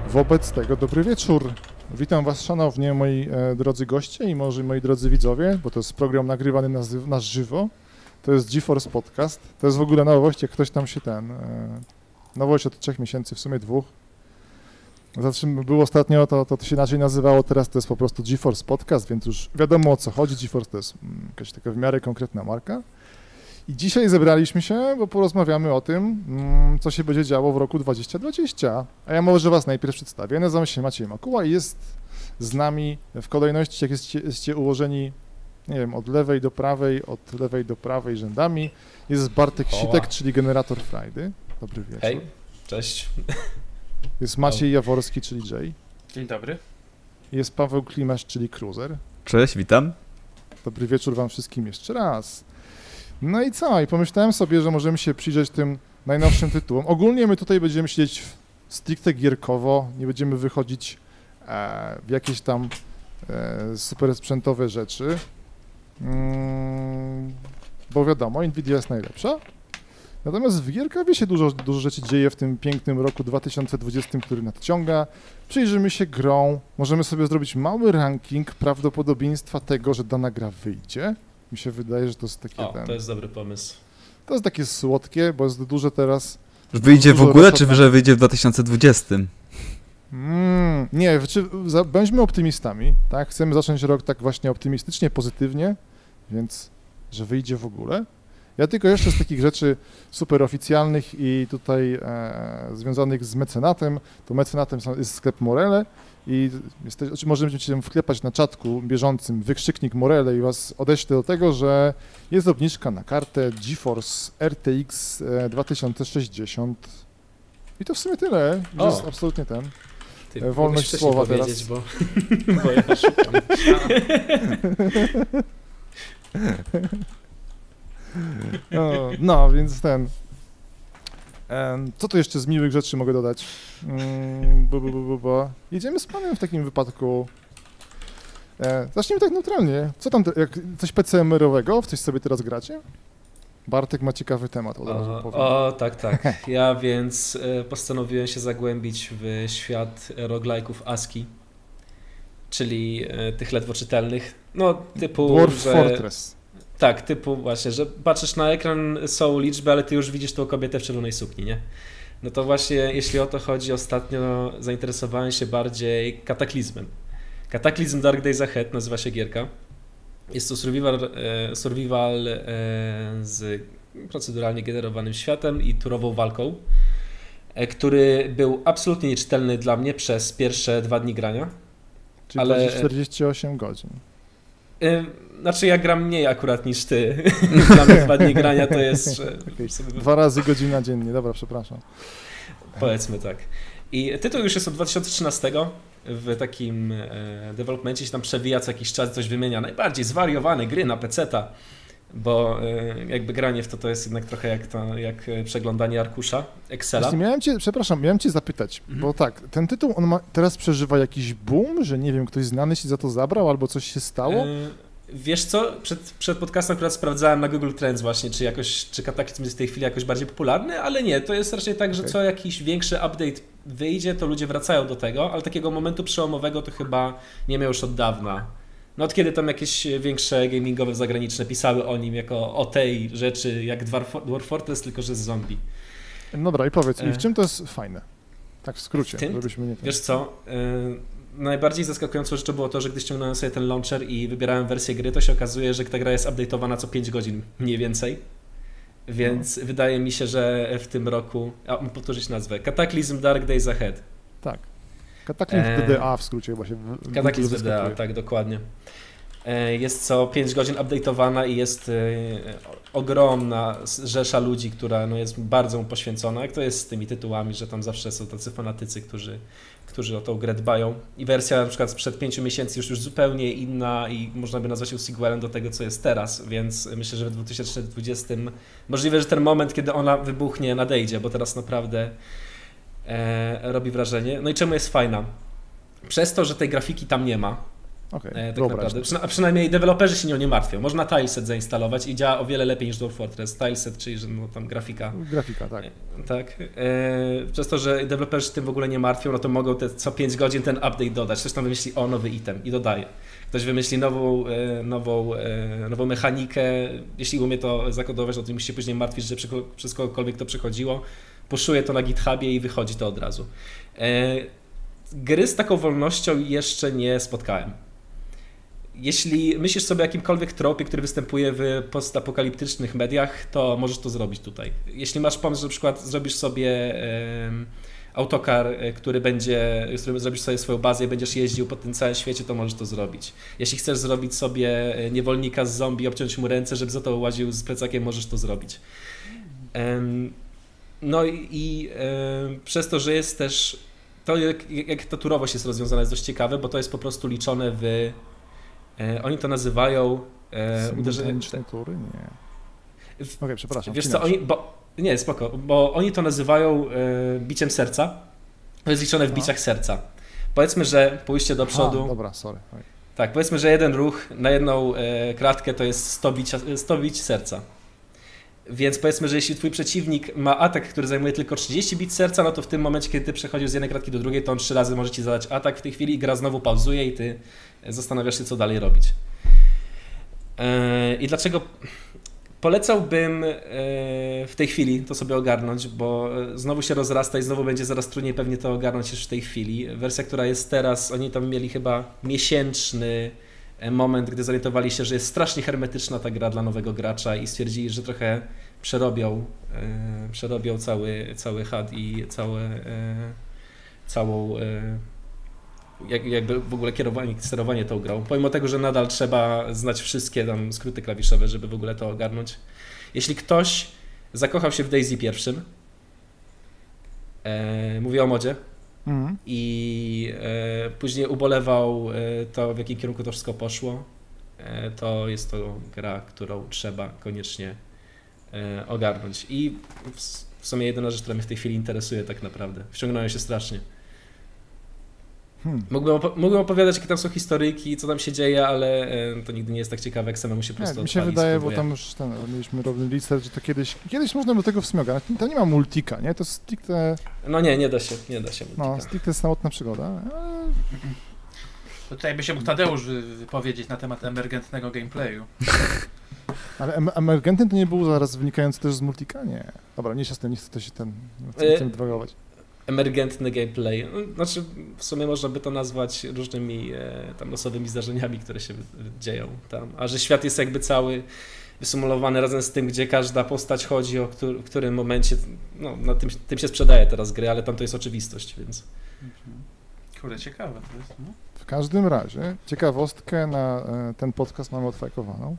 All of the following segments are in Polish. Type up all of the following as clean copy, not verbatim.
Wobec tego dobry wieczór. Witam Was szanownie, moi drodzy goście i może moi drodzy widzowie, bo to jest program nagrywany na żywo. To jest GeForce Podcast. To jest w ogóle nowość, jak ktoś tam się nowość od 3 miesięcy, w sumie 2. Znaczy było ostatnio, to się inaczej nazywało, teraz to jest po prostu GeForce Podcast, więc już wiadomo o co chodzi. GeForce to jest jakaś taka w miarę konkretna marka. I dzisiaj zebraliśmy się, bo porozmawiamy o tym, co się będzie działo w roku 2020. A ja może Was najpierw przedstawię. Nazywam się Maciej Makuła i jest z nami w kolejności, jak jesteście ułożeni, nie wiem, od lewej do prawej rzędami. Jest Bartek Sitek, czyli generator frajdy. Dobry wieczór. Hej, cześć. Jest Maciej Jaworski, czyli Jay. Dzień dobry. Jest Paweł Klimasz, czyli Cruiser. Cześć, witam. Dobry wieczór Wam wszystkim jeszcze raz. No i co? I pomyślałem sobie, że możemy się przyjrzeć tym najnowszym tytułom. Ogólnie my tutaj będziemy siedzieć stricte gierkowo, nie będziemy wychodzić w jakieś tam super sprzętowe rzeczy, bo wiadomo, Nvidia jest najlepsza. Natomiast w gierkowie się dużo rzeczy dzieje w tym pięknym roku 2020, który nadciąga. Przyjrzymy się grą, możemy sobie zrobić mały ranking prawdopodobieństwa tego, że dana gra wyjdzie. Mi się wydaje, że to jest takie... To jest dobry pomysł. To jest takie słodkie, bo jest duże teraz... Wyjdzie w ogóle, czy że wyjdzie w 2020? Nie, bądźmy optymistami, tak? Chcemy zacząć rok tak właśnie optymistycznie, pozytywnie, więc że wyjdzie w ogóle. Ja tylko jeszcze z takich rzeczy super oficjalnych i tutaj związanych z mecenatem, to mecenatem jest sklep Morele i możemy się wklepać na czatku bieżącym wykrzyknik Morele i was odeślę do tego, że jest obniżka na kartę GeForce RTX 2060 i to w sumie tyle, jest absolutnie wolność słowa teraz. Bo ja szukam. No, więc co tu jeszcze z miłych rzeczy mogę dodać? Jedziemy z panem w takim wypadku. Zacznijmy tak neutralnie. Co tam, coś PCMR-owego? W coś sobie teraz gracie? Bartek ma ciekawy temat, od razu powiem. Tak. Ja więc postanowiłem się zagłębić w świat roguelike'ów ASCII, czyli tych ledwo czytelnych, no typu... Dwarf Fortress. Tak, typu właśnie, że patrzysz na ekran, są liczby, ale ty już widzisz tą kobietę w czerwonej sukni, nie? No to właśnie, jeśli o to chodzi, ostatnio zainteresowałem się bardziej Kataklizmem. Kataklizm Dark Days Ahead nazywa się gierka. Jest to survival z proceduralnie generowanym światem i turową walką, który był absolutnie nieczytelny dla mnie przez pierwsze 2 dni grania. Czyli ale 48 godzin. Znaczy ja gram mniej akurat niż ty. Dla mnie 2 dni grania to jest... Okay. 2 razy godzina dziennie, dobra, przepraszam. Powiedzmy tak. I tytuł już jest od 2013. W takim developmencie się tam przewija co jakiś czas, coś wymienia. Najbardziej zwariowane gry na peceta, bo jakby granie w to jest jednak trochę jak przeglądanie arkusza Excela. Miałem cię zapytać, bo tak, ten tytuł, teraz przeżywa jakiś boom, że nie wiem, ktoś znany się za to zabrał albo coś się stało? Wiesz co, przed podcastem akurat sprawdzałem na Google Trends właśnie, czy Kataklizm jest w tej chwili jakoś bardziej popularny, ale nie, to jest raczej tak, że co jakiś większy update wyjdzie, to ludzie wracają do tego, ale takiego momentu przełomowego to chyba nie miał już od dawna. No od kiedy tam jakieś większe gamingowe zagraniczne pisały o nim jako o tej rzeczy jak Dwarf Fortress, tylko że z zombie. Dobra i powiedz mi, w czym to jest fajne? Tak w skrócie, żebyśmy nie... Wiesz co, najbardziej zaskakującą rzeczą było to, że gdy ściągnąłem sobie ten launcher i wybierałem wersję gry, to się okazuje, że ta gra jest update'owana co 5 godzin mniej więcej. Więc wydaje mi się, że w tym roku... powtórzyć nazwę. Kataklizm Dark Days Ahead. Tak. Kataklizm DDA w skrócie właśnie. Kataklizm DDA, tak, dokładnie. Jest co 5 godzin update'owana i jest ogromna rzesza ludzi, która jest bardzo poświęcona. Jak to jest z tymi tytułami, że tam zawsze są tacy fanatycy, którzy o tą grę dbają. I wersja na przykład sprzed 5 miesięcy już zupełnie inna i można by nazwać ją sequelem do tego, co jest teraz, więc myślę, że w 2020 możliwe, że ten moment, kiedy ona wybuchnie, nadejdzie, bo teraz naprawdę robi wrażenie. No i czemu jest fajna? Przez to, że tej grafiki tam nie ma, Okay, tak naprawdę. A przynajmniej deweloperzy się nią nie martwią. Można Tileset zainstalować i działa o wiele lepiej niż Dwarf Fortress. Tileset, czyli że tam grafika. Grafika, tak. Tak. Przez to, że deweloperzy się tym w ogóle nie martwią, no to mogą co 5 godzin ten update dodać. Ktoś tam wymyśli nowy item i dodaje. Ktoś wymyśli nową mechanikę. Jeśli umie to zakodować, no to musi się później martwić, że przez kogokolwiek to przechodziło. Puszuje to na GitHubie i wychodzi to od razu. Gry z taką wolnością jeszcze nie spotkałem. Jeśli myślisz sobie o jakimkolwiek tropie, który występuje w postapokaliptycznych mediach, to możesz to zrobić tutaj. Jeśli masz pomysł, że na przykład zrobisz sobie autokar, który zrobisz sobie swoją bazę i będziesz jeździł po tym całym świecie, to możesz to zrobić. Jeśli chcesz zrobić sobie niewolnika z zombie, obciąć mu ręce, żeby za to łaził z plecakiem, możesz to zrobić. No i przez to, że jest też to, jak ta turowość jest rozwiązana, jest dość ciekawe, bo to jest po prostu liczone w... Oni to nazywają... uderzenie tury? Nie. Okej, przepraszam. Wiesz co, nie, spoko, bo oni to nazywają biciem serca. To jest liczone w biciach serca. Powiedzmy, że pójście do przodu... Dobra, sorry. Tak, powiedzmy, że jeden ruch na jedną kratkę to jest 100 bić serca. Więc powiedzmy, że jeśli twój przeciwnik ma atak, który zajmuje tylko 30 bit serca, no to w tym momencie, kiedy ty przechodzisz z jednej kratki do drugiej, to on 3 razy może ci zadać atak w tej chwili i gra znowu pauzuje i ty zastanawiasz się, co dalej robić. I dlaczego polecałbym w tej chwili to sobie ogarnąć, bo znowu się rozrasta i znowu będzie zaraz trudniej pewnie to ogarnąć już w tej chwili. Wersja, która jest teraz, oni tam mieli chyba miesięczny moment, gdy zorientowali się, że jest strasznie hermetyczna ta gra dla nowego gracza i stwierdzili, że trochę przerobią cały HUD i całą jakby w ogóle sterowanie tą grą. Pomimo tego, że nadal trzeba znać wszystkie tam skróty klawiszowe, żeby w ogóle to ogarnąć. Jeśli ktoś zakochał się w DayZ pierwszym, mówię o modzie, i później ubolewał to, w jakim kierunku to wszystko poszło, to jest to gra, którą trzeba koniecznie ogarnąć. I w sumie jedyna rzecz, która mnie w tej chwili interesuje tak naprawdę. Wciągnąłem się strasznie. Mógłbym opowiadać, jakie tam są historyjki, co tam się dzieje, ale to nigdy nie jest tak ciekawe, jak samemu się po prostu mi się wydaje, bo tam już mieliśmy robiony listę, że to kiedyś można do tego w sumie ogarnąć. To nie ma multika, nie? To stricte... No nie da się multika. No, stricte samotna przygoda. To tutaj by się mógł Tadeusz wypowiedzieć na temat emergentnego gameplayu. Ale emergentny to nie był zaraz wynikający też z multika? Nie. Dobra, nie chcę się dywagować. Emergentny gameplay. Znaczy, w sumie można by to nazwać różnymi tam losowymi zdarzeniami, które się dzieją tam. A że świat jest jakby cały wysymulowany razem z tym, gdzie każda postać chodzi, w którym momencie, no na tym się sprzedaje teraz gry, ale tam to jest oczywistość, więc... Kurde, ciekawe to jest, no. W każdym razie, ciekawostkę na ten podcast mamy odfajkowaną.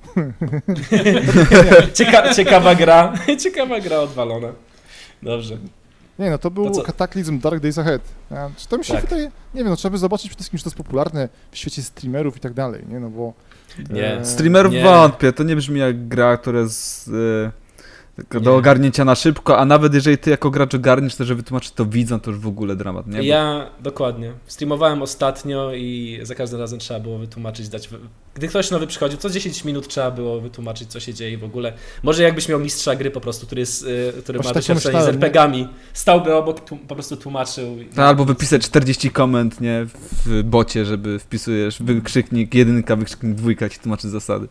Ciekawa gra odwalona. Dobrze. Nie, no to był Kataklizm Dark Days Ahead. Czy to mi się wydaje, nie wiem, no trzeba by zobaczyć przede wszystkim, że to jest popularne w świecie streamerów i tak dalej, nie, no bo... Nie. Streamerów wątpię, to nie brzmi jak gra, która jest do ogarnięcia na szybko, a nawet jeżeli ty jako gracz ogarniesz to, że wytłumaczyć to widzom, to już w ogóle dramat, nie? Dokładnie. Streamowałem ostatnio i za każdym razem trzeba było wytłumaczyć, gdy ktoś nowy przychodził, co 10 minut trzeba było wytłumaczyć, co się dzieje w ogóle. Może jakbyś miał mistrza gry po prostu, który ma doświadczenie z RPG-ami, stałby obok, po prostu tłumaczył. Albo wypisać 40 komend, nie, w bocie, żeby wpisujesz wykrzyknik 1, wykrzyknik 2 ci tłumaczy zasady.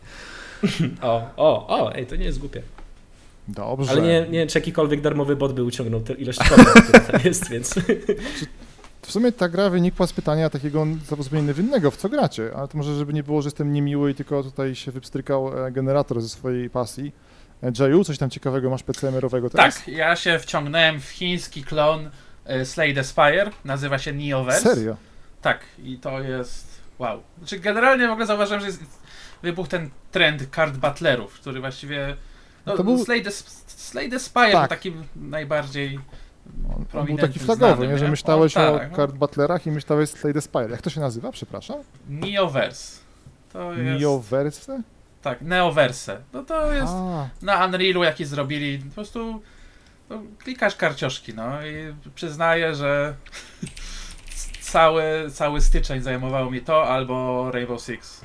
To nie jest głupie. Dobrze. Ale nie wiem, czy jakikolwiek darmowy bot by uciągnął tę ilość komend, która tam jest, więc... W sumie ta gra wynikła z pytania takiego zupełnie niewinnego, w co gracie, ale to może, żeby nie było, że jestem niemiły i tylko tutaj się wypstrykał generator ze swojej pasji. Jayu, coś tam ciekawego masz PCMR-owego teraz? Tak, ja się wciągnąłem w chiński klon Slay the Spire, nazywa się Neoverse. Serio? Tak, i to jest wow. Znaczy generalnie w ogóle zauważyłem, że wybuchł ten trend card battlerów, który właściwie... No, to był... Slay the Spire był takim najbardziej... On był taki flagowy, nie? Że myślałeś o card battlerach i myślałeś Slay the Spire. Jak to się nazywa? Przepraszam? Neoverse. To jest... Neoverse? Tak, Neoverse. No to jest na Unrealu, jaki zrobili, po prostu klikasz karcioszki, no i przyznaję, że cały styczeń zajmowało mi to, albo Rainbow Six.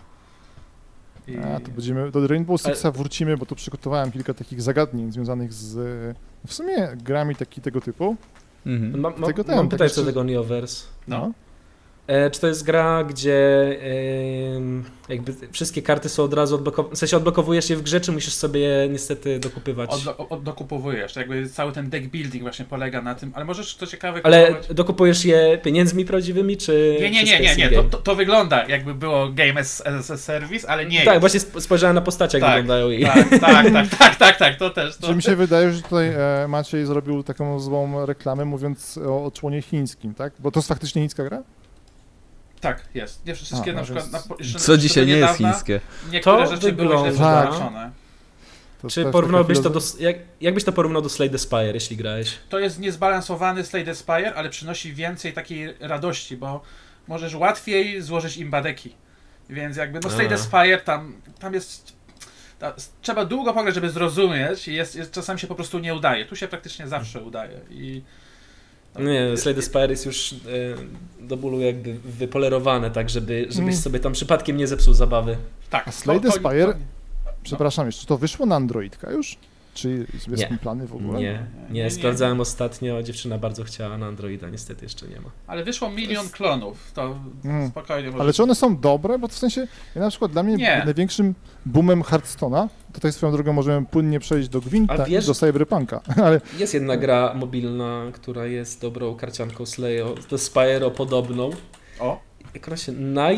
To będziemy do Rainbow Sixa wrócimy, bo tu przygotowałem kilka takich zagadnień związanych z w sumie grami tego typu. Mam pytać co do tego Neoverse. No. Czy to jest gra, gdzie jakby wszystkie karty są od razu odblokowane, w sensie odblokowujesz je w grze, czy musisz sobie je niestety dokupywać? Dokupowujesz, jakby cały ten deck building właśnie polega na tym, ale możesz to ciekawe... Ale dokupujesz je pieniędzmi prawdziwymi, czy... Nie, to wygląda jakby było Game as a Service, ale nie. Tak, właśnie spojrzałem na postacie, jak wyglądają i... Tak, to też. Czy mi się wydaje, że tutaj Maciej zrobił taką złą reklamę, mówiąc o członie chińskim, tak? Bo to jest faktycznie chińska gra? Tak, jest. Nie wszystkie na przykład... Co dzisiaj nie jest chińskie? Niektóre to rzeczy były źle przetłumaczone. Czy porównałbyś to do... Jak byś to porównał do Slay the Spire, jeśli grałeś? To jest niezbalansowany Slay the Spire, ale przynosi więcej takiej radości, bo możesz łatwiej złożyć imbadeki. Więc jakby, Slay the Spire tam jest... Trzeba długo pograć, żeby zrozumieć i czasami się po prostu nie udaje. Tu się praktycznie zawsze udaje i... Nie, Slay the Spire jest już do bólu jakby wypolerowane, tak żebyś sobie tam przypadkiem nie zepsuł zabawy. Tak. A Slay the Spire, przepraszam, jeszcze to wyszło na Androidka już? Czy są plany w ogóle? Nie, sprawdzałem ostatnio, dziewczyna bardzo chciała na Androida, niestety jeszcze nie ma. Ale wyszło 1 000 000 klonów, to spokojnie może... Ale czy one są dobre? Bo w sensie, na przykład dla mnie największym boomem Hearthstone'a, tutaj swoją drogą możemy płynnie przejść do Gwinta i do Cyberpunka. Ale... Jest jedna gra mobilna, która jest dobrą karcianką Slay the Spire podobną. O? Jak ona się...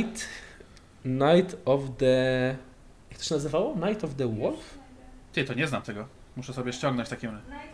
Night of the... Jak to się nazywało? Night of the Wolf? Ty, to nie znam tego. Muszę sobie ściągnąć takim...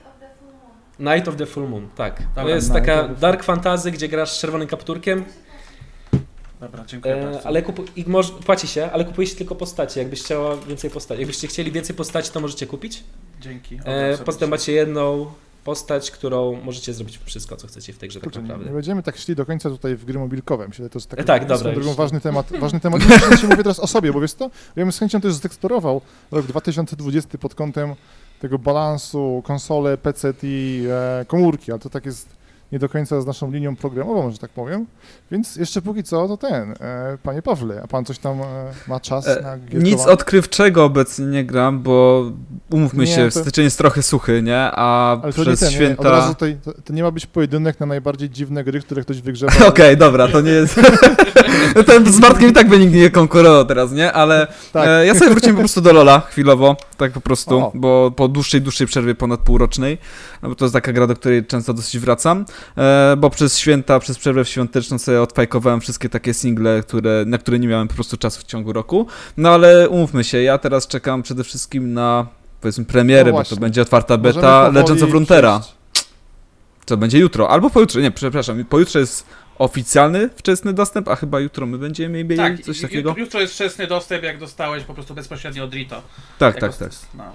Night of the Full Moon, tak. To jest taka dark fantasy, gdzie grasz z czerwonym kapturkiem. Dobra, dziękuję bardzo. Ale płaci się, ale kupuje się tylko postacie. Jakbyście chcieli więcej postaci, to możecie kupić. Dzięki. Potem macie jedną postać, którą możecie zrobić wszystko, co chcecie w tej grze tak naprawdę. Nie będziemy tak szli do końca tutaj w gry mobilkowe. Myślę, że to jest taki dobra, ważny temat. Nie mówię teraz o sobie, bo wiesz co? Ja bym z chęcią też zdeksplorował rok 2020 pod kątem tego balansu konsole, PC i komórki, ale to tak jest nie do końca z naszą linią programową, że tak powiem. Więc jeszcze póki co to panie Pawle, a pan coś tam ma czas na gierkowanie? Nic odkrywczego obecnie nie gram, bo umówmy się, styczeń jest trochę suchy, nie? Ale przez święta... Od razu to nie ma być pojedynek na najbardziej dziwne gry, które ktoś wygrzewa. Okej, dobra, to nie jest... Ten z Bartkiem i tak by nikt nie konkurował teraz, nie? Ale ja sobie wróciłem po prostu do LoL'a chwilowo, tak po prostu, bo po dłuższej przerwie, ponad półrocznej, no bo to jest taka gra, do której często dosyć wracam, bo przez święta, przez przerwę świąteczną sobie odfajkowałem wszystkie takie single, na które nie miałem po prostu czasu w ciągu roku, no ale umówmy się, ja teraz czekam przede wszystkim na, powiedzmy, premierę, bo to będzie otwarta beta Legends of Runeterra. Co będzie jutro, albo pojutrze, nie, przepraszam, pojutrze jest oficjalny wczesny dostęp, a chyba jutro my będziemy mieli coś takiego? Jutro jest wczesny dostęp, jak dostałeś po prostu bezpośrednio od Rito. Tak. No,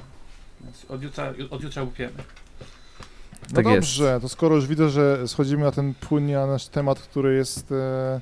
od jutra łupiemy. No tak dobrze, jest. to skoro już widzę, że schodzimy na ten płynnie na nasz temat, który jest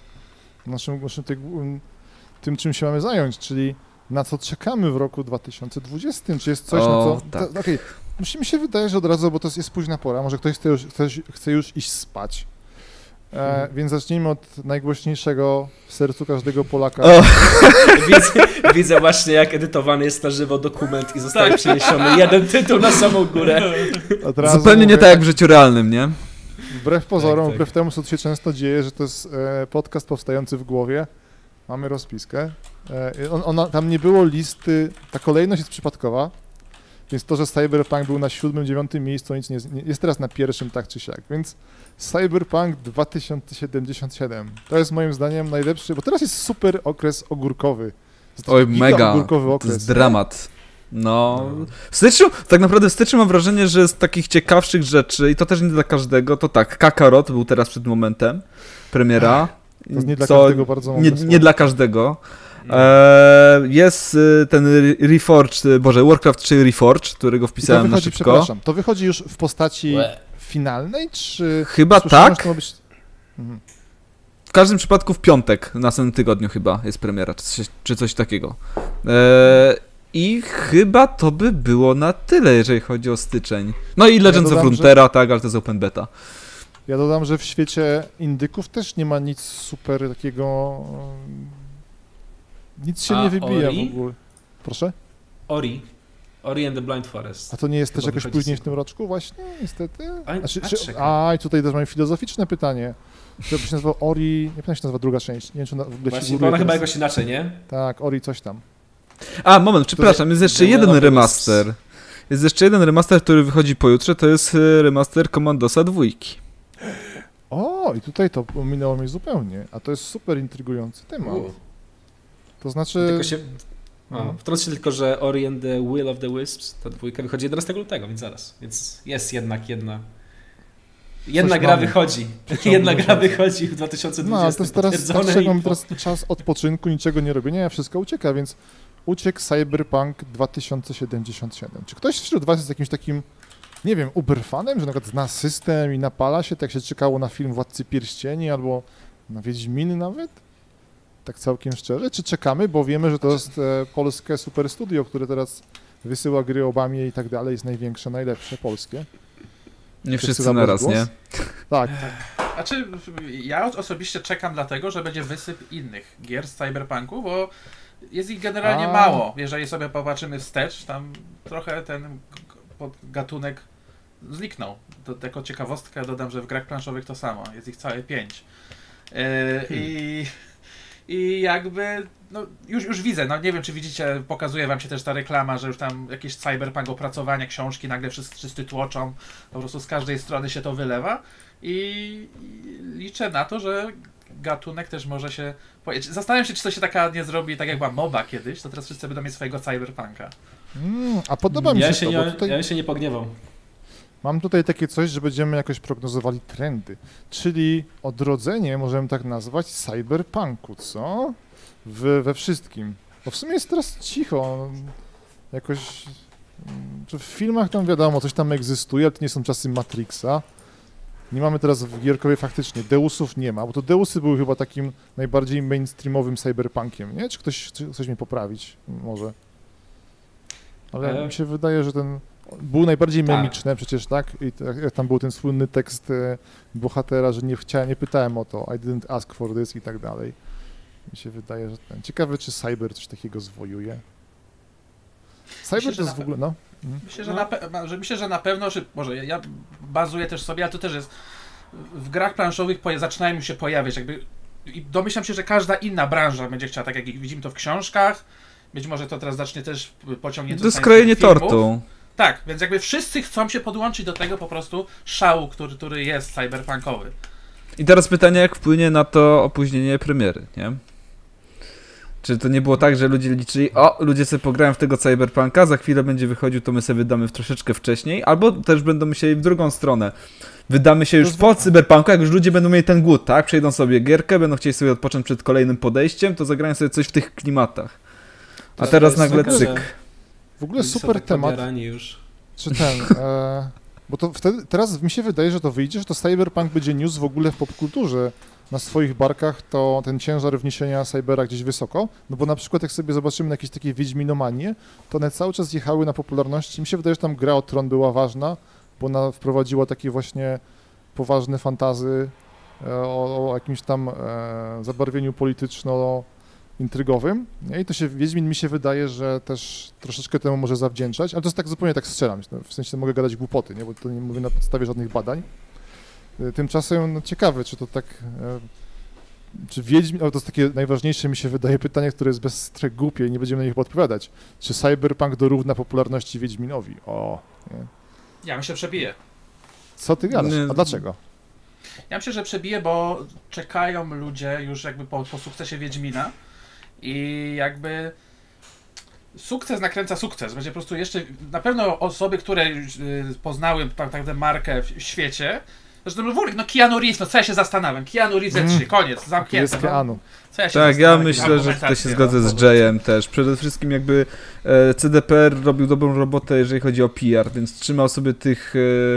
tym, czym się mamy zająć, czyli na co czekamy w roku 2020, czy jest coś, na co... Tak. Okej, mi się wydaje, że od razu, bo to jest późna pora, może ktoś chce już iść spać. Więc zacznijmy od najgłośniejszego w sercu każdego Polaka. Widzę właśnie, jak edytowany jest na żywo dokument i zostaje przeniesiony jeden tytuł na samą górę. Zupełnie nie tak jak w życiu realnym, nie? Wbrew pozorom, wbrew temu, co się często dzieje, że to jest podcast powstający w głowie. Mamy rozpiskę. Tam nie było listy, ta kolejność jest przypadkowa, więc to, że Cyberpunk był na 7., 9. miejscu, nic nie jest teraz na 1. tak czy siak, więc Cyberpunk 2077 to jest moim zdaniem najlepszy, bo teraz jest super okres ogórkowy. Oj, mega, ogórkowy okres. To jest dramat. No, w styczniu, tak naprawdę w styczniu mam wrażenie, że z takich ciekawszych rzeczy, i to też nie dla każdego, to tak, Kakarot był teraz przed momentem, premiera. To jest nie dla każdego bardzo mocno. Nie dla każdego. Jest ten Warcraft 3 Reforged, którego wpisałem na szybko. Przepraszam, to wychodzi już w postaci finalnej, czy... Chyba tak. W każdym przypadku w piątek, w następnym tygodniu chyba jest premiera, czy coś takiego. I chyba to by było na tyle, jeżeli chodzi o styczeń. No i Legends of Runeterra, tak, ale to jest open beta. Ja dodam, że w świecie indyków też nie ma nic super takiego, nic się nie wybija w ogóle. Proszę? Ori and the Blind Forest. A to nie jest też jakoś później w tym roczku właśnie, niestety? I tutaj też mam filozoficzne pytanie. Czy się nazywa Ori, nie pamiętam, jak się nazywa druga część, nie wiem, czy w ogóle właśnie, bo ona chyba jakoś inaczej, nie? Tak, Ori coś tam. Moment, przepraszam, jest jeszcze jeden remaster. Jest jeszcze jeden remaster, który wychodzi pojutrze, to jest remaster Commandosa 2. I tutaj to minęło mnie zupełnie, a to jest super intrygujący temat. To znaczy... Tylko się... Wtrącę się tylko, że Ori and the Will of the Wisps, ta 2 wychodzi 11 lutego, więc zaraz. Więc jest jednak jedna gra wychodzi. Jedna gra wychodzi w 2020. No, to jest teraz, mam teraz czas odpoczynku, niczego nie robienia, wszystko ucieka, więc uciekł Cyberpunk 2077. Czy ktoś wśród was jest jakimś takim, nie wiem, uberfanem, że na przykład zna system i napala się, tak jak się czekało na film Władcy Pierścieni albo na Wiedźminy nawet? Tak całkiem szczerze? Czy czekamy, bo wiemy, że to jest polskie super studio, które teraz wysyła gry Obamie i tak dalej, jest największe, najlepsze, polskie. Nie wszyscy naraz, nie? Tak. Znaczy, ja osobiście czekam dlatego, że będzie wysyp innych gier z Cyberpunku, bo jest ich generalnie mało. Jeżeli sobie popatrzymy wstecz, tam trochę ten gatunek zniknął. Jako ciekawostkę dodam, że w grach planszowych to samo. Jest ich całe 5. I jakby, no już widzę, no nie wiem czy widzicie, pokazuje wam się też ta reklama, że już tam jakieś cyberpunk opracowania, książki, nagle wszyscy tłoczą, po prostu z każdej strony się to wylewa i liczę na to, że gatunek też może się pojawić. Zastanawiam się, czy to się taka nie zrobi, tak jak była MOBA kiedyś, to teraz wszyscy będą mieć swojego cyberpunka. A podoba mi się to, bo tutaj... Ja się nie pogniewam. Mam tutaj takie coś, że będziemy jakoś prognozowali trendy, czyli odrodzenie, możemy tak nazwać, cyberpunku, co? We wszystkim. Bo w sumie jest teraz cicho, jakoś... W filmach tam wiadomo, coś tam egzystuje, ale to nie są czasy Matrixa. Nie mamy teraz w Gierkowie faktycznie, Deusów nie ma, bo to Deusy były chyba takim najbardziej mainstreamowym cyberpunkiem, nie? Czy ktoś chce mnie poprawić? Może. Ale mi się wydaje, że ten... Był najbardziej memiczny przecież, tak? I tam był ten słynny tekst bohatera, że nie pytałem o to, I didn't ask for this i tak dalej. Mi się wydaje, że ten... Ciekawe, czy Cyber coś takiego zwojuje. Cyber to jest w ogóle, no. Myślę, że na pewno, że może ja bazuję też sobie, ale to też jest w grach planszowych zaczynają się pojawiać jakby i domyślam się, że każda inna branża będzie chciała, tak jak widzimy to w książkach, być może to teraz zacznie też pociągnięcie do skrojenia tortu. Tak, więc jakby wszyscy chcą się podłączyć do tego po prostu szału, który jest cyberpunkowy. I teraz pytanie, jak wpłynie na to opóźnienie premiery, nie? Czy to nie było tak, że ludzie liczyli, ludzie sobie pograją w tego cyberpunka, za chwilę będzie wychodził, to my sobie wydamy troszeczkę wcześniej, albo też będą musieli w drugą stronę. Wydamy się już po cyberpunku, jak już ludzie będą mieli ten głód, tak? Przejdą sobie gierkę, będą chcieli sobie odpocząć przed kolejnym podejściem, to zagrają sobie coś w tych klimatach. A teraz nagle cyk. W ogóle super temat. Już. Czy ten, bo to wtedy, teraz mi się wydaje, że to wyjdzie, że to cyberpunk będzie niósł w ogóle w popkulturze na swoich barkach to ten ciężar wniesienia cybera gdzieś wysoko, no bo na przykład jak sobie zobaczymy na jakieś takie wiedźminomanie, to one cały czas jechały na popularności. Mi się wydaje, że tam gra o Tron była ważna, bo ona wprowadziła takie właśnie poważne fantazy o jakimś tam zabarwieniu polityczno-intrygowym. I to się, Wiedźmin mi się wydaje, że też troszeczkę temu może zawdzięczać, ale to jest tak zupełnie tak strzelam, w sensie mogę gadać głupoty, nie? Bo to nie mówię na podstawie żadnych badań. Tymczasem no, ciekawe, czy to tak, czy Wiedźmin, ale to jest takie najważniejsze mi się wydaje pytanie, które jest bez głupie i nie będziemy na nich odpowiadać. Czy Cyberpunk dorówna popularności Wiedźminowi? Nie. Ja myślę, że przebije. Co ty gadasz? A dlaczego? Ja myślę, że przebije, bo czekają ludzie już jakby po sukcesie Wiedźmina i jakby sukces nakręca sukces. Będzie po prostu jeszcze, na pewno osoby, które poznały tak naprawdę markę w świecie. Zresztą no Keanu Reeves, no co ja się zastanawiam, Keanu Reeves 3, koniec, zamknięte. Jest Keanu. Tak, ja myślę, że tutaj się zgodzę z Jayem też. Przede wszystkim jakby CDPR robił dobrą robotę, jeżeli chodzi o PR, więc trzymał sobie tych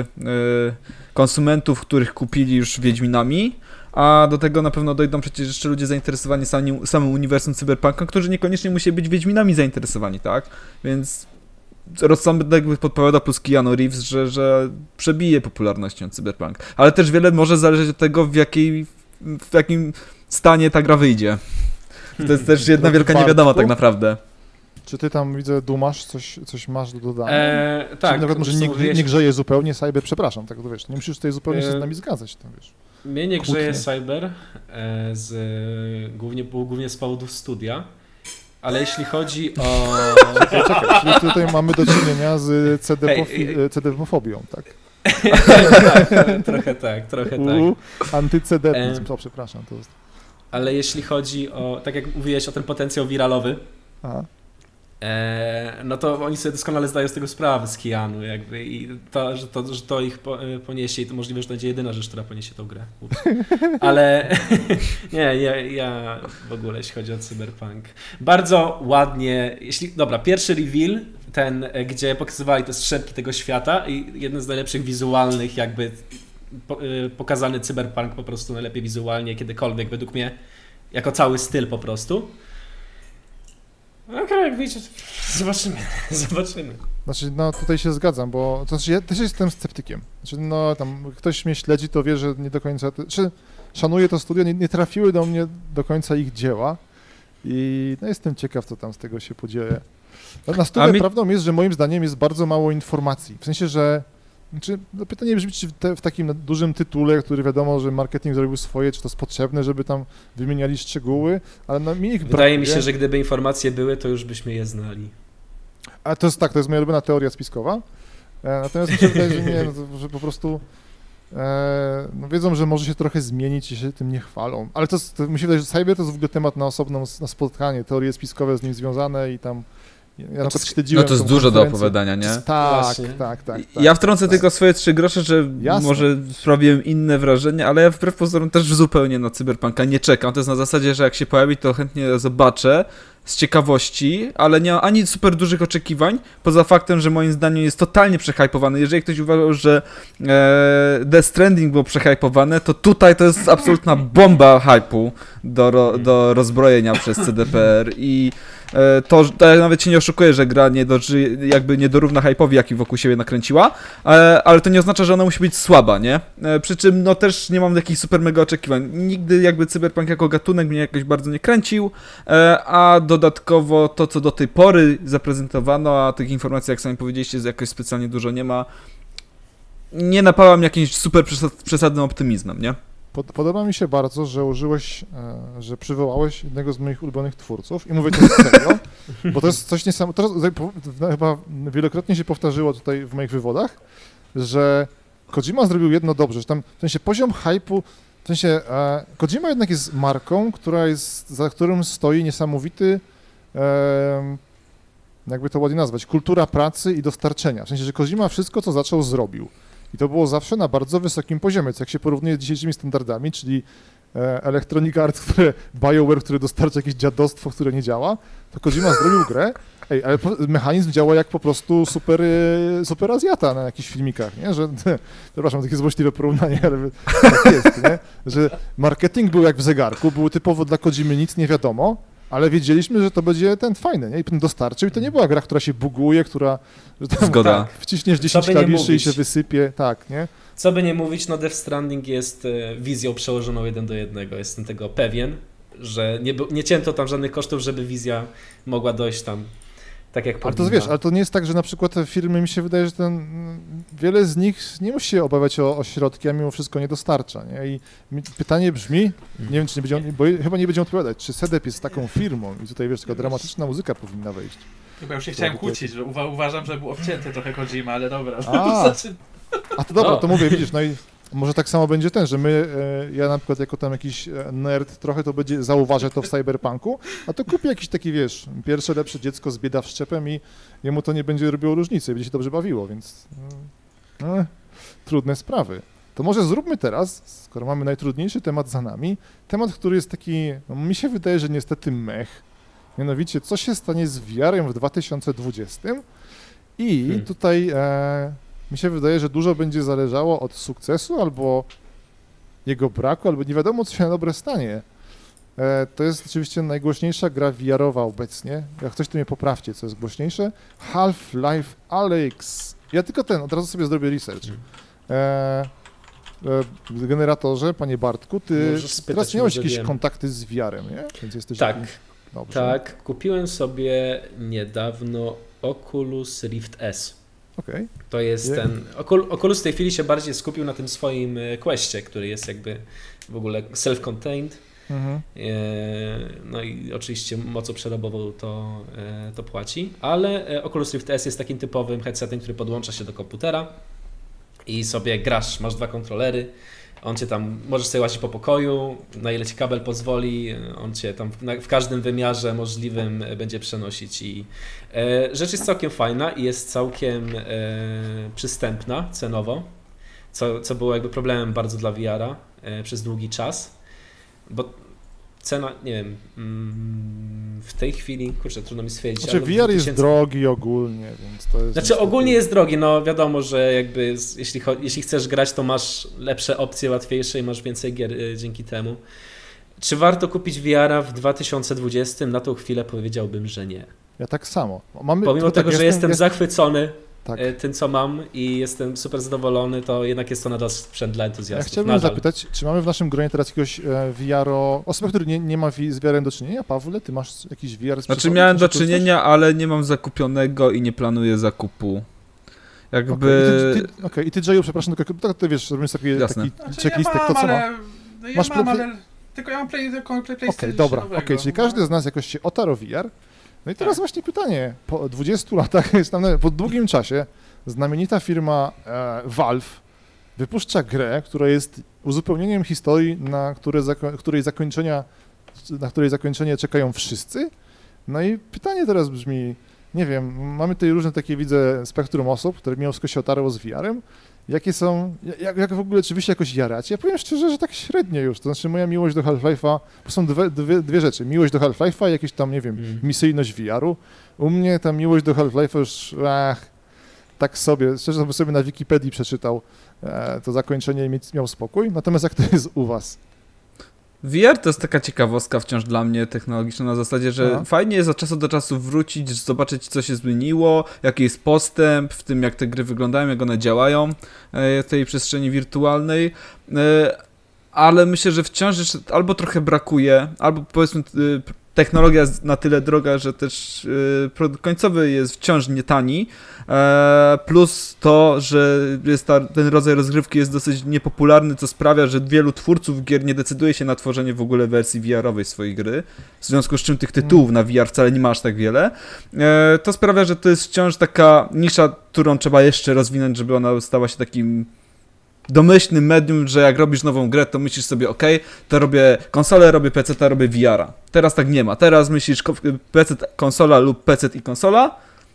konsumentów, których kupili już Wiedźminami, a do tego na pewno dojdą przecież jeszcze ludzie zainteresowani samym uniwersum Cyberpunka, którzy niekoniecznie musieli być Wiedźminami zainteresowani, tak? Więc rozsądek by podpowiadał plus Keanu Reeves, że przebije popularnością Cyberpunk. Ale też wiele może zależeć od tego, w jakim stanie ta gra wyjdzie. To jest też jedna wielka niewiadoma tak naprawdę. Czy ty tam, widzę, dumasz, coś masz do dodania? Tak. Czy nawet może nie grzeje zupełnie Cyber, przepraszam, tak to wiesz, nie musisz tutaj zupełnie się z nami zgadzać. Tam, wiesz. Mnie nie grzeje Cyber, głównie z powodu studia, ale jeśli chodzi o... Czekaj, czyli tutaj mamy do czynienia z CD-fobią, tak? Trochę tak. Antycedetyzm, przepraszam. To jest... Ale jeśli chodzi o, tak jak mówiłeś, o ten potencjał wiralowy, no to oni sobie doskonale zdają z tego sprawę z Keanu jakby i że to ich poniesie i to możliwe, że to będzie jedyna rzecz, która poniesie tą grę. Ale nie, ja w ogóle, jeśli chodzi o Cyberpunk. Bardzo ładnie, pierwszy reveal, ten, gdzie pokazywali te strzępki tego świata i jeden z najlepszych wizualnych jakby pokazany Cyberpunk po prostu najlepiej wizualnie kiedykolwiek według mnie, jako cały styl po prostu. Okej, jak wyjdzie, zobaczymy. Znaczy, no tutaj się zgadzam, bo to znaczy, ja też jestem sceptykiem. Znaczy, no tam ktoś mnie śledzi, to wie, że nie do końca, szanuję to studio, nie trafiły do mnie do końca ich dzieła i no, jestem ciekaw, co tam z tego się podzieje. Na studiu prawdą jest, że moim zdaniem jest bardzo mało informacji, w sensie, że pytanie brzmi, czy w takim dużym tytule, który wiadomo, że marketing zrobił swoje, czy to jest potrzebne, żeby tam wymieniali szczegóły, ale mi ich brakuje. Wydaje mi się, że gdyby informacje były, to już byśmy je znali. A to jest tak, to jest moja ulubiona teoria spiskowa, natomiast mi się wydaje, że nie, że po prostu wiedzą, że może się trochę zmienić i się tym nie chwalą, ale to mi się wydaje, że cyber to jest w ogóle temat na spotkanie, teorie spiskowe z nim związane i tam ja na śledziłem. No to jest dużo do opowiadania, nie? Tak. Ja wtrącę tylko swoje 3 grosze, że może sprawiłem inne wrażenie, ale ja wbrew pozorom też zupełnie na Cyberpunka nie czekam. To jest na zasadzie, że jak się pojawi, to chętnie zobaczę z ciekawości, ale nie mam ani super dużych oczekiwań, poza faktem, że moim zdaniem jest totalnie przehypowany. Jeżeli ktoś uważał, że Death Stranding było przehypowane, to tutaj to jest absolutna bomba hype'u do rozbrojenia przez CDPR i to ja nawet się nie oszukuję, że gra nie dorówna hype'owi, jaki wokół siebie nakręciła, ale to nie oznacza, że ona musi być słaba, nie? Przy czym no też nie mam takich super mega oczekiwań. Nigdy jakby Cyberpunk jako gatunek mnie jakoś bardzo nie kręcił, a dodatkowo to, co do tej pory zaprezentowano, a tych informacji, jak sami powiedzieliście, jakoś specjalnie dużo nie ma, nie napałam jakimś super przesadnym optymizmem, nie? Podoba mi się bardzo, że przywołałeś jednego z moich ulubionych twórców i mówię to serio, bo to jest coś niesamowitego. Chyba wielokrotnie się powtarzyło tutaj w moich wywodach, że Kojima zrobił jedno dobrze, że tam w sensie poziom hype'u, w sensie Kojima jednak jest marką, za którą stoi niesamowity, jakby to ładnie nazwać, kultura pracy i dostarczenia. W sensie, że Kojima wszystko, co zaczął, zrobił. I to było zawsze na bardzo wysokim poziomie, co jak się porównuje z dzisiejszymi standardami, czyli Electronic Arts, BioWare, który dostarcza jakieś dziadostwo, które nie działa, to Kojima zrobił grę, ale mechanizm działa jak po prostu super Azjata na jakichś filmikach, nie? Że, przepraszam, takie złośliwe porównanie, ale tak jest, nie? Że marketing był jak w zegarku, był typowo dla Kojimy nic nie wiadomo, ale wiedzieliśmy, że to będzie ten fajny, nie? I ten dostarczył i to nie była gra, która się buguje, że tam Zgoda. wciśniesz 10 klawiszy i się wysypie, tak, nie? Co by nie mówić, no Death Stranding jest wizją przełożoną 1:1. Jestem tego pewien, że nie cięto tam żadnych kosztów, żeby wizja mogła dojść tam tak jak powinna. Ale to nie jest tak, że na przykład te firmy, mi się wydaje, że wiele z nich nie musi się obawiać o środki, a mimo wszystko nie dostarcza, nie? I pytanie brzmi, nie wiem, czy nie będziemy, bo chyba nie będziemy odpowiadać, czy CDEP jest taką firmą i tutaj, wiesz, taka dramatyczna muzyka powinna wejść. Chyba już się chciałem kłócić, że uważam, że był obcięty trochę Kojima, ale dobra. A to dobra, to mówię, widzisz, no i może tak samo będzie że ja na przykład jako tam jakiś nerd trochę to zauważę to w Cyberpunku, a to kupię jakiś taki, wiesz, pierwsze lepsze dziecko z biedawszczepem i jemu to nie będzie robiło różnicy, będzie się dobrze bawiło, więc trudne sprawy. To może zróbmy teraz, skoro mamy najtrudniejszy temat za nami, temat, który jest taki, no mi się wydaje, że niestety mech, mianowicie co się stanie z VR-em w 2020 i tutaj mi się wydaje, że dużo będzie zależało od sukcesu albo jego braku, albo nie wiadomo, co się na dobre stanie To jest oczywiście najgłośniejsza gra VR-owa obecnie. Jak coś, to mnie poprawcie, co jest głośniejsze. Half-Life Alyx. Ja tylko od razu sobie zrobię research. W generatorze, panie Bartku, ty teraz miałeś jakieś kontakty z VR-em, nie? Więc jesteś tak. Kupiłem sobie niedawno Oculus Rift S. Okay. To jest ten... Oculus w tej chwili się bardziej skupił na tym swoim Questie, który jest jakby w ogóle self-contained. No i oczywiście mocą przerobową to płaci, ale Oculus Rift S jest takim typowym headsetem, który podłącza się do komputera i sobie grasz, masz 2 kontrolery, on cię tam, możesz sobie łazić po pokoju, na ile ci kabel pozwoli, on cię tam w każdym wymiarze możliwym będzie przenosić i rzecz jest całkiem fajna i jest całkiem przystępna cenowo, co było jakby problemem bardzo dla VR-a przez długi czas, bo cena, nie wiem, w tej chwili, kurczę, trudno mi stwierdzić. Znaczy VR jest drogi ogólnie, więc to jest... Znaczy ogólnie jest drogi, no wiadomo, że jakby jeśli chcesz grać, to masz lepsze opcje, łatwiejsze i masz więcej gier dzięki temu. Czy warto kupić VR-a w 2020? Na tą chwilę powiedziałbym, że nie. Ja tak samo. Pomimo tego, że jestem zachwycony tym, co mam i jestem super zadowolony, to jednak jest to nadal sprzęt dla entuzjastów. Ja chciałbym zapytać, czy mamy w naszym gronie teraz jakiegoś osobę, która nie ma z VR-em do czynienia? Pawle, ty masz jakiś VR? Znaczy miałem do czynienia, ale nie mam zakupionego i nie planuję zakupu. Jakby... Okej, i ty Jayu, przepraszam, tylko ty wiesz, robimy sobie taki checklistek, to co ma? Tylko ja mam PlayStation. Dobra, czyli każdy z nas jakoś się otarł VR. No i teraz właśnie pytanie, po 20 latach, po długim czasie, znamienita firma Valve wypuszcza grę, która jest uzupełnieniem historii, na której zakończenie czekają wszyscy. No i pytanie teraz brzmi, nie wiem, mamy tutaj różne takie, widzę, spektrum osób, które mimo wszystko się otarło z VR-em. Jakie są, jak w ogóle, czy wy się jakoś jaracie? Ja powiem szczerze, że tak średnio już, to znaczy moja miłość do Half-Life'a, to są dwie rzeczy, miłość do Half-Life'a i jakieś tam, nie wiem, misyjność VR-u. U mnie ta miłość do Half-Life'a już, tak sobie, szczerze bym sobie na Wikipedii przeczytał to zakończenie i miał spokój, natomiast jak to jest u was? VR to jest taka ciekawostka wciąż dla mnie technologiczna na zasadzie, że fajnie jest od czasu do czasu wrócić, zobaczyć co się zmieniło, jaki jest postęp w tym, jak te gry wyglądają, jak one działają w tej przestrzeni wirtualnej, ale myślę, że wciąż jeszcze albo trochę brakuje, albo powiedzmy technologia jest na tyle droga, że też produkt końcowy jest wciąż nie tani, plus to, że ten rodzaj rozgrywki jest dosyć niepopularny, co sprawia, że wielu twórców gier nie decyduje się na tworzenie w ogóle wersji VR-owej swojej gry, w związku z czym tych tytułów na VR wcale nie ma aż tak wiele. To sprawia, że to jest wciąż taka nisza, którą trzeba jeszcze rozwinąć, żeby ona stała się takim domyślnym medium, że jak robisz nową grę, to myślisz sobie, to robię konsolę, robię PC, robię VR-a. Teraz tak nie ma. Teraz myślisz PC, konsola lub PC i konsola,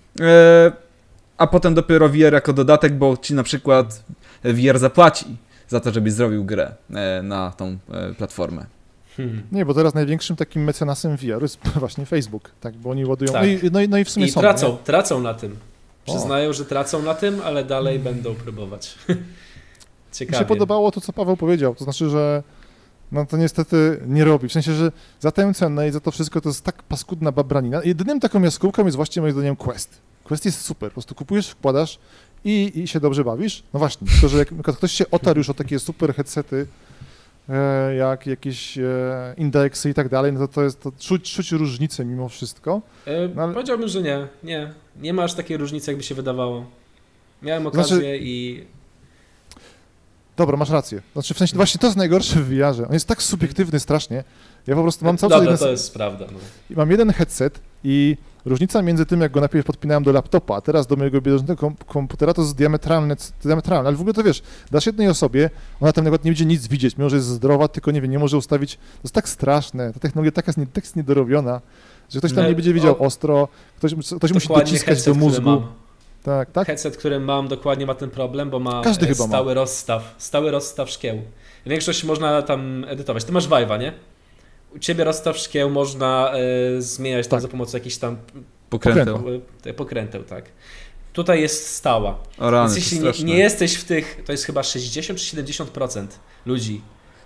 a potem dopiero VR jako dodatek, bo ci na przykład VR zapłaci za to, żebyś zrobił grę na tą platformę. Nie, bo teraz największym takim mecenasem VR jest właśnie Facebook, tak, bo oni ładują, tak. no i w sumie I tracą na tym. Przyznają, że tracą na tym, ale dalej będą próbować. Ciekawie. Mi się podobało to, co Paweł powiedział, to znaczy, że no to niestety nie robi, w sensie, że za tę cenę i za to wszystko to jest tak paskudna babranina. Jedynym taką jaskółką jest właśnie moim zdaniem Quest. Quest jest super, po prostu kupujesz, wkładasz i się dobrze bawisz. No właśnie, tylko że jak ktoś się otarł już o takie super headsety, jak jakieś indeksy i tak dalej, no to jest to czuć różnicę mimo wszystko. No, ale... Powiedziałbym, że nie ma aż takiej różnicy, jakby się wydawało. Miałem okazję i... Dobra, masz rację. Znaczy w sensie właśnie to jest najgorsze w VR-ze. On jest tak subiektywny strasznie. Ja po prostu mam cały czas jeden... to jest prawda. No. Mam jeden headset i różnica między tym, jak go najpierw podpinałem do laptopa, a teraz do mojego bieżącego komputera, to jest diametralne, ale w ogóle to wiesz, dasz jednej osobie, ona tam nawet nie będzie nic widzieć, mimo że jest zdrowa, tylko nie wiem, nie może ustawić, to jest tak straszne, ta technologia tak jest niedorobiona, że ktoś tam nie będzie widział ostro, ktoś musi dociskać do mózgu. Tak. Headset, który mam, dokładnie ma ten problem, bo ma stały rozstaw szkieł. Większość można tam edytować. Ty masz Vive'a, nie? U ciebie rozstaw szkieł można zmieniać tam za pomocą jakichś tam pokręteł, tak. Tutaj jest stała. O rany, więc jeśli nie jesteś w tych, to jest chyba 60 czy 70% ludzi.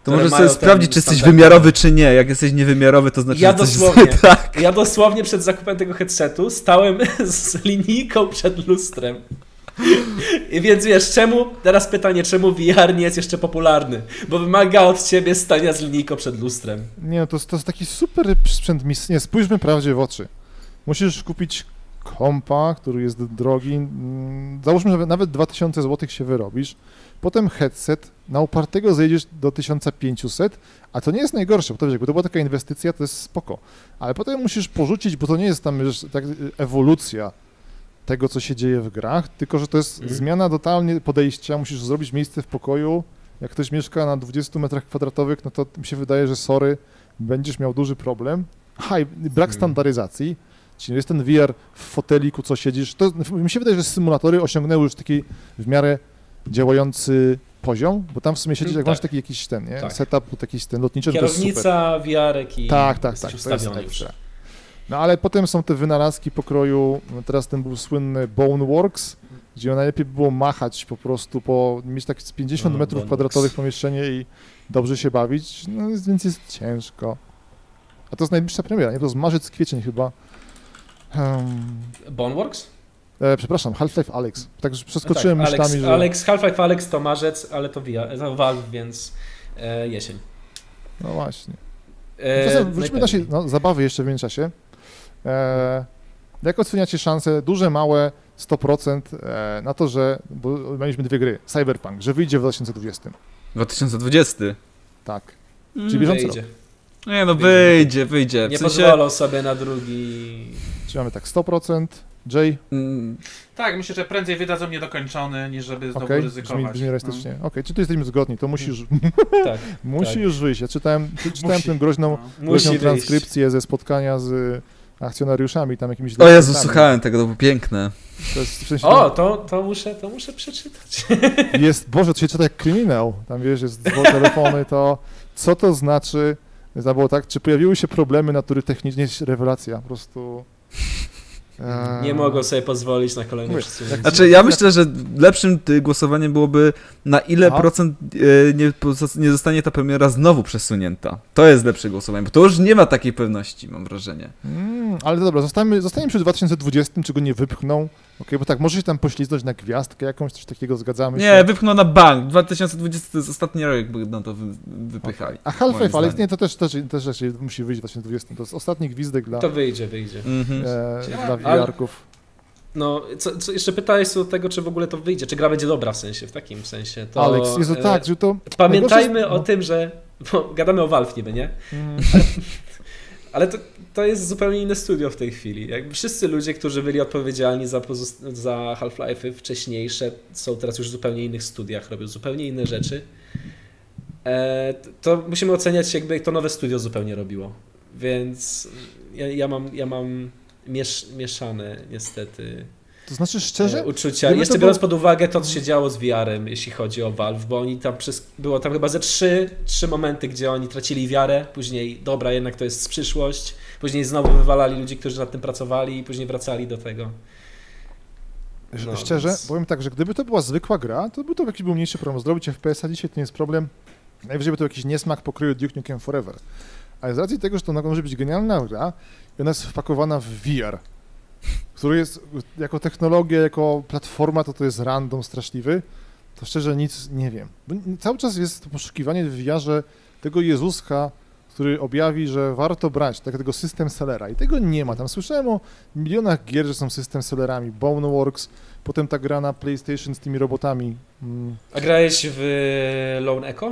To możesz sobie sprawdzić, czy jesteś wymiarowy, czy nie. Jak jesteś niewymiarowy, to znaczy, że dosłownie, tak. Ja dosłownie przed zakupem tego headsetu stałem z linijką przed lustrem. I więc wiesz, teraz pytanie, czemu VR nie jest jeszcze popularny? Bo wymaga od ciebie stania z linijką przed lustrem. Nie, no to jest taki super sprzęt. Nie, spójrzmy prawdzie w oczy. Musisz kupić kompa, który jest drogi. Załóżmy, że nawet 2000 zł się wyrobisz. Potem headset, na upartego zejdziesz do 1500, a to nie jest najgorsze, bo to wiesz, jakby to była taka inwestycja, to jest spoko. Ale potem musisz porzucić, bo to nie jest tam wiesz, tak, ewolucja tego, co się dzieje w grach, tylko że to jest zmiana totalnie podejścia, musisz zrobić miejsce w pokoju. Jak ktoś mieszka na 20 metrach kwadratowych, no to mi się wydaje, że sorry, będziesz miał duży problem. I brak standaryzacji, czyli jest ten VR w foteliku, co siedzisz. To, mi się wydaje, że symulatory osiągnęły już taki w miarę działający poziom, bo tam w sumie siedzisz, jak masz taki jakiś ten, nie? Setup, jakiś ten lotniczy, kierownica, VR-ek i tak, to jest ekstra. No ale potem są te wynalazki pokroju, teraz ten był słynny Boneworks, gdzie najlepiej było machać po prostu, mieć tak z 50 metrów kwadratowych pomieszczenie i dobrze się bawić, no więc jest ciężko. A to jest najbliższa premiera, nie? To jest marzec, kwiecień chyba. Boneworks? Przepraszam, Half-Life Alyx. Także przeskoczyłem myślami, że... Half-Life Alyx to marzec, ale to Valve, więc jesień. No właśnie. Wróćmy do naszej zabawy jeszcze w międzyczasie. Jak oceniacie szanse, duże, małe, 100% na to, że, bo mieliśmy dwie gry, Cyberpunk, że wyjdzie w 2020? 2020? Tak. Czyli bieżący rok. Nie no, wyjdzie. Nie pozwolą sobie na drugi... Czyli mamy tak 100%. Jay? Tak, myślę, że prędzej wydadzą niedokończony, niż żeby znowu ryzykować. Brzmi realistycznie. Okej, czy tu jesteśmy zgodni, to musisz... tak, musi już wyjść. Ja czytałem tę groźną transkrypcję ze spotkania z akcjonariuszami, tam jakimiś... O Jezu, słuchałem tego, to było piękne. To jest, w sensie, to muszę przeczytać. Boże, to się czyta jak kryminał. Tam wiesz, jest telefony, to... Co to znaczy? To było tak, czy pojawiły się problemy natury technicznej? Rewelacja, po prostu... Nie mogą sobie pozwolić na kolejne przesunięcie. Znaczy, ja myślę, że lepszym głosowaniem byłoby, na ile procent nie zostanie ta premiera znowu przesunięta. To jest lepsze głosowanie, bo to już nie ma takiej pewności, mam wrażenie. Ale dobra, zostaniemy przy 2020, czy go nie wypchną. Bo tak, może się tam poślizgnąć na gwiazdkę jakąś, coś takiego, zgadzamy się. Nie, wypchną na bank. 2020 to jest ostatni rok, jakby to wypychali. A Half-Life, ale nie, to też musi wyjść w 2020. To jest ostatni gwizdek dla... To wyjdzie. Dla VR-ków. No, co jeszcze pytałeś o tego, czy w ogóle to wyjdzie, czy gra będzie dobra w takim sensie. To, Alex, Jezu, tak, że to... Pamiętajmy o tym, że... Bo gadamy o Valve niby, nie? Ale to jest zupełnie inne studio w tej chwili. Jakby wszyscy ludzie, którzy byli odpowiedzialni za Half-Life'y wcześniejsze, są teraz już w zupełnie innych studiach, robią zupełnie inne rzeczy. To musimy oceniać, jakby to nowe studio zupełnie robiło. Więc ja mam mieszane niestety to znaczy szczerze? Uczucia. Jeszcze biorąc pod uwagę to, co się działo z VR-em, jeśli chodzi o Valve, bo oni tam było tam chyba ze trzy momenty, gdzie oni tracili wiarę, później dobra, jednak to jest przyszłość, później znowu wywalali ludzi, którzy nad tym pracowali i później wracali do tego. Szczerze, powiem tak, że gdyby to była zwykła gra, to by to jakiś był mniejszy problem. Zrobić FPS-a dzisiaj to nie jest problem. Najwyżej by to jakiś niesmak pokrył Duke Nukem Forever. Ale z racji tego, że to może być genialna gra i ona jest wpakowana w VR, który jest jako technologia, jako platforma, to jest random straszliwy, to szczerze nic nie wiem. Bo cały czas jest poszukiwanie w VR-ze tego Jezuska, który objawi, że warto brać tego system sellera i tego nie ma. Tam słyszałem o milionach gier, że są system sellerami, Boneworks, potem ta gra na PlayStation z tymi robotami. A grałeś w Lone Echo?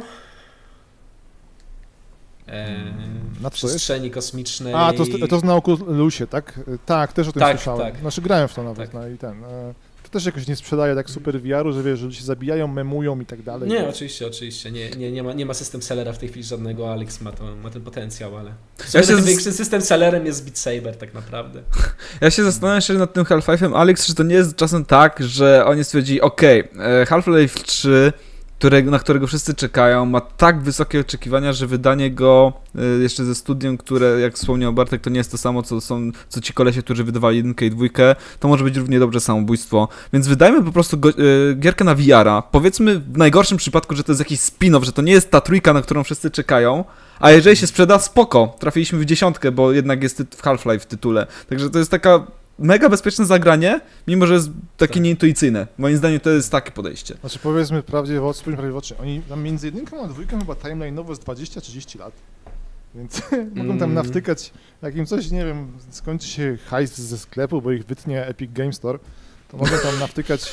Na przestrzeni kosmicznej. A, to na Oculusie, tak? Tak, też o tym słyszałem. Tak. Znaczy grałem w to nawet. Tak. No i to też jakoś nie sprzedaje tak super VR-u, że wiesz, że ludzie się zabijają, memują i tak dalej. Nie, oczywiście. Nie ma system sellera w tej chwili żadnego, Alex ma ten potencjał, ale... Największym system sellerem jest Beat Saber tak naprawdę. Ja się zastanawiam się nad tym Half-Life'em, Alex, czy to nie jest czasem tak, że oni stwierdzili, Half-Life 3 na którego wszyscy czekają, ma tak wysokie oczekiwania, że wydanie go jeszcze ze studiem, które, jak wspomniał Bartek, to nie jest to samo, co ci kolesie, którzy wydawali 1 i 2, to może być równie dobrze samobójstwo. Więc wydajmy po prostu gierkę na VR-a. Powiedzmy w najgorszym przypadku, że to jest jakiś spin-off, że to nie jest ta trójka, na którą wszyscy czekają, a jeżeli się sprzeda, spoko. Trafiliśmy w 10, bo jednak jest w Half-Life w tytule. Także to jest taka mega bezpieczne zagranie, mimo że jest takie nieintuicyjne. Moim zdaniem to jest takie podejście. Znaczy powiedzmy prawdzie w oczy. Oni tam między 1 a 2 chyba timeline'owo jest 20-30 lat. Więc mogą tam nawtykać, jak im coś, nie wiem, skończy się hajs ze sklepu, bo ich wytnie Epic Game Store, to mogą tam nawtykać.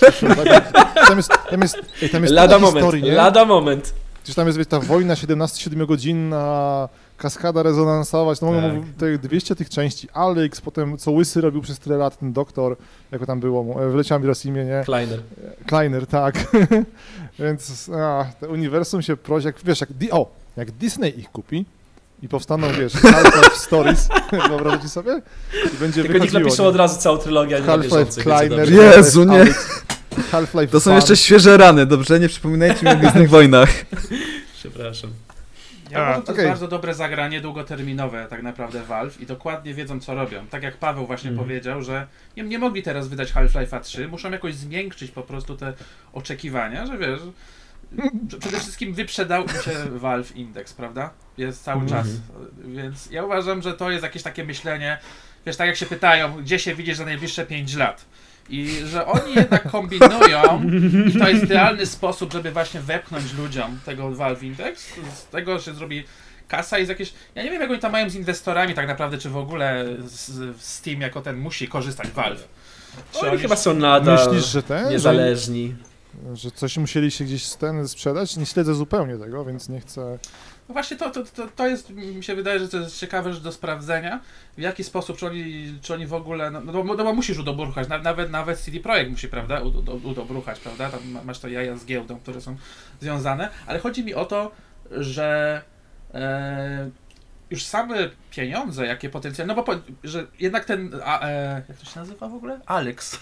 Tam jest lada moment, historii, nie? lada moment. Przecież tam jest ta wojna 17-7-godzinna, kaskada rezonansowa, to mogą te 200 tych części, Alex, potem co Łysy robił przez tyle lat, ten doktor, jak tam było, wyleciał mi teraz imię, nie? Kleiner, tak. Więc to uniwersum się prosi, jak wiesz, jak Disney ich kupi i powstaną, wiesz, Half-Life Stories, wyobrażacie sobie? I będzie tylko niech napiszą od razu całą trylogię, a nie Half-Life Kleiner, Jezu, nie! Half-Life to są jeszcze świeże rany, dobrze? Nie przypominajcie mi o Gwiezdnych Wojnach. Przepraszam. Ja uważam, to jest bardzo dobre zagranie, długoterminowe tak naprawdę Valve i dokładnie wiedzą, co robią. Tak jak Paweł właśnie powiedział, że nie mogli teraz wydać Half-Life'a 3, muszą jakoś zmiękczyć po prostu te oczekiwania, że wiesz, przede wszystkim wyprzedał się Valve Index, prawda? Jest cały czas, więc ja uważam, że to jest jakieś takie myślenie, wiesz, tak jak się pytają, gdzie się widzisz za najbliższe 5 lat. I że oni jednak kombinują i to jest idealny sposób, żeby właśnie wepchnąć ludziom tego Valve Index, z tego się zrobi kasa i z jakieś... Ja nie wiem, jak oni tam mają z inwestorami tak naprawdę, czy w ogóle Steam jako ten musi korzystać Valve. Czy oni chyba są nadal myślisz, że niezależni. Że coś musieli się gdzieś sprzedać? Nie śledzę zupełnie tego, więc nie chcę... No właśnie to jest, mi się wydaje, że to jest ciekawe rzecz do sprawdzenia, w jaki sposób, czy oni w ogóle, no bo musisz udobruchać, nawet CD Projekt musi, prawda, udobruchać, prawda, tam masz to jaja z giełdą, które są związane, ale chodzi mi o to, że już same pieniądze, jakie potencjalnie, no bo że jednak ten, jak to się nazywa w ogóle? Alex.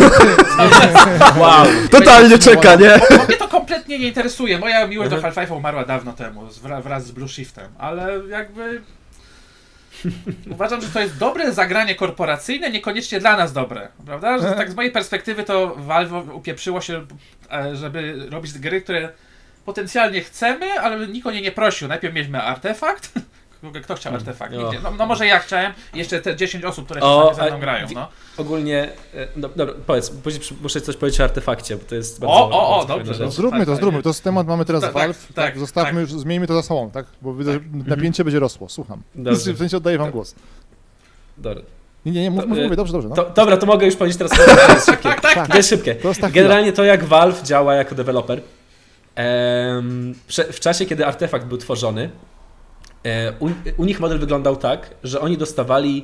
Wow, totalnie czeka, nie? Bo mnie to kompletnie nie interesuje, moja miłość do Half-Life'a umarła dawno temu, wraz z Blue Shiftem, ale jakby uważam, że to jest dobre zagranie korporacyjne, niekoniecznie dla nas dobre, prawda? Że tak z mojej perspektywy to Valve upieprzyło się, żeby robić gry, które potencjalnie chcemy, ale nikt o nie nie prosił. Najpierw mieliśmy Artefakt. Kto chciał Artefakt? No może ja chciałem i jeszcze te 10 osób, które się ze mną grają. No. Ogólnie, dobra, powiedz, muszę coś powiedzieć o Artefakcie, bo to jest bardzo... Dobrze. No, zróbmy to, to jest temat, mamy teraz Valve, zostawmy, już zmieńmy to za sobą, tak? Bo widzę, że napięcie będzie rosło, słucham. W sensie oddaję wam głos. Dobra. Nie, mówię, dobrze. No. Dobra, to mogę już powiedzieć teraz, to jest szybkie. Tak. Jest szybkie. Generalnie to, jak Valve działa jako deweloper, w czasie, kiedy Artefakt był tworzony, u nich model wyglądał tak, że oni dostawali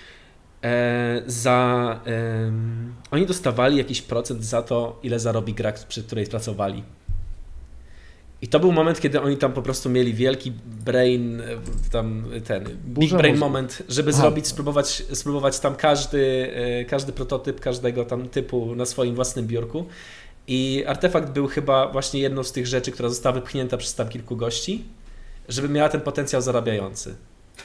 oni dostawali jakiś procent za to, ile zarobi gra, przy której pracowali. I to był moment, kiedy oni tam po prostu mieli wielki brain, big brain moment, żeby spróbować tam każdy prototyp każdego tam typu na swoim własnym biurku. I Artefakt był chyba właśnie jedną z tych rzeczy, która została wypchnięta przez tam kilku gości, żeby miała ten potencjał zarabiający.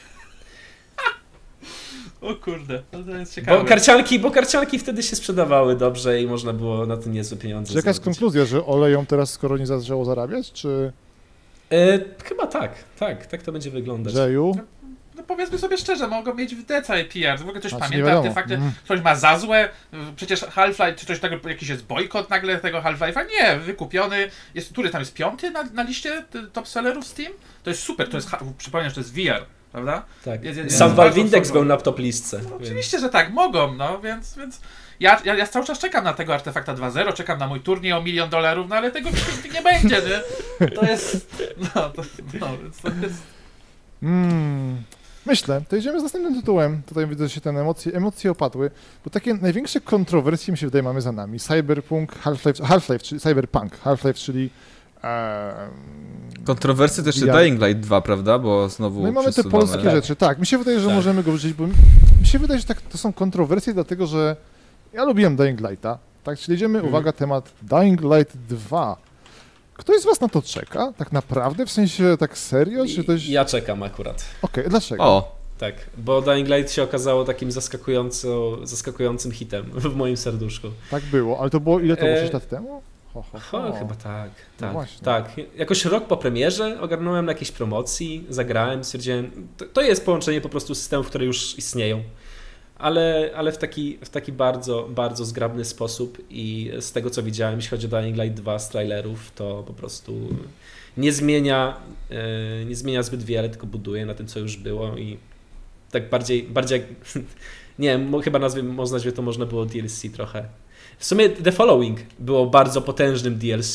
O kurde, to jest ciekawe. Bo karcianki wtedy się sprzedawały dobrze i można było na tym niezłe pieniądze. Czy jakaś konkluzja, że oleją teraz, skoro nie zaczęło zarabiać, czy... Chyba tak to będzie wyglądać. Żeju? No powiedzmy sobie szczerze, mogą mieć w cały PR. W ogóle ktoś pamięta Artefakty, ktoś ma za złe, przecież Half-Life, czy coś takiego, jakiś jest bojkot nagle tego Half-Life'a? Nie, wykupiony, który tam jest 5 na liście top sellerów Steam? To jest super, to jest, przypomnę, że to jest VR, prawda? Tak. Sam Valve Index był na top listce. No, oczywiście, że tak, mogą, no, więc ja cały czas czekam na tego Artefakta 2.0, czekam na mój turniej o $1 000 000, no ale tego nie będzie, nie? To jest, więc to jest... Myślę, to idziemy z następnym tytułem. Tutaj widzę, że się te emocje opadły, bo takie największe kontrowersje, mi się wydaje, mamy za nami. Cyberpunk, Half-Life, czyli... Kontrowersje też Dying Light 2, prawda? Bo znowu my mamy te polskie rzeczy, tak. Mi się wydaje, że możemy go wrzucić, bo mi się wydaje, że to są kontrowersje, dlatego że ja lubiłem Dying Lighta, tak? Czyli idziemy, uwaga, temat Dying Light 2, Ktoś z was na to czeka? Tak naprawdę? W sensie tak serio? Czy ktoś... Ja czekam akurat. Okej, dlaczego? O, Tak, bo Dying Light się okazało takim zaskakującym hitem w moim serduszku. Tak było, ale to było ile to było 6 lat temu? Chyba tak, No tak. Jakoś rok po premierze ogarnąłem na jakiejś promocji, zagrałem, stwierdziłem, to jest połączenie po prostu systemów, które już istnieją, ale w taki bardzo, bardzo zgrabny sposób i z tego co widziałem, jeśli chodzi o Dying Light 2 z trailerów, to po prostu nie zmienia zbyt wiele, tylko buduje na tym, co już było i tak bardziej nie wiem, chyba nazwie to można było DLC trochę. W sumie The Following było bardzo potężnym DLC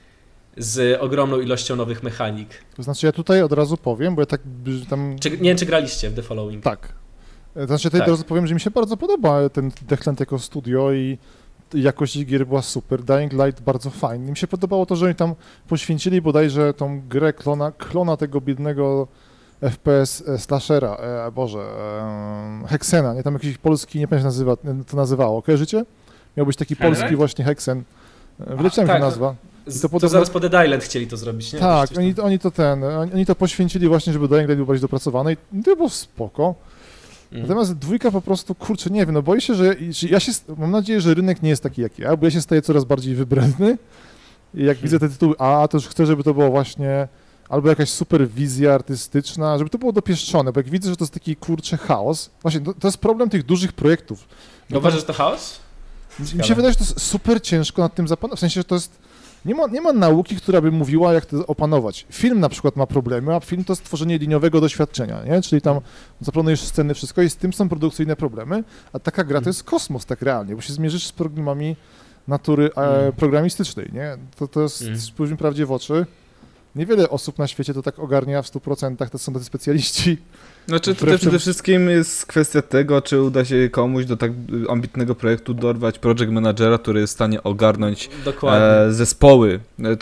z ogromną ilością nowych mechanik. To znaczy ja tutaj od razu powiem, bo ja tak tam... Nie wiem, czy graliście w The Following. Tak. To znaczy ja tutaj od razu powiem, że mi się bardzo podoba ten Techland jako studio i jakość gier była super. Dying Light bardzo fajny. Mi się podobało to, że oni tam poświęcili bodajże tą grę klona tego biednego FPS slashera, Hexena, nie? Tam jakiś polski, nie pamiętam jak to nazywało. Kojarzycie? Miał być taki polski właśnie Hexen. Wyleciałem ta nazwa. To zaraz po Dead Island chcieli to zrobić, nie? Tak, oni to poświęcili właśnie, żeby Dying Light był bardziej dopracowany i to było spoko. Natomiast dwójka po prostu, kurczę, nie wiem, no boję się, że mam nadzieję, że rynek nie jest taki jak ja, bo ja się staję coraz bardziej wybredny i jak widzę te tytuły, to już chcę, żeby to było właśnie albo jakaś super wizja artystyczna, żeby to było dopieszczone, bo jak widzę, że to jest taki, kurczę, chaos, właśnie to jest problem tych dużych projektów. Uważasz, że to chaos? Mi się wydaje, że to jest super ciężko nad tym zapanować, w sensie, że to jest, nie ma nauki, która by mówiła, jak to opanować. Film na przykład ma problemy, a film to jest tworzenie liniowego doświadczenia, nie? Czyli tam zaplanujesz sceny, wszystko i z tym są produkcyjne problemy, a taka gra to jest kosmos tak realnie, bo się zmierzysz z problemami natury programistycznej, nie? To jest, spójrzmy prawdzie w oczy, niewiele osób na świecie to tak ogarnia w 100%, to są tacy specjaliści. Znaczy tutaj przede wszystkim jest kwestia tego, czy uda się komuś do tak ambitnego projektu dorwać project managera, który jest w stanie ogarnąć zespoły.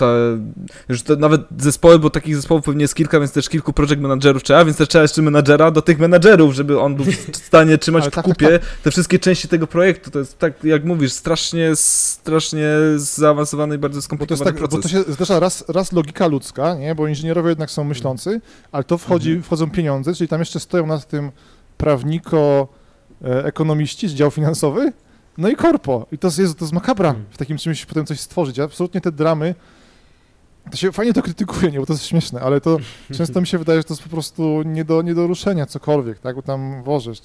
To nawet zespoły, bo takich zespołów pewnie jest kilka, więc też kilku project managerów trzeba, więc też trzeba jeszcze menadżera do tych menadżerów, żeby on był w stanie trzymać w kupie te wszystkie części tego projektu. To jest tak, jak mówisz, strasznie zaawansowany i bardzo skomplikowany proces. Bo to się zdarza raz logika ludzka, nie? Bo inżynierowie jednak są myślący, ale to wchodzą pieniądze, czyli tam jeszcze stoją nad tym ekonomiści z dział finansowy, no i korpo. I to jest makabra w takim czymś potem coś stworzyć. Absolutnie te dramy, to się fajnie to krytykuje, nie, bo to jest śmieszne, ale to często mi się wydaje, że to jest po prostu nie do ruszenia cokolwiek, tak, bo tam wożesz,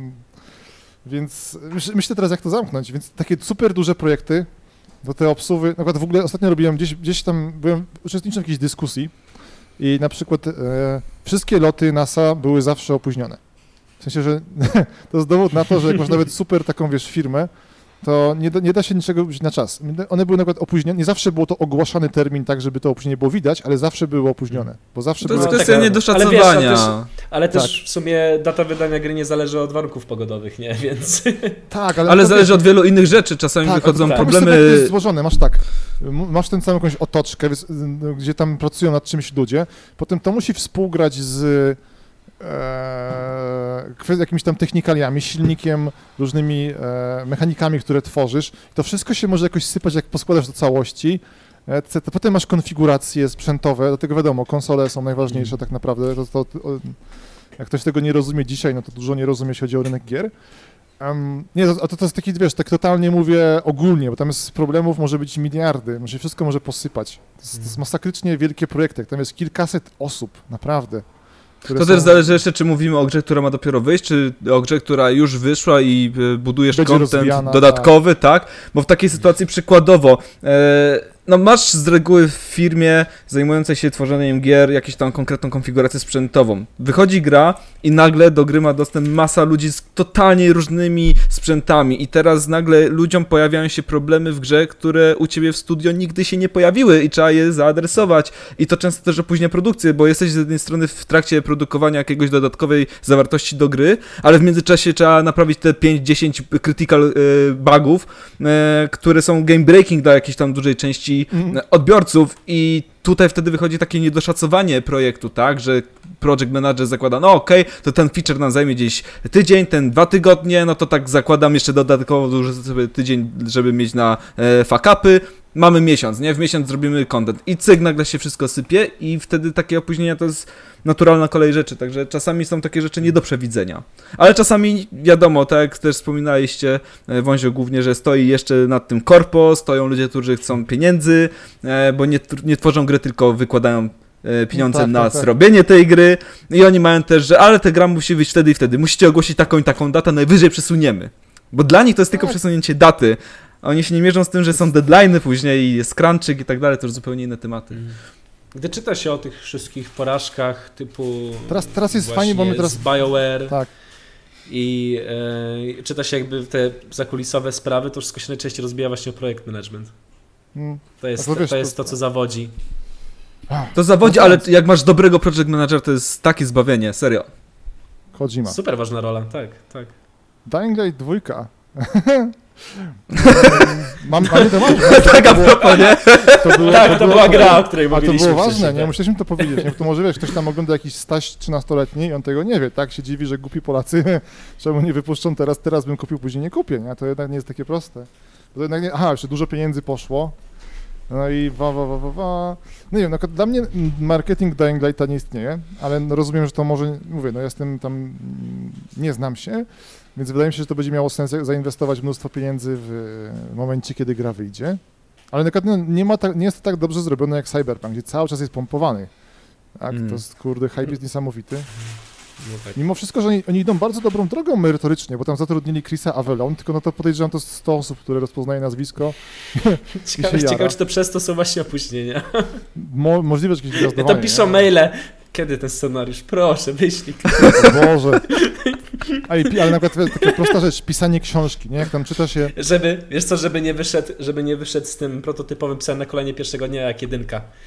Więc myślę teraz, jak to zamknąć, więc takie super duże projekty, do te obsuwy, na przykład w ogóle ostatnio robiłem gdzieś tam, uczestniczyłem w jakiejś dyskusji, i na przykład wszystkie loty NASA były zawsze opóźnione. W sensie, że to jest dowód na to, że jak masz nawet super taką, firmę, to nie da się niczego robić na czas. One były na przykład opóźnione, nie zawsze było to ogłaszany termin tak, żeby to opóźnienie było widać, ale zawsze było opóźnione. Bo zawsze to jest kwestia niedoszacowania. Ale też w sumie data wydania gry nie zależy od warunków pogodowych, nie? Więc... Tak, ale zależy od wielu innych rzeczy. Czasami wychodzą problemy... To jest złożone. Masz tę samą jakąś otoczkę, gdzie tam pracują nad czymś ludzie, potem to musi współgrać z jakimiś tam technikaliami, silnikiem, różnymi mechanikami, które tworzysz. To wszystko się może jakoś sypać, jak poskładasz do całości. Potem masz konfiguracje sprzętowe, dlatego wiadomo, konsole są najważniejsze tak naprawdę. Jak ktoś tego nie rozumie dzisiaj, no to dużo nie rozumie, jeśli chodzi o rynek gier. To jest taki, tak totalnie mówię ogólnie, bo tam jest problemów, może być miliardy, wszystko może posypać. To jest masakrycznie wielkie projekty, tam jest kilkaset osób, naprawdę. To też zależy jeszcze, czy mówimy o grze, która ma dopiero wyjść, czy o grze, która już wyszła i budujesz content dodatkowy, tak? Bo w takiej sytuacji przykładowo, masz z reguły w firmie zajmującej się tworzeniem gier jakąś tam konkretną konfigurację sprzętową. Wychodzi gra i nagle do gry ma dostęp masa ludzi z totalnie różnymi sprzętami i teraz nagle ludziom pojawiają się problemy w grze, które u ciebie w studio nigdy się nie pojawiły i trzeba je zaadresować i to często też opóźnia produkcję, bo jesteś z jednej strony w trakcie produkowania jakiegoś dodatkowej zawartości do gry, ale w międzyczasie trzeba naprawić te 5-10 critical bugów, które są game breaking dla jakiejś tam dużej części odbiorców i tutaj wtedy wychodzi takie niedoszacowanie projektu, tak, że project manager zakłada, no okej, to ten feature nam zajmie gdzieś tydzień, ten 2 tygodnie, no to tak zakładam jeszcze dodatkowo duży sobie tydzień, żeby mieć na fuck-upy. Mamy miesiąc, nie? W miesiąc zrobimy content i cyk, nagle się wszystko sypie i wtedy takie opóźnienia to jest naturalna kolej rzeczy, także czasami są takie rzeczy nie do przewidzenia. Ale czasami wiadomo, tak jak też wspominaliście, Wązio głównie, że stoi jeszcze nad tym korpo, stoją ludzie, którzy chcą pieniędzy, bo nie tworzą gry, tylko wykładają pieniądze na zrobienie tej gry i oni mają też, że ale ta gra musi wyjść wtedy i wtedy, musicie ogłosić taką i taką datę, najwyżej przesuniemy, bo dla nich to jest tylko przesunięcie daty. Oni się nie mierzą z tym, że są deadline'y później i jest crunching i tak dalej, to już zupełnie inne tematy. Gdy czyta się o tych wszystkich porażkach typu teraz jest fajnie, bo my teraz BioWare tak. i czyta się jakby te zakulisowe sprawy, to wszystko się najczęściej rozbija właśnie o projekt management. To jest to, co zawodzi. To zawodzi, ale jak masz dobrego project managera, to jest takie zbawienie, serio. Kojima. Super ważna rola, tak. Dying Light 2. To była gra, o której mówiliśmy. To było ważne, nie? Musieliśmy to powiedzieć. Nie? To może wiesz, ktoś tam ogląda jakiś staż 13-letni i on tego nie wie, tak? Się dziwi, że głupi Polacy, czemu nie wypuszczą teraz bym kupił, później nie kupię, nie? To jednak nie jest takie proste. To jednak nie, jeszcze dużo pieniędzy poszło. No i No nie wiem, dla mnie marketing Dying Lighta nie istnieje, ale rozumiem, że to może, mówię, no jestem tam, nie znam się, więc wydaje mi się, że to będzie miało sens zainwestować mnóstwo pieniędzy w momencie, kiedy gra wyjdzie. Ale na przykład nie jest to tak dobrze zrobione jak Cyberpunk, gdzie cały czas jest pompowany. Tak? To jest, kurde, hype jest niesamowity. No tak. Mimo wszystko, że oni idą bardzo dobrą drogą merytorycznie, bo tam zatrudnili Chrisa Avellone, tylko no to podejrzewam, to 100 osób, które rozpoznaje nazwisko. Ciekawe, czy to przez to są właśnie opóźnienia. Możliwe, że jakieś gwiazdowanie. To piszą maile. Kiedy ten scenariusz? Proszę, wyślij. Boże. Ale na przykład taka prosta rzecz, pisanie książki, nie? Jak tam czyta się... Żeby nie wyszedł z tym prototypowym psem na kolanie pierwszego dnia jak 1.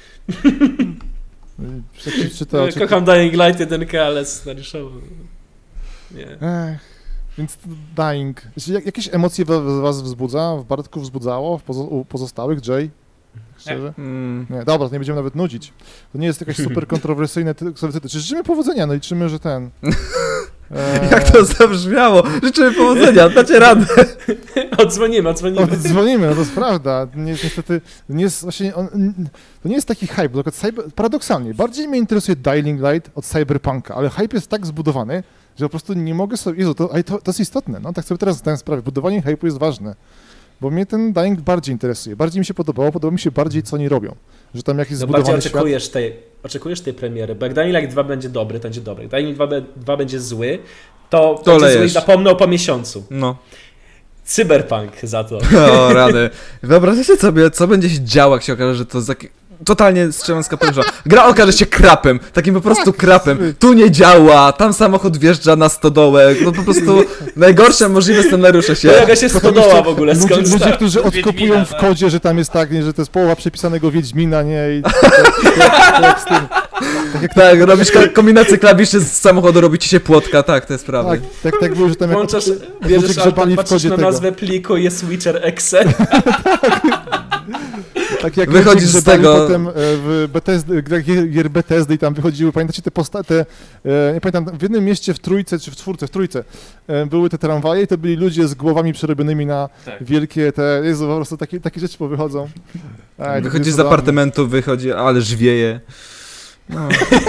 Kocham Dying Light 1, ale scenariuszowo nie. Więc Dying. Jakieś emocje was wzbudza? W Bartku wzbudzało? U pozostałych? Jay? Szczerze? Nie, dobra, to nie będziemy nawet nudzić. To nie jest jakaś super kontrowersyjne tytuł. Życzymy powodzenia, no liczymy, że ten... Jak to zabrzmiało? Życzymy powodzenia, dacie radę. Odzwonimy, no to jest prawda. Niestety, to nie jest taki hype, bo paradoksalnie, bardziej mnie interesuje Dying Light od Cyberpunka, ale hype jest tak zbudowany, że po prostu nie mogę sobie... Jezu, to jest istotne, no tak sobie teraz zdałem sprawę. Budowanie hype'u jest ważne. Bo mnie ten Dying bardziej interesuje, bardziej mi się podoba mi się bardziej, co oni robią. Że tam jakiś zbudowany oczekujesz tej premiery, bo jak Dying Light 2 będzie dobry, to będzie dobry. Jak Dying Light 2 będzie zły, to będzie zły i zapomną po miesiącu. No. Cyberpunk za to. O, rady. Wyobraźcie sobie, co będzie się działo, jak się okaże, że to totalnie strzelanska podróża. Gra okaże się krapem, takim po prostu krapem. Tu nie działa, tam samochód wjeżdża na stodołę. No po prostu najgorsze możliwe scenariusze się... Jaka się stodoła w ogóle, skąd ludzie, którzy odkopują w kodzie, że tam jest tak, nie, że to jest połowa przepisanego Wiedźmina, nie? I jak z tym. Tak, robisz kombinację klawiszy z samochodu, robi ci się płotka, tak, to jest prawda. Tak było, że tam bierzesz albo patrzysz na nazwę pliku, jest Witcher Exe. Tak jak wychodzisz z tego... Potem w gier Bethesdy i tam wychodziły, pamiętacie nie pamiętam, w jednym mieście w Trójce, czy w Czwórce, w Trójce były te tramwaje i to byli ludzie z głowami przerobionymi na wielkie te, Jezu, po prostu takie rzeczy powychodzą. Wychodzisz z apartamentu, ależ wieje. No.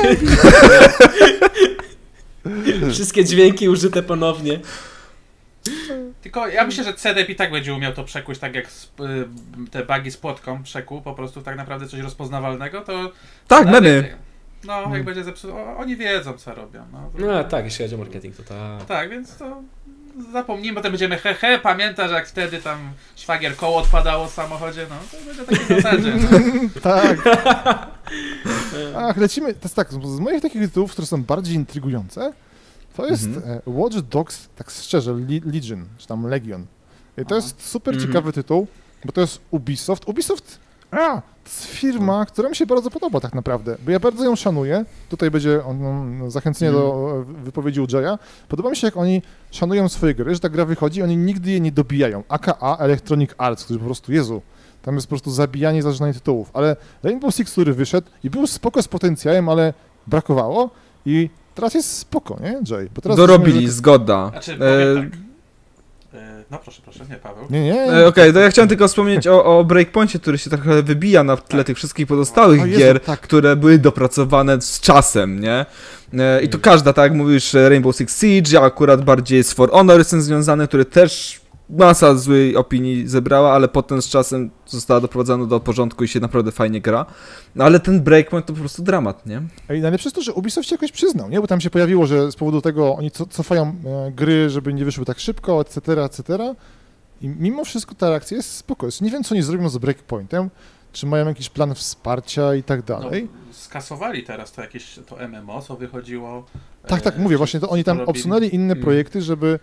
Wszystkie dźwięki użyte ponownie. Tylko ja myślę, że CDEP i tak będzie umiał to przekuć, tak jak te bugi z płotką przekuł, po prostu tak naprawdę coś rozpoznawalnego, to... Tak, memy. No, jak będzie zepsuty, oni wiedzą, co robią. No tak, jeśli chodzi o marketing, to tak. Tak, więc to zapomnijmy, potem będziemy pamiętasz, jak wtedy tam szwagier koło odpadało w samochodzie, no, to będzie takie w zasadzie. Tak. Lecimy, to jest tak, z moich takich tytułów, które są bardziej intrygujące, to jest Watch Dogs, tak szczerze, Legion, czy tam Legion. I to jest super ciekawy tytuł, bo to jest Ubisoft. To jest firma, która mi się bardzo podoba tak naprawdę, bo ja bardzo ją szanuję. Tutaj będzie zachęcenie do wypowiedzi u Jaya. Podoba mi się, jak oni szanują swoje gry, że ta gra wychodzi, oni nigdy je nie dobijają. AKA Electronic Arts, który po prostu, Jezu, tam jest po prostu zabijanie zażynanych tytułów. Ale Rainbow Six, który wyszedł i był spoko z potencjałem, ale brakowało. I teraz jest spoko, nie, Jay? Bo teraz dorobili, zgoda. Znaczy, powiem tak. No proszę, nie, Paweł. Nie. Okej, to ja chciałem tylko wspomnieć o Breakpoincie, który się trochę wybija na tle tych wszystkich pozostałych gier, które były dopracowane z czasem, nie? I to każda, tak jak mówisz, Rainbow Six Siege, akurat bardziej z For Honor jestem związany, który też masa złej opinii zebrała, ale potem z czasem została doprowadzona do porządku i się naprawdę fajnie gra. No ale ten Breakpoint to po prostu dramat, nie? I najlepsze jest to, że Ubisoft się jakoś przyznał, nie? Bo tam się pojawiło, że z powodu tego oni cofają gry, żeby nie wyszły tak szybko, etc. I mimo wszystko ta reakcja jest spoko. Nie wiem, co oni zrobią z Breakpointem, czy mają jakiś plan wsparcia i tak dalej. No, skasowali teraz to MMO, co wychodziło. Tak, mówię, właśnie to oni tam obsunęli inne projekty, żeby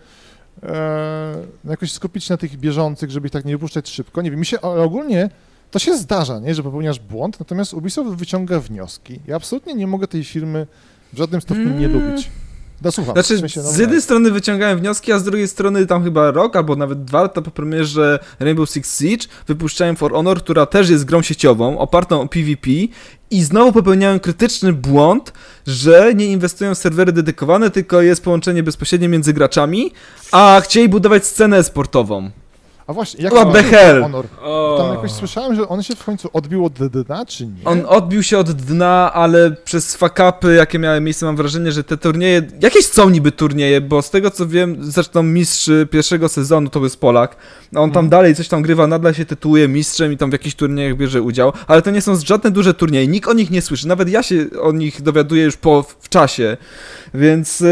jakoś skupić się na tych bieżących, żeby ich tak nie wypuszczać szybko. Nie wiem, ale ogólnie to się zdarza, nie, że popełniasz błąd, natomiast Ubisoft wyciąga wnioski. Ja absolutnie nie mogę tej firmy w żadnym stopniu nie lubić. Słucham. Znaczy, z jednej strony wyciągałem wnioski, a z drugiej strony tam chyba rok albo nawet 2 lata po premierze Rainbow Six Siege wypuszczałem For Honor, która też jest grą sieciową, opartą o PvP i znowu popełniałem krytyczny błąd, że nie inwestują w serwery dedykowane, tylko jest połączenie bezpośrednie między graczami, a chcieli budować scenę sportową. A właśnie, jak What the hell? Honor? Tam jakoś słyszałem, że on się w końcu odbił od dna, czy nie? On odbił się od dna, ale przez fuck-upy, jakie miały miejsce, mam wrażenie, że te turnieje, jakieś są niby turnieje, bo z tego co wiem, zresztą mistrz pierwszego sezonu to jest Polak, on tam dalej coś tam grywa, nadal się tytułuje mistrzem i tam w jakichś turniejach bierze udział, ale to nie są żadne duże turnieje, nikt o nich nie słyszy, nawet ja się o nich dowiaduję już w czasie, więc...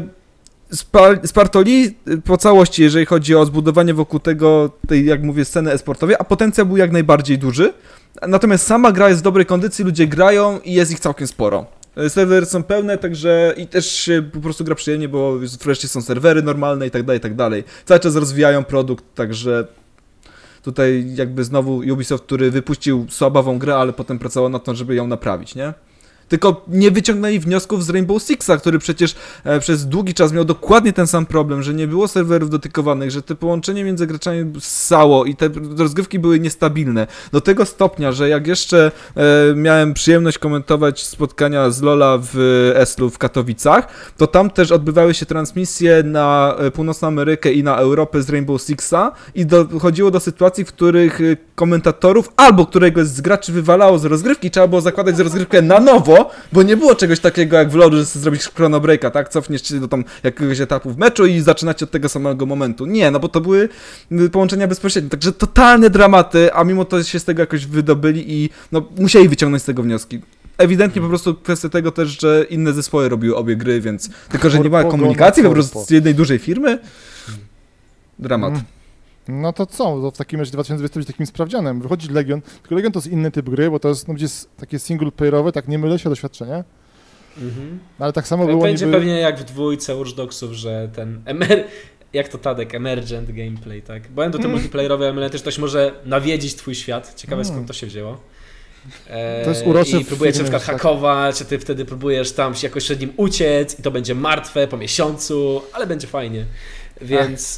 Spartoli po całości, jeżeli chodzi o zbudowanie wokół tej, jak mówię, sceny e-sportowej, a potencjał był jak najbardziej duży. Natomiast sama gra jest w dobrej kondycji, ludzie grają i jest ich całkiem sporo. Serwery są pełne, także i też się po prostu gra przyjemnie, bo wreszcie są serwery normalne i tak dalej. Cały czas rozwijają produkt, także tutaj jakby znowu Ubisoft, który wypuścił słabawą grę, ale potem pracował nad tym, żeby ją naprawić, nie? Tylko nie wyciągnęli wniosków z Rainbow Sixa, który przecież przez długi czas miał dokładnie ten sam problem, że nie było serwerów dedykowanych, że te połączenie między graczami ssało i te rozgrywki były niestabilne. Do tego stopnia, że jak jeszcze miałem przyjemność komentować spotkania z LoL'a w Eslu w Katowicach, to tam też odbywały się transmisje na Północną Amerykę i na Europę z Rainbow Sixa i dochodziło do sytuacji, w których komentatorów albo któregoś z graczy wywalało z rozgrywki, trzeba było zakładać z rozgrywkę na nowo, bo nie było czegoś takiego jak w LoL'u, że sobie zrobisz chrono breaka, tak? Cofniesz się do tam jakiegoś etapu w meczu i zaczynacie od tego samego momentu. Nie, no bo to były połączenia bezpośrednie, także totalne dramaty, a mimo to się z tego jakoś wydobyli i no musieli wyciągnąć z tego wnioski. Ewidentnie po prostu kwestia tego też, że inne zespoły robiły obie gry, więc tylko, że nie ma komunikacji po prostu z jednej dużej firmy. Dramat. No to co? To w takim razie 2020 być takim sprawdzianem. Wychodzi Legion, tylko Legion to jest inny typ gry, bo to jest takie single-playerowe, tak nie mylę się, doświadczenie. Ale tak samo było będzie pewnie jak w dwójce Watch Dogsów, że ten jak to Tadek, emergent gameplay, tak? Będą te multiplayerowe elementy, że ktoś może nawiedzić twój świat. Ciekawe skąd to się wzięło. To jest urocze. I próbujecie na przykład hakować, a ty wtedy próbujesz tam się jakoś przed nim uciec i to będzie martwe po miesiącu, ale będzie fajnie. Więc...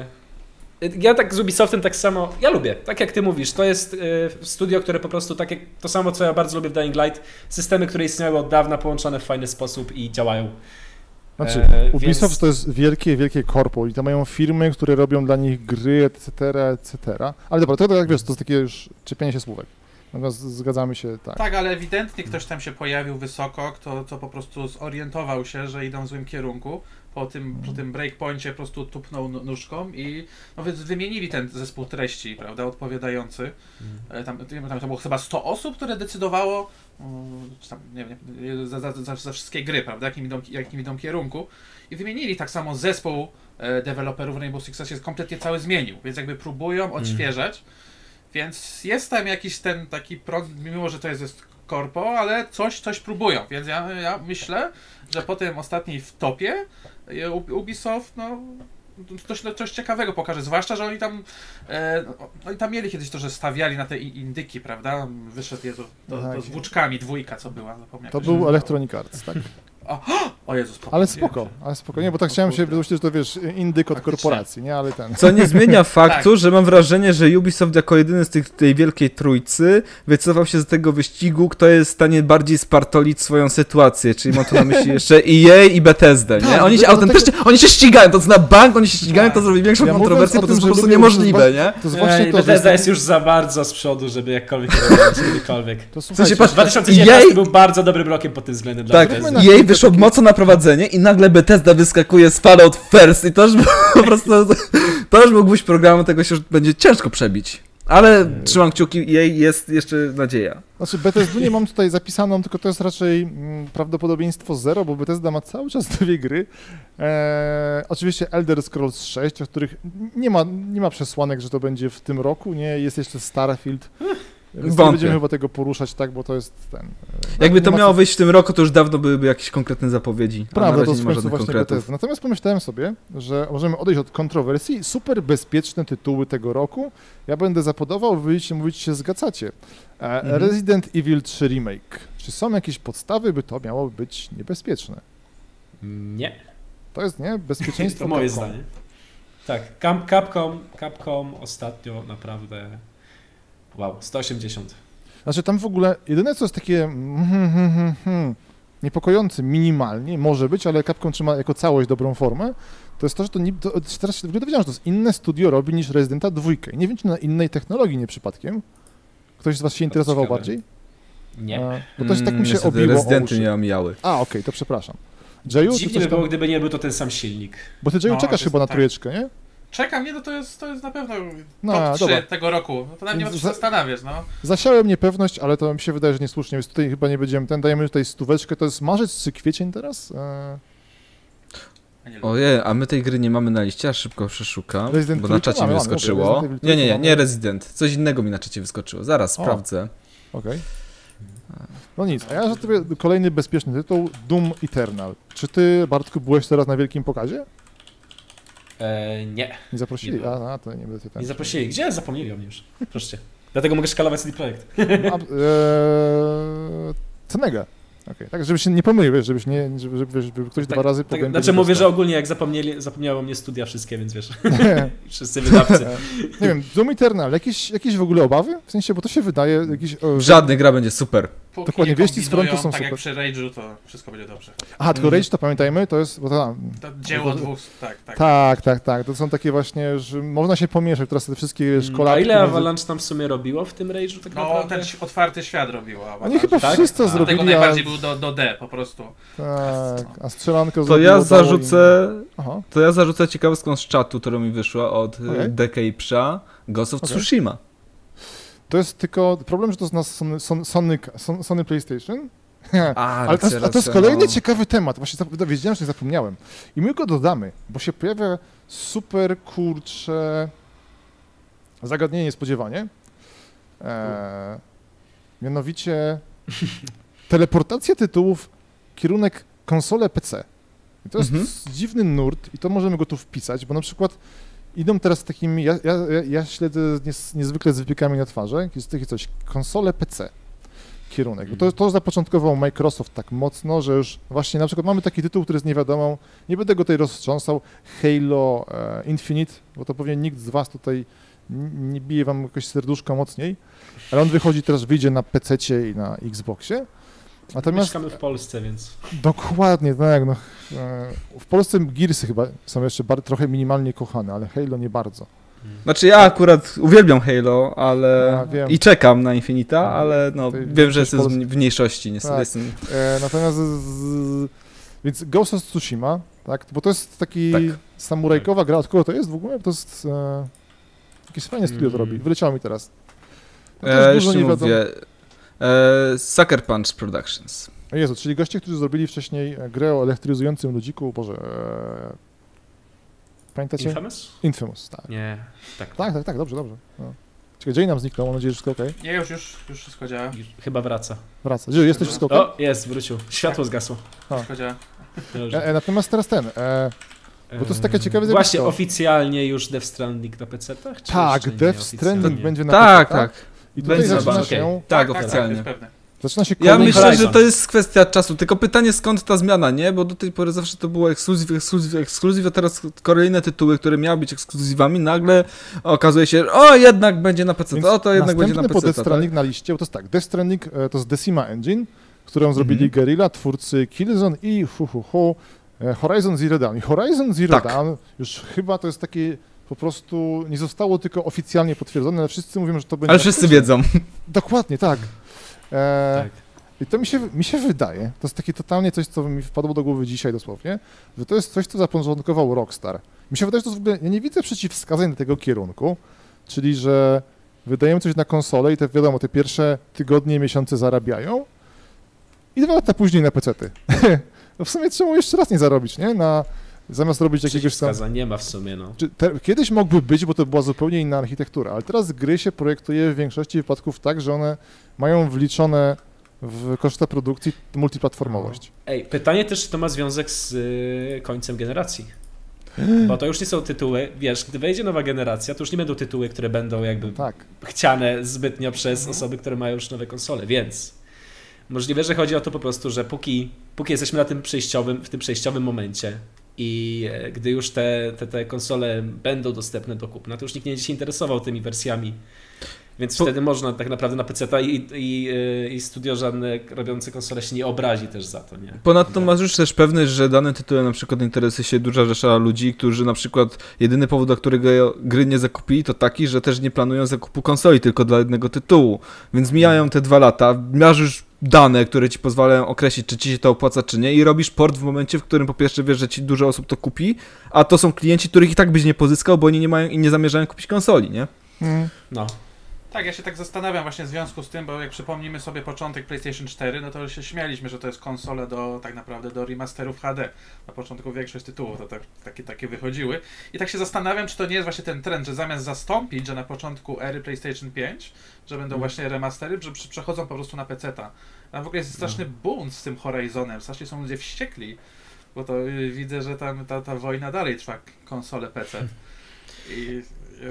Ja tak z Ubisoftem tak samo, ja lubię, tak jak ty mówisz, to jest studio, które po prostu tak jak to samo, co ja bardzo lubię w Dying Light, systemy, które istniały od dawna, połączone w fajny sposób i działają. Znaczy, Ubisoft to jest wielkie korpo i tam mają firmy, które robią dla nich gry, etc. Ale dobra, to jak wiesz, to jest takie już czepianie się słówek. Natomiast zgadzamy się, tak. Tak, ale ewidentnie ktoś tam się pojawił wysoko, kto po prostu zorientował się, że idą w złym kierunku. Po tym breakpoincie po prostu tupnął nóżką i no, wymienili ten zespół treści, prawda, odpowiadający. Tam było chyba 100 osób, które decydowało tam, nie wiem, za wszystkie gry, prawda, jakim idą kierunku. I wymienili tak samo zespół deweloperów Rainbow Sixa się kompletnie cały zmienił, więc jakby próbują odświeżać. Więc jest tam jakiś ten taki mimo że to jest korpo, ale coś próbują, więc ja myślę, że po tym ostatniej wtopie Ubisoft, no coś ciekawego pokaże, zwłaszcza, że oni tam mieli kiedyś to, że stawiali na te indyki, prawda? Wyszedł je to z włóczkami, dwójka co była, zapomniałem. To był Electronic Arts, tak? O Jezu, spoko. Ale spoko, nie, bo tak chciałem się myśleć, że to wiesz, indyk od korporacji, nie, ale ten. Co nie zmienia faktu, że mam wrażenie, że Ubisoft jako jedyny z tej wielkiej trójcy wycofał się z tego wyścigu, kto jest w stanie bardziej spartolić swoją sytuację, czyli mam tu na myśli jeszcze EA i Bethesda, nie? Tak, Oni się autentycznie, oni się ścigają, to na bank, oni się ścigają, to zrobi większą kontrowersję, bo to jest po prostu niemożliwe, nie? To jest właśnie to, Bethesda jest już za bardzo z przodu, żeby jakkolwiek kiedykolwiek. To w sensie, patrz, 2019 był bardzo dobrym rokiem pod tym względem dla Bethesdy. EA wyszło mocno na prowadzenie i nagle Bethesda wyskakuje z Fallout First i to już po prostu, to już był gwóźdź programu, tego się już będzie ciężko przebić. Ale trzymam kciuki, jest jeszcze nadzieja. Znaczy Bethesda nie mam tutaj zapisaną, tylko to jest raczej prawdopodobieństwo 0, bo Bethesda ma cały czas 2 gry. Oczywiście Elder Scrolls 6, o których nie ma przesłanek, że to będzie w tym roku, nie, jest jeszcze Starfield. Więc nie będziemy chyba tego poruszać, tak, bo to jest ten... Jakby to miało wyjść w tym roku, to już dawno byłyby jakieś konkretne zapowiedzi. Prawda, to jest właśnie Bethesda. Natomiast pomyślałem sobie, że możemy odejść od kontrowersji. Super bezpieczne tytuły tego roku. Ja będę zapodował, wy będziecie mówić, się zgadzacie. Resident Evil 3 Remake. Czy są jakieś podstawy, by to miało być niebezpieczne? Nie. To jest, nie? Bezpieczeństwo to moje zdanie. Tak, Capcom ostatnio naprawdę... Wow, 180. Znaczy tam w ogóle, jedyne co jest takie niepokojące minimalnie, może być, ale Capcom trzyma jako całość dobrą formę, to jest to, że teraz się dowiedziałem, że to jest inne studio robi niż Residenta 2. Nie wiem, czy na innej technologii nie przypadkiem. Ktoś z was się interesował bardziej? Nie. Bo to się tak mi się obiło Rezydenty mnie omijały. Okej, to przepraszam. Jayu, dziwnie by było, gdyby nie był to ten sam silnik. Bo ty, Jayu, czekasz chyba na trójeczkę, nie? Czekam, nie, no to jest na pewno top 3 dobra. Tego roku. No to nawet nie ma co zastanawiać, no. Zasiałem niepewność, ale to mi się wydaje, że niesłusznie, więc tutaj chyba nie będziemy, dajemy tutaj 100, to jest marzec czy kwiecień teraz? Ojej, a my tej gry nie mamy na liście, a szybko przeszukam, Resident bo na czacie mi wyskoczyło. Nie Resident, coś innego mi na czacie wyskoczyło, zaraz sprawdzę. Okej. No nic, a ja że tobie kolejny bezpieczny tytuł, Doom Eternal. Czy ty, Bartku, byłeś teraz na wielkim pokazie? Nie. Nie zaprosili? Nie, to nie będę nie zaprosili. Gdzie? Zapomnieli o mnie już. Proszę. Dlatego mogę szkalować CD Projekt. Cenega. Okej, tak, żebyś się nie pomylił, wiesz, żeby ktoś tak, 2 razy tak, znaczy mówię, że ogólnie jak zapomniało o mnie studia wszystkie, więc wiesz, wszyscy wydawcy. Nie wiem, Doom Eternal, jakieś w ogóle obawy? W sensie, bo to się wydaje jakiś... Żadna gra będzie super. Dokładnie, wieści z frontu są tak super. Jak przy Rage'u, to wszystko będzie dobrze. Aha, tylko Rage to pamiętajmy, to jest... Bo to dzieło dwóch, tak. To są takie właśnie, że można się pomieszać teraz te wszystkie szkolarki. A ile Avalanche tam w sumie robiło w tym Rage'u tak naprawdę? Ten otwarty świat robiło. Oni chyba wszyscy zrobili. Tego najbardziej był do D po prostu. Tak, a strzelankę to ja zarzucę ciekawostką z czatu, która mi wyszła od DKIPSza, Ghost of Tsushima. To jest tylko problem, że to jest na Sony PlayStation. Ale to jest kolejny ciekawy temat. Właśnie wiedziałem, że nie zapomniałem. I my go dodamy, bo się pojawia super zagadnienie niespodziewanie. Mianowicie teleportacja tytułów kierunek konsole PC. I to jest dziwny nurt i to możemy go tu wpisać, bo na przykład idą teraz takimi, ja śledzę niezwykle z wypiekami na twarzy, jest takie coś, konsole PC kierunek, bo to zapoczątkował Microsoft tak mocno, że już właśnie na przykład mamy taki tytuł, który jest niewiadomą, nie będę go tutaj roztrząsał, Halo Infinite, bo to pewnie nikt z was tutaj nie bije wam jakoś serduszka mocniej, ale on wyjdzie na PC-cie i na Xboxie. Natomiast mieszkamy w Polsce, więc... Dokładnie, tak. No, w Polsce Gearsy chyba są jeszcze trochę minimalnie kochane, ale Halo nie bardzo. Znaczy ja akurat uwielbiam Halo, ale i czekam na Infinita, ale no, wiem, że jest w mniejszości, niestety. Tak. Natomiast więc Ghost of Tsushima, tak, bo to jest taki samurajkowa gra, od kogo to jest w ogóle? To jest jakieś fajne studio to robi, wyleciało mi teraz. Jeszcze mówię, Sucker Punch Productions. O Jezu, czyli goście, którzy zrobili wcześniej grę o elektryzującym ludziku, Boże... Pamiętacie? Infamous, tak. Nie, tak, dobrze. No. Czekaj, Jay nam zniknął, mam nadzieję, że wszystko okej. Nie, już wszystko działa. Chyba wraca. Jay, jesteś wszystko okej? O, jest, wrócił. Światło zgasło. Wszystko działa. Natomiast teraz bo to jest takie ciekawe zjawisko. Właśnie oficjalnie już Death Stranding na PC-tach? Tak, Death Stranding będzie na PC-tach. Tak. I tutaj zaczyna się... Tak, oficjalnie. Pewne. Zaczyna się Ja myślę, że to jest kwestia czasu, tylko pytanie skąd ta zmiana, nie? Bo do tej pory zawsze to było ekskluzyw, a teraz kolejne tytuły, które miały być ekskluzywami, nagle okazuje się, jednak będzie na PC, to jednak będzie na PC. Po Death Stranding na liście, bo to jest tak, Death Stranding to jest Decima Engine, którą zrobili Guerrilla, twórcy Killzone i Horizon Zero Dawn. I Horizon Zero Dawn już chyba to jest takie po prostu, nie zostało tylko oficjalnie potwierdzone, ale wszyscy mówią, że to będzie... Ale wszyscy wiedzą. Dokładnie, tak. I to mi się wydaje, to jest takie totalnie coś, co mi wpadło do głowy dzisiaj dosłownie, że to jest coś, co zapoczątkował Rockstar. Mi się wydaje, że to jest w ogóle, ja nie widzę przeciwwskazań do tego kierunku, czyli że wydajemy coś na konsolę i te, wiadomo, te pierwsze tygodnie, miesiące zarabiają i 2 lata później na PC-ty. No w sumie czemu jeszcze raz nie zarobić, nie? Zamiast robić jakiegoś tam... nie ma w sumie, no. Kiedyś mógłby być, bo to była zupełnie inna architektura, ale teraz gry się projektuje w większości wypadków tak, że one mają wliczone w koszta produkcji multiplatformowość. Pytanie też, czy to ma związek z końcem generacji. Bo to już nie są tytuły, wiesz, gdy wejdzie nowa generacja, to już nie będą tytuły, które będą jakby chciane zbytnio przez osoby, które mają już nowe konsole, więc możliwe, że chodzi o to po prostu, że póki jesteśmy na tym w tym przejściowym momencie i gdy już te konsole będą dostępne do kupna, to już nikt nie będzie się interesował tymi wersjami. Więc wtedy można tak naprawdę na PC-ta i studio żadne robiące konsole się nie obrazi też za to, nie? Ponadto masz już też pewność, że dane tytuły na przykład interesuje się duża rzesza ludzi, którzy na przykład jedyny powód, dla którego gry nie zakupili, to taki, że też nie planują zakupu konsoli tylko dla jednego tytułu. Więc mijają te 2 lata, masz już dane, które ci pozwalają określić, czy ci się to opłaca, czy nie, i robisz port w momencie, w którym po pierwsze wiesz, że ci dużo osób to kupi, a to są klienci, których i tak byś nie pozyskał, bo oni nie mają i nie zamierzają kupić konsoli, nie? No. Tak, ja się tak zastanawiam właśnie w związku z tym, bo jak przypomnimy sobie początek PlayStation 4, no to się śmialiśmy, że to jest konsola tak naprawdę do remasterów HD. Na początku większość tytułów to takie wychodziły. I tak się zastanawiam, czy to nie jest właśnie ten trend, że zamiast zastąpić, że na początku ery PlayStation 5, że będą właśnie remastery, że przechodzą po prostu na PC-ta. A w ogóle jest straszny bunt z tym Horizonem, strasznie są ludzie wściekli, bo to widzę, że tam ta wojna dalej trwa, konsole PC. I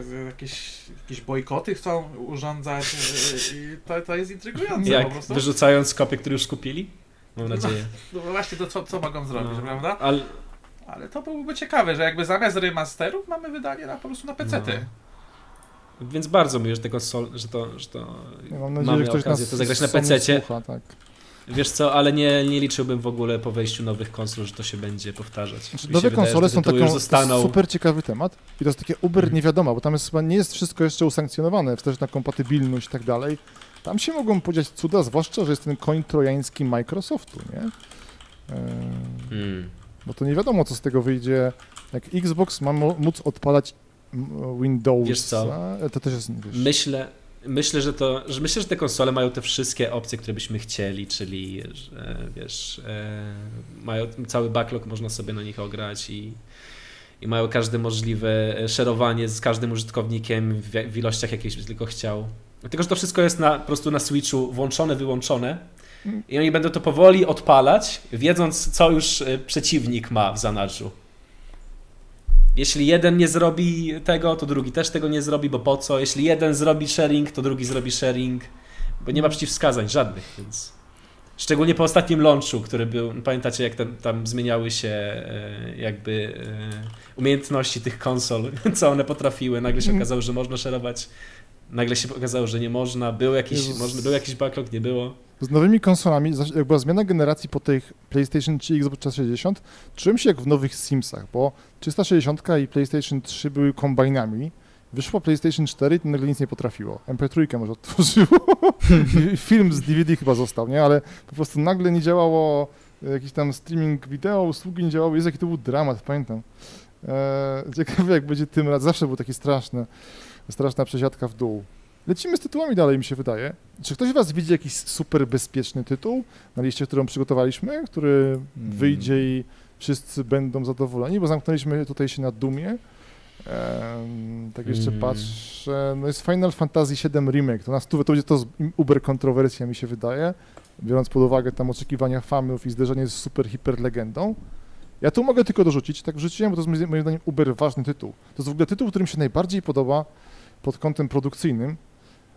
jakieś bojkoty chcą urządzać i to jest intrygujące. Jak po prostu. Wyrzucając kopie, które już skupili? Mam nadzieję. No właśnie, to co mogą zrobić, prawda? Ale to byłoby ciekawe, że jakby zamiast remasterów mamy wydanie po prostu na PC-ty. Więc bardzo miło, że te konsole, że to mam nadzieję, mamy że ktoś okazję to zagrać na PC-cie. Słucha, tak. Wiesz co, ale nie liczyłbym w ogóle po wejściu nowych konsol, że to się będzie powtarzać. Nowe konsole są taką super ciekawy temat i to jest takie uber nie wiadomo, bo tam jest chyba nie jest wszystko jeszcze usankcjonowane, też na kompatybilność i tak dalej. Tam się mogą podziać cuda, zwłaszcza, że jest ten koń trojański Microsoftu, nie? Bo to nie wiadomo, co z tego wyjdzie. Jak Xbox ma móc odpalać Windows, wiesz co? To też jest... Wiesz, Myślę, że te konsole mają te wszystkie opcje, które byśmy chcieli, czyli że, wiesz, mają cały backlog, można sobie na nich ograć i mają każde możliwe szerowanie z każdym użytkownikiem w ilościach, jakieś by tylko chciał. Tylko że to wszystko jest po prostu na Switchu włączone, wyłączone i oni będą to powoli odpalać, wiedząc, co już przeciwnik ma w zanadrzu. Jeśli jeden nie zrobi tego, to drugi też tego nie zrobi, bo po co? Jeśli jeden zrobi sharing, to drugi zrobi sharing, bo nie ma przeciwwskazań żadnych, więc... Szczególnie po ostatnim launchu, który był, pamiętacie jak tam zmieniały się jakby umiejętności tych konsol, co one potrafiły, nagle się okazało, że można szerować, nagle się okazało, że nie można, był jakiś backlog, nie było. Z nowymi konsolami, jak była zmiana generacji po tych PlayStation 3 i Xbox 360, czułem się jak w nowych Simsach, bo 360 i PlayStation 3 były kombajnami. Wyszło PlayStation 4 i nagle nic nie potrafiło. MP3 może odtworzyło. Film z DVD chyba został, nie? Ale po prostu nagle nie działało jakiś tam streaming wideo, usługi nie działały. Jest jaki to był dramat, pamiętam. Ciekawe jak będzie tym razem. Zawsze był taki straszna przesiadka w dół. Lecimy z tytułami dalej, mi się wydaje. Czy ktoś z was widzi jakiś super bezpieczny tytuł na liście, którą przygotowaliśmy, który wyjdzie i wszyscy będą zadowoleni? Bo zamknęliśmy tutaj się na Doomie. Tak jeszcze patrzę, no jest Final Fantasy VII Remake, to będzie to uber kontrowersja, mi się wydaje, biorąc pod uwagę tam oczekiwania fanów i zderzenie z super hiper legendą. Ja tu mogę tylko dorzucić, tak wrzuciłem, bo to jest moim zdaniem uber ważny tytuł. To jest w ogóle tytuł, który mi się najbardziej podoba pod kątem produkcyjnym,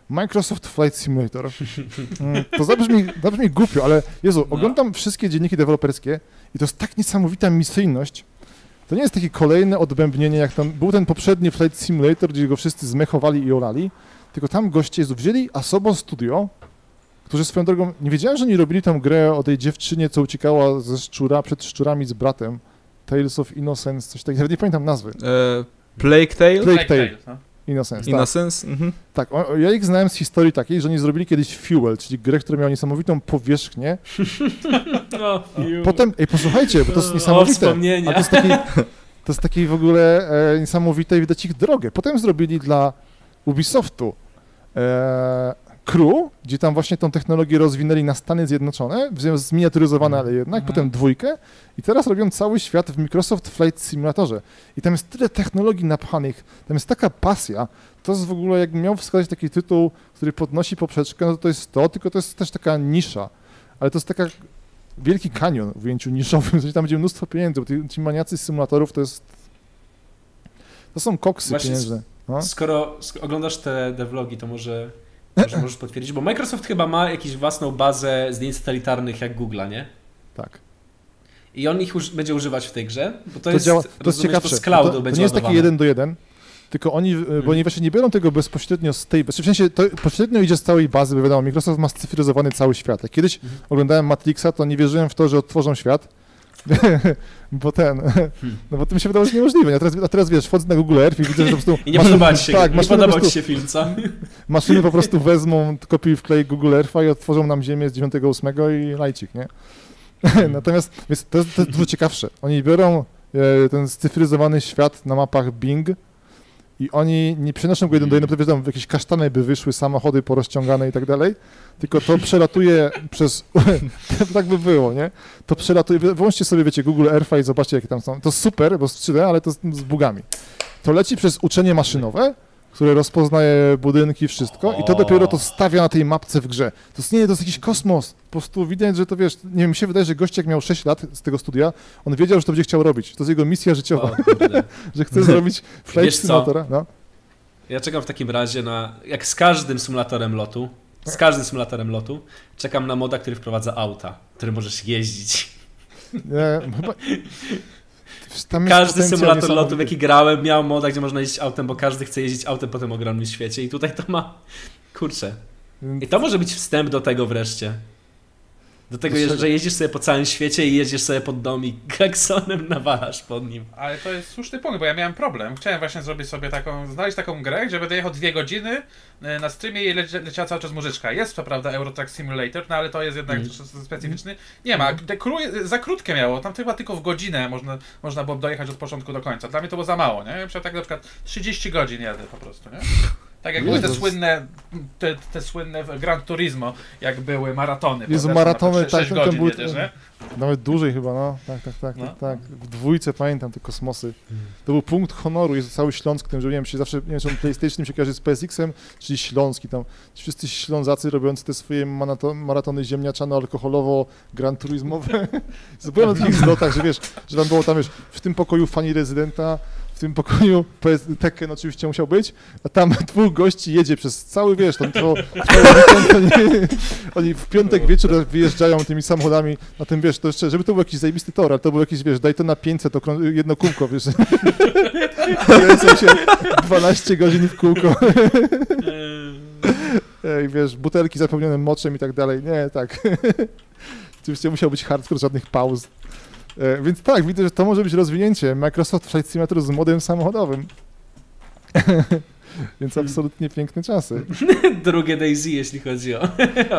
Microsoft Flight Simulator. To zabrzmi głupio, ale Jezu, oglądam wszystkie dzienniki deweloperskie i to jest tak niesamowita misyjność. To nie jest takie kolejne odbębnienie, jak tam był ten poprzedni Flight Simulator, gdzie go wszyscy zmechowali i olali, tylko tam goście wzięli Asobo Studio, którzy swoją drogą, nie wiedziałem, że oni robili tam grę o tej dziewczynie, co uciekała ze szczura, przed szczurami z bratem. Tales of Innocence, coś takiego, nawet nie pamiętam nazwy. Plague Tale? Plague Tale. Innocence, Innocence? Tak, ja ich znałem z historii takiej, że oni zrobili kiedyś Fuel, czyli grę, która miała niesamowitą powierzchnię. Potem, posłuchajcie, bo to jest niesamowite. A to jest taki w ogóle niesamowite i widać ich drogę. Potem zrobili dla Ubisoftu Crew, gdzie tam właśnie tą technologię rozwinęli na Stany Zjednoczone, zminiaturyzowane, ale jednak, potem 2 i teraz robią cały świat w Microsoft Flight Simulatorze. I tam jest tyle technologii napchanych, tam jest taka pasja, to jest w ogóle, jakbym miał wskazać taki tytuł, który podnosi poprzeczkę, no to jest to, tylko to jest też taka nisza, ale to jest taka wielki kanion w ujęciu niszowym, że tam będzie mnóstwo pieniędzy, bo ci maniacy symulatorów to są koksy właśnie pieniężne. No? Skoro oglądasz te devlogi, to może możesz potwierdzić, bo Microsoft chyba ma jakąś własną bazę zdjęć satelitarnych jak Google'a, nie? Tak. I on ich będzie używać w tej grze? Bo to jest ciekawsze. To z cloudu to będzie nie jest ładowane. taki 1:1, tylko bo oni właśnie nie biorą tego bezpośrednio z tej, w sensie to pośrednio idzie z całej bazy, bo wiadomo, Microsoft ma scyfryzowany cały świat. Jak kiedyś oglądałem Matrixa, to nie wierzyłem w to, że odtworzą świat, bo to mi się wydało, że niemożliwe. A teraz wiesz, wchodzę na Google Earth i widzę, że po prostu... I nie podobał ci się film, co? Maszyny po prostu wezmą, kopiuj wklej Google Earth'a i odtworzą nam Ziemię z 98 i lajcik, nie? Natomiast to jest dużo ciekawsze. Oni biorą ten scyfryzowany świat na mapach Bing i oni nie przenoszą go jeden do jednego, wiadomo, jakieś kasztany by wyszły, samochody porozciągane i tak dalej, tylko to przelatuje przez... tak by było, nie? To przelatuje... Włączcie sobie, wiecie, Google Earth'a i zobaczcie, jakie tam są. To super, bo z 3D, ale to z bugami. To leci przez uczenie maszynowe, które rozpoznaje budynki, wszystko i to dopiero to stawia na tej mapce w grze. To jest jakiś kosmos. Po prostu widać, że to wiesz, nie wiem, mi się wydaje, że gość jak miał 6 lat z tego studia, on wiedział, że to będzie chciał robić. To jest jego misja życiowa, że chce zrobić Flight Simulatora. No. Ja czekam w takim razie jak z każdym symulatorem lotu, czekam na moda, który wprowadza auta, który możesz jeździć. Chyba... Każdy symulator lotu, w jaki grałem, miał moda, gdzie można jeździć autem, bo każdy chce jeździć autem po tym ogromnym świecie i tutaj to ma... Kurczę. I to może być wstęp do tego wreszcie. Do tego, że jeździsz sobie po całym świecie i jeździsz sobie pod dom i klaksonem nawalasz pod nim. Ale to jest słuszny punkt, bo ja miałem problem. Chciałem właśnie zrobić sobie znaleźć taką grę, gdzie będę jechał 2 godziny na streamie i leciała cały czas muzyczka. Jest to prawda Euro Truck Simulator, no ale to jest jednak specyficzny. Nie ma, za krótkie miało, tam chyba tylko w godzinę można było dojechać od początku do końca. Dla mnie to było za mało, nie? Ja tak na przykład 30 godzin jadę po prostu, nie? Tak jak były te słynne Gran Turismo, jak były maratony. Jezu, maratony, tak, godzin były, jedziesz, nie? Nawet dłużej chyba, no. Tak. W 2 pamiętam te kosmosy. To był punkt honoru, jest cały Śląsk, tym, że nie wiem, się zawsze, nie wiem, PlayStation się kojarzy z PSX-em, czyli Śląski tam. Wszyscy Ślązacy robiący te swoje maratony ziemniaczano-alkoholowo, Gran Turismowe. Zupełnie na takich zlotach, że wiesz, że tam było w tym pokoju fani rezydenta, w tym pokoju Tekken oczywiście musiał być, a tam 2 gości jedzie przez cały, wiesz, tam cały weekend, oni w piątek wieczór wyjeżdżają tymi samochodami na tym, wiesz, to jeszcze, żeby to był jakiś zajebisty tor, ale to był jakiś, wiesz, Daytona 500, to jedno kółko, wiesz, kręcą się 12 godzin w kółko. I wiesz, butelki zapełnione moczem i tak dalej, nie, tak. Oczywiście musiał być hardcore, żadnych pauz. Więc tak, widzę, że to może być rozwinięcie Microsoft Flight Simulator z modem samochodowym. Więc absolutnie piękne czasy. Drugie Daisy, jeśli chodzi o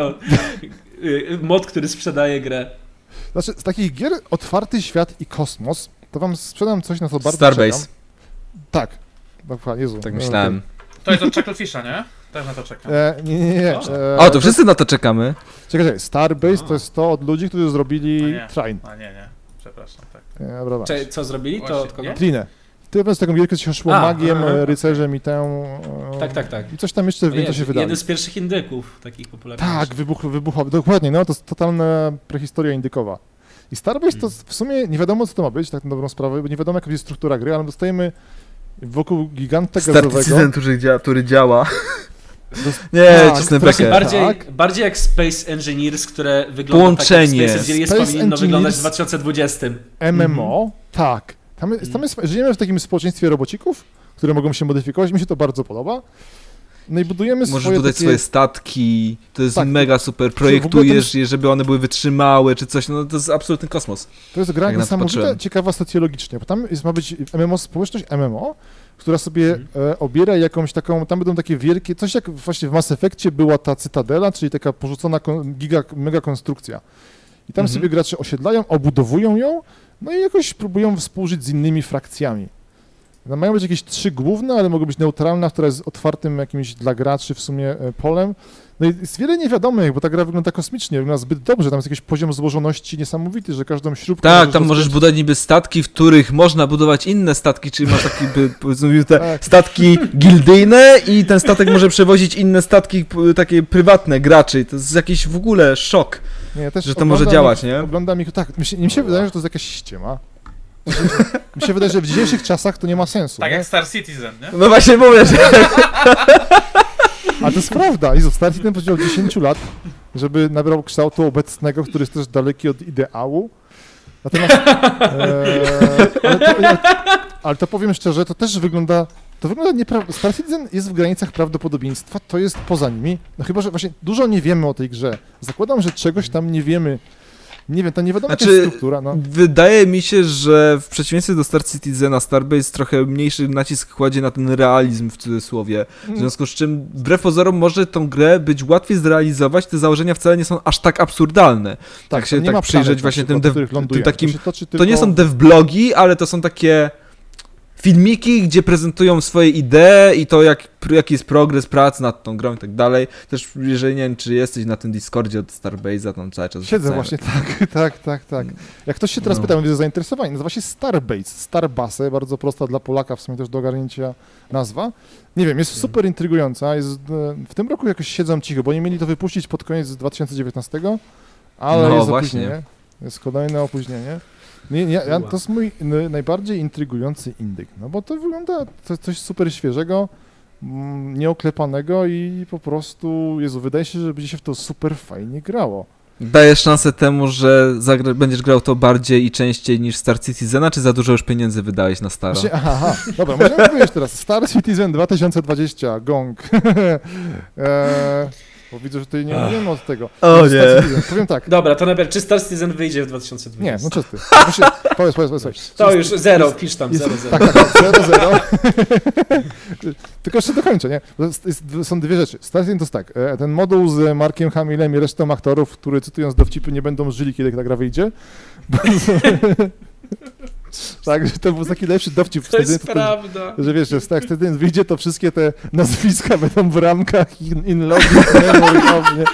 mod, który sprzedaje grę. Znaczy, z takich gier otwarty świat i kosmos, to wam sprzedam coś, na co bardzo Starbase. czekam. Tak. Jezu. Tak myślałem. To jest od Chucklefisha, nie? Też na to czekam. Nie. To wszyscy na to czekamy. Czekaj, Starbase to jest to od ludzi, którzy zrobili Trine. Nie. Przepraszam, tak. Co zrobili? To od kogo? Trine. Ty z taką wielką się szło magiem, rycerzem i tę... Tak. I coś tam jeszcze więcej się wydało. Jeden z pierwszych indyków takich popularnych. Tak, wybuchowy. Dokładnie, no to jest totalna prehistoria indykowa. I Starbase to w sumie nie wiadomo, co to ma być, tak na dobrą sprawę, bo nie wiadomo, jaka jest struktura gry, ale dostajemy wokół giganta gazowego... Startycyzm, który działa. Nie, cisnę bekę. Bardziej jak Space Engineers, które wygląda połączenie. tak jak Space powinno wyglądać w 2020. MMO, tak. Żyjemy w takim społeczeństwie robocików, które mogą się modyfikować. Mi się to bardzo podoba. No i budujemy Możesz budować swoje statki, to jest mega super, projektujesz je, żeby one były wytrzymałe czy coś, no to jest absolutny kosmos. To jest gra niesamowita, ciekawa socjologicznie, bo tam ma być MMO, społeczność MMO, która sobie obiera jakąś taką, tam będą takie wielkie, coś jak właśnie w Mass Effectie była ta cytadela, czyli taka porzucona mega konstrukcja. I tam sobie gracze osiedlają, obudowują ją, no i jakoś próbują współżyć z innymi frakcjami. No, mają być jakieś 3 główne, ale mogą być neutralna, która jest otwartym jakimś dla graczy w sumie polem. No i jest wiele niewiadomych, bo ta gra wygląda kosmicznie, wygląda zbyt dobrze, tam jest jakiś poziom złożoności niesamowity, że każdą śrubkę... Tak, tam możesz budować niby statki, w których można budować inne statki, czyli masz takie, powiedzmy, te statki gildyjne i ten statek może przewozić inne statki takie prywatne graczy. To jest jakiś w ogóle szok, że to może działać, nie? Oglądam ich, tak, mi się wydaje, że to jest jakaś ściema. Mi się wydaje, że w dzisiejszych czasach to nie ma sensu. Tak nie? jak Star Citizen, nie? No właśnie mówię, że... A to jest prawda. Jezu, Star Citizen potrzebował 10 lat, żeby nabrał kształtu obecnego, który jest też daleki od ideału. Natomiast... ale to powiem szczerze, to też wygląda... Star Citizen jest w granicach prawdopodobieństwa, to jest poza nimi. No chyba, że właśnie dużo nie wiemy o tej grze. Zakładam, że czegoś tam nie wiemy. Nie wiem, to nie wiadomo, jaka jest struktura. No. Wydaje mi się, że w przeciwieństwie do Star Citizena, Starbase trochę mniejszy nacisk kładzie na ten realizm w cudzysłowie. W związku z czym, wbrew pozorom, może tą grę być łatwiej zrealizować, te założenia wcale nie są aż tak absurdalne. Tak się tak przyjrzeć właśnie tym takim... To nie są devblogi, ale to są takie filmiki, gdzie prezentują swoje idee i to, jaki jest progres pracy nad tą grą i tak dalej. Też jeżeli nie wiem, czy jesteś na tym Discordzie od Starbase'a, tam cały czas... Siedzę właśnie, tak. Jak ktoś się teraz pyta, będzie zainteresowany, nazywa się Starbase, Starbase, bardzo prosta dla Polaka, w sumie też do ogarnięcia nazwa. Nie wiem, jest super intrygująca, w tym roku jakoś siedzą cicho, bo nie mieli to wypuścić pod koniec 2019, ale jest opóźnienie, jest kolejne opóźnienie. To jest mój najbardziej intrygujący indyk, no bo to wygląda coś super świeżego, nieoklepanego i po prostu, Jezu, wydaje się, że będzie się w to super fajnie grało. Dajesz szansę temu, że będziesz grał to bardziej i częściej niż Star Citizena, czy za dużo już pieniędzy wydałeś na Stara? Dobra, możemy powiedzieć teraz, Star Citizen 2020, gong. Bo widzę, że tutaj nie mówimy od tego. O nie. Powiem tak. Dobra, to najpierw, czy Star Citizen wyjdzie w 2020? Nie, no czysty. Powiedz. To już 0, pisz tam 0. Tak, 0. Tylko jeszcze dokończę, nie? Są dwie rzeczy. Star Citizen to jest tak, ten moduł z Markiem Hamillem i resztą aktorów, który cytując dowcipy nie będą żyli, kiedy ta gra wyjdzie. Tak, że to był taki lepszy dowcip. To jest prawda. Że wiesz, że jak wtedy wyjdzie, to wszystkie te nazwiska będą w ramkach in lobby, memory of, nie?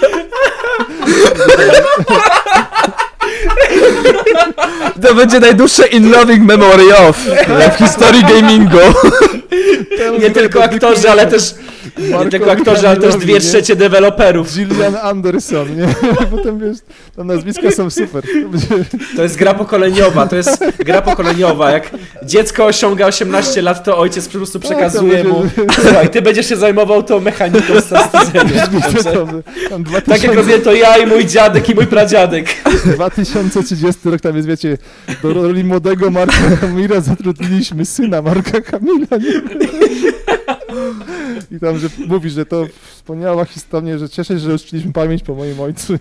To będzie najdłuższe in loving memory of w historii gamingu. Nie tylko aktorzy, ale też dwie trzecie deweloperów. Gillian Anderson, nie? Potem wiesz, tam nazwiska są super. To jest gra pokoleniowa. Jak dziecko osiąga 18 lat, to ojciec po prostu przekazuje mu. Słuchaj, ty będziesz się zajmował tą mechaniką w Star Citizenie. Tak jak robię to ja i mój dziadek i mój pradziadek. 2030 rok, tam jest, wiecie, do roli młodego Marka Hamilla zatrudniliśmy syna Marka Hamilla. I tam, że mówisz, że to wspaniała historia, że cieszę się, że uczciliśmy pamięć po moim ojcu.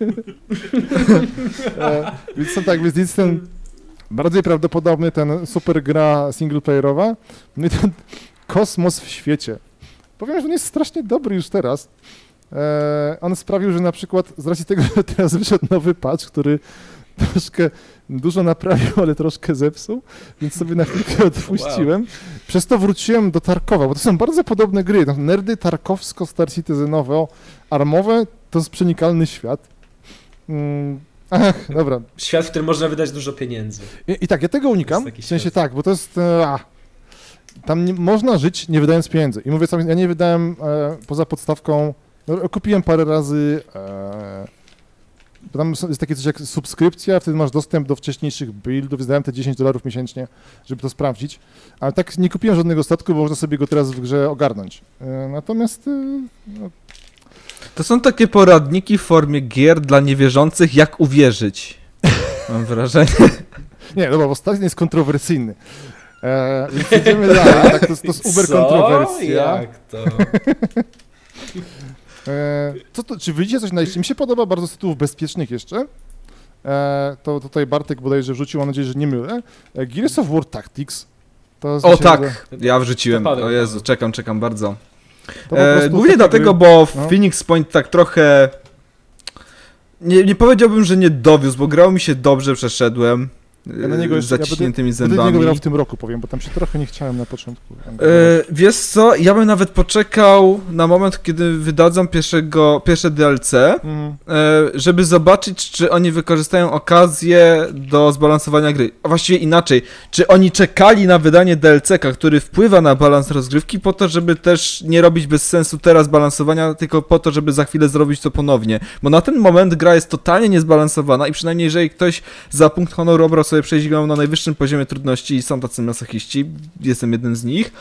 Więc są tak, więc jest ten bardziej prawdopodobny, ten super gra singleplayerowa, no i ten kosmos w świecie. Powiem, że on jest strasznie dobry już teraz. On sprawił, że na przykład z racji tego, że teraz wyszedł nowy patch, który troszkę dużo naprawił, ale troszkę zepsuł, więc sobie na chwilkę odpuściłem. Wow. Przez to wróciłem do Tarkowa, bo to są bardzo podobne gry. Nerdy tarkowsko-Star Citizenowe, armowe, to jest przenikalny świat. Dobra. Świat, w którym można wydać dużo pieniędzy. I tak, ja tego unikam, w sensie świat. Tak, bo to jest... tam można żyć, nie wydając pieniędzy. I mówię sobie, ja nie wydałem poza podstawką, kupiłem parę razy tam jest takie coś jak subskrypcja, wtedy masz dostęp do wcześniejszych buildów, wydałem te $10 miesięcznie, żeby to sprawdzić, ale tak nie kupiłem żadnego statku, bo można sobie go teraz w grze ogarnąć. Natomiast... No... To są takie poradniki w formie gier dla niewierzących, jak uwierzyć. Mam wrażenie. Nie, dobra, bo ostatni jest kontrowersyjny. Więc idziemy dalej, tak, to jest uber kontrowersja. Jak to? Czy wyjdzie coś na liście? Mi się podoba bardzo z tytułów bezpiecznych jeszcze. To tutaj Bartek bodajże wrzucił, mam nadzieję, że nie mylę. Gears of War Tactics. O tak, ja wrzuciłem. O Jezu, czekam bardzo. Głównie dlatego, bo Phoenix Point tak trochę... Nie powiedziałbym, że nie dowiózł, bo grało mi się dobrze, przeszedłem. Ja na niego jeszcze, zaciśniętymi zębami. Będę niego grał w tym roku, powiem, bo tam się trochę nie chciałem na początku. Wiesz co, ja bym nawet poczekał na moment, kiedy wydadzą pierwsze DLC, żeby zobaczyć, czy oni wykorzystają okazję do zbalansowania gry. A właściwie inaczej, czy oni czekali na wydanie DLC-ka, który wpływa na balans rozgrywki, po to, żeby też nie robić bez sensu teraz balansowania, tylko po to, żeby za chwilę zrobić to ponownie. Bo na ten moment gra jest totalnie niezbalansowana i przynajmniej jeżeli ktoś za punkt honoru obrał sobie przejść grą na najwyższym poziomie trudności i są tacy masochiści, jestem jednym z nich,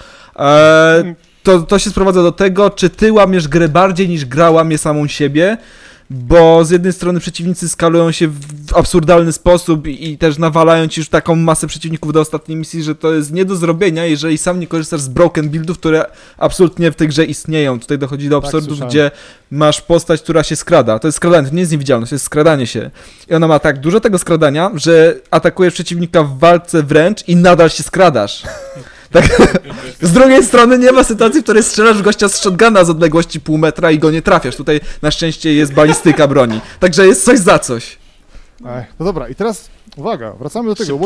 to się sprowadza do tego, czy ty łamiesz grę bardziej niż gra łamie samą siebie, bo z jednej strony przeciwnicy skalują się w absurdalny sposób i też nawalają ci już taką masę przeciwników do ostatniej misji, że to jest nie do zrobienia, jeżeli sam nie korzystasz z broken buildów, które absolutnie w tej grze istnieją. Tutaj dochodzi do absurdów, gdzie masz postać, która się skrada. To jest skradanie, to nie jest niewidzialność, to jest skradanie się. I ona ma tak dużo tego skradania, że atakujesz przeciwnika w walce wręcz i nadal się skradasz. Tak. Z drugiej strony nie ma sytuacji, w której strzelasz w gościa z shotguna z odległości pół metra i go nie trafiasz. Tutaj na szczęście jest balistyka broni. Także jest coś za coś. No dobra, i teraz uwaga, wracamy do tego.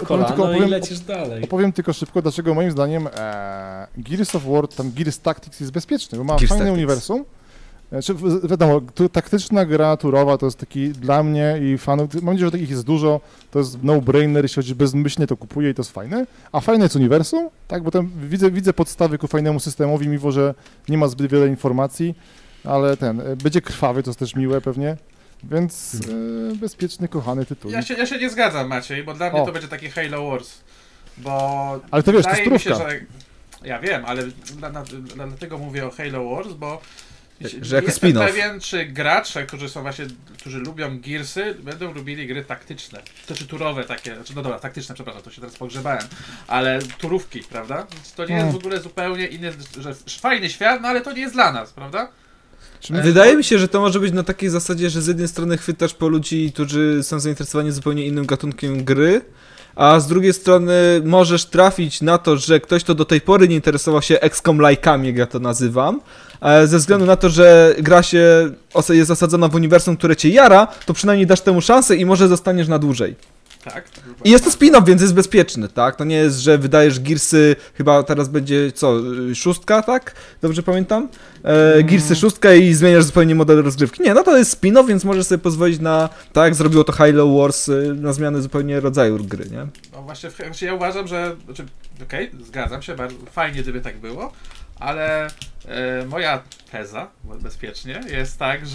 Opowiem tylko szybko, dlaczego moim zdaniem Gears of War, tam Gears Tactics jest bezpieczny, bo ma fajne uniwersum. Wiadomo, taktyczna gra turowa to jest taki dla mnie i fanów, mam nadzieję, że takich jest dużo, to jest no-brainer, jeśli chodzi bezmyślnie, to kupuję i to jest fajne. A fajne jest uniwersum, tak, bo tam widzę podstawy ku fajnemu systemowi, mimo że nie ma zbyt wiele informacji, ale będzie krwawy, to jest też miłe pewnie, więc bezpieczny, kochany tytuł. Ja się nie zgadzam, Maciej, bo dla mnie to będzie taki Halo Wars, bo... Ale to wiesz, to jest trówka. Ja wiem, ale dlatego mówię o Halo Wars, bo że jako jestem spin-off. pewien, czy gracze, którzy lubią Gearsy, będą lubili gry taktyczne, czy turowe takie, no dobra, taktyczne, przepraszam, to się teraz pogrzebałem, ale turówki, prawda? To nie jest w ogóle zupełnie inny, że fajny świat, no ale to nie jest dla nas, prawda? Wydaje mi się, że to może być na takiej zasadzie, że z jednej strony chwytasz po ludzi, którzy są zainteresowani zupełnie innym gatunkiem gry, a z drugiej strony możesz trafić na to, że ktoś, kto do tej pory nie interesował się XCOM-like'ami, jak ja to nazywam, ze względu na to, że gra jest zasadzona w uniwersum, które cię jara, to przynajmniej dasz temu szansę i może zostaniesz na dłużej. Tak. I jest to spin-off, więc jest bezpieczny, tak? To nie jest, że wydajesz Gearsy, chyba teraz będzie, 6, tak? Dobrze pamiętam? Gearsy 6 i zmieniasz zupełnie model rozgrywki. Nie, no to jest spin-off, więc możesz sobie pozwolić na, tak jak zrobiło to Halo Wars, na zmianę zupełnie rodzaju gry, nie? No właśnie, ja uważam, że, okej, zgadzam się, bardzo fajnie, gdyby tak było, ale moja teza, bezpiecznie, jest tak,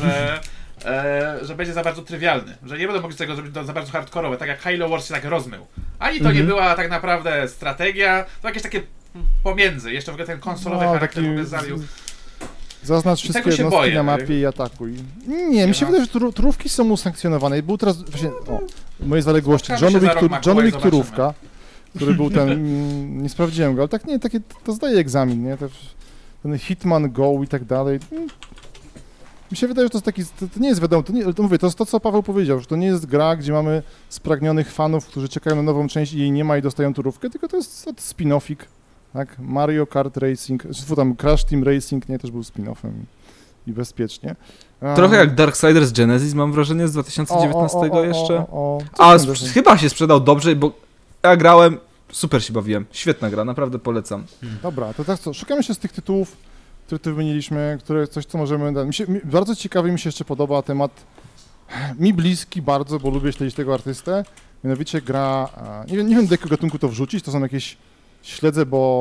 że będzie za bardzo trywialny, że nie będą mogli z tego zrobić za bardzo hardkorowe, tak jak Halo Wars się tak rozmył. Ani to nie była tak naprawdę strategia, to jakieś takie pomiędzy, jeszcze w ogóle ten konsolowy charakter w ogóle zawił. Zaznacz wszystkie jednostki na mapie i atakuj. Nie, mi się wydaje, że turówki są usankcjonowane i był teraz właśnie, moje zaległości, John Wick turówka, który był ten, nie sprawdziłem go, ale tak nie, takie, to zdaje egzamin, nie, ten Hitman Go i tak dalej. Mi się wydaje, że to jest taki, to nie jest wiadomo, to mówię, to jest to, co Paweł powiedział, że to nie jest gra, gdzie mamy spragnionych fanów, którzy czekają na nową część i jej nie ma i dostają turówkę, tylko to jest spin-offik, tak? Mario Kart Racing, tam Crash Team Racing, nie, też był spin-offem i bezpiecznie. Trochę jak Darksiders Genesis, mam wrażenie, z 2019 jeszcze. Chyba się sprzedał dobrze, bo ja grałem, super się bawiłem, świetna gra, naprawdę polecam. Dobra, to tak co, szukamy się z tych tytułów, które tu wymieniliśmy, coś, co możemy dać. Bardzo ciekawy mi się jeszcze podoba temat, mi bliski bardzo, bo lubię śledzić tego artystę, mianowicie gra, nie wiem do jakiego gatunku to wrzucić, to są jakieś, śledzę, bo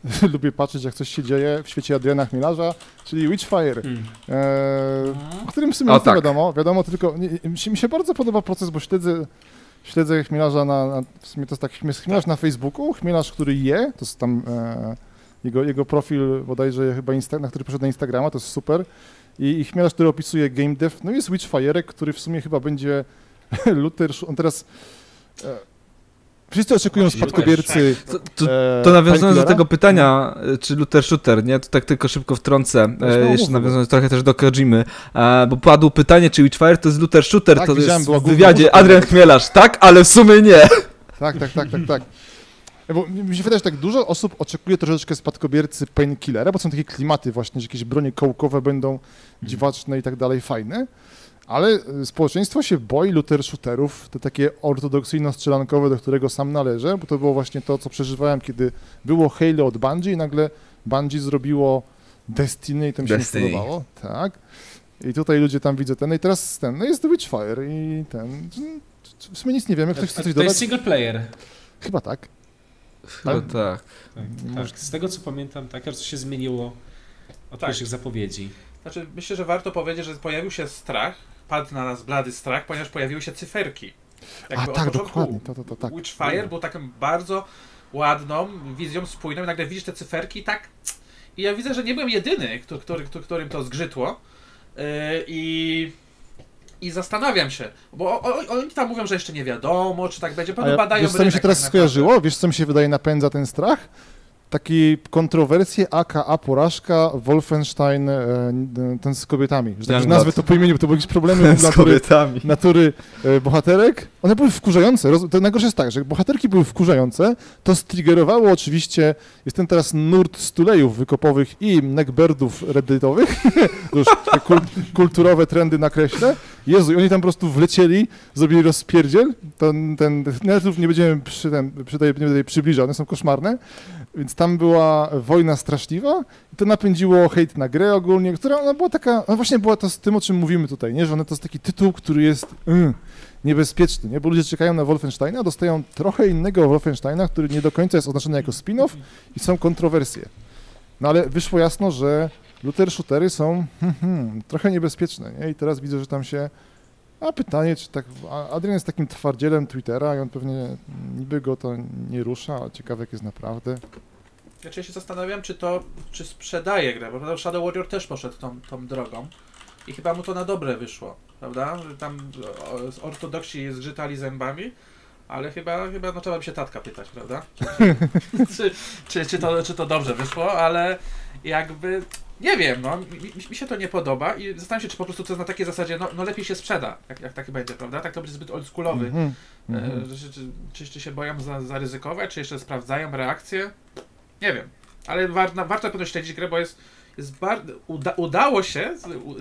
lubię patrzeć, jak coś się dzieje w świecie Adriana Chmielarza, czyli Witchfire, o którym w sumie nic nie wiadomo tylko, mi się bardzo podoba proces, bo śledzę Chmielarza w sumie to jest tak, Chmielarz na Facebooku, Chmielarz, który je, to jest tam jego profil bodajże chyba, na który poszedł na Instagrama, to jest super, i Chmielarz, który opisuje game dev, no jest Witchfire, który w sumie chyba będzie on teraz... Wszyscy oczekują spadkobiercy. To nawiązując do tego pytania, czy looter shooter, nie? To tak tylko szybko wtrącę, jeszcze nawiązując trochę też do Kojimy, bo padło pytanie, czy Witchfire to jest looter shooter, tak, to jest w wywiadzie Adrian Chmielarz, tak, ale w sumie nie. Tak. Bo mi się wydaje, że tak dużo osób oczekuje troszeczkę spadkobiercy Painkillera, bo są takie klimaty właśnie, że jakieś bronie kołkowe będą dziwaczne i tak dalej, fajne. Ale społeczeństwo się boi looter-shooterów, te takie ortodoksyjno-strzelankowe, do którego sam należę, bo to było właśnie to, co przeżywałem, kiedy było Halo od Bungie i nagle Bungie zrobiło Destiny i to mi się nie podobało. Tak. I tutaj ludzie tam widzą no i teraz no jest The Witchfire i w sumie nic nie wiemy, ktoś chce coś dodać? To jest single player. Chyba tak. Chyba tak. Tak. Z tego co pamiętam, tak, co się zmieniło od pierwszych zapowiedzi. Znaczy, myślę, że warto powiedzieć, że pojawił się strach, padł na nas blady strach, ponieważ pojawiły się cyferki. Tak, dokładnie. Tak. Witchfire był taką bardzo ładną wizją, spójną i nagle widzisz te cyferki i tak... I ja widzę, że nie byłem jedyny, którym to zgrzytło. I zastanawiam się, bo oni tam mówią, że jeszcze nie wiadomo, czy tak będzie, pewno badają... Wiesz, co mi się teraz skojarzyło? Wiesz, co mi się wydaje napędza ten strach? Takie kontrowersje, aka porażka, Wolfenstein, ten z kobietami. Że tak nazwę to po imieniu, bo to były jakieś problemy natury bohaterek. One były wkurzające. To najgorsze jest tak, że bohaterki były wkurzające, to striggerowało oczywiście, jestem teraz nurt stulejów wykopowych i neckbirdów redditowych, już te kulturowe trendy nakreślę. Jezu, i oni tam po prostu wlecieli, zrobili rozpierdziel, nerdów nie będziemy przybliżać, one są koszmarne, więc tam była wojna straszliwa i to napędziło hejt na grę ogólnie, która ona była taka, no właśnie była to z tym, o czym mówimy tutaj, nie? Że to jest taki tytuł, który jest niebezpieczny, nie? Bo ludzie czekają na Wolfensteina, dostają trochę innego Wolfensteina, który nie do końca jest oznaczony jako spin-off i są kontrowersje. No ale wyszło jasno, że looter-shootery są trochę niebezpieczne, nie? I teraz widzę, że tam się... A pytanie, czy tak... Adrian jest takim twardzielem Twittera i on pewnie niby go to nie rusza, ale ciekawe jak jest naprawdę. Znaczy ja się zastanawiam, czy sprzedaje grę, bo Shadow Warrior też poszedł tą drogą i chyba mu to na dobre wyszło, prawda? Że tam ortodoksi zgrzytali zębami, ale chyba no trzeba by się tatka pytać, prawda? czy to dobrze wyszło, ale jakby... Nie wiem, no, mi się to nie podoba i zastanawiam się, czy po prostu to jest na takiej zasadzie, no lepiej się sprzeda, jak taki będzie, prawda? Tak to będzie zbyt oldschoolowy. Czy się boją zaryzykować, czy jeszcze sprawdzają reakcje? Nie wiem, ale warto pewno śledzić grę, bo udało się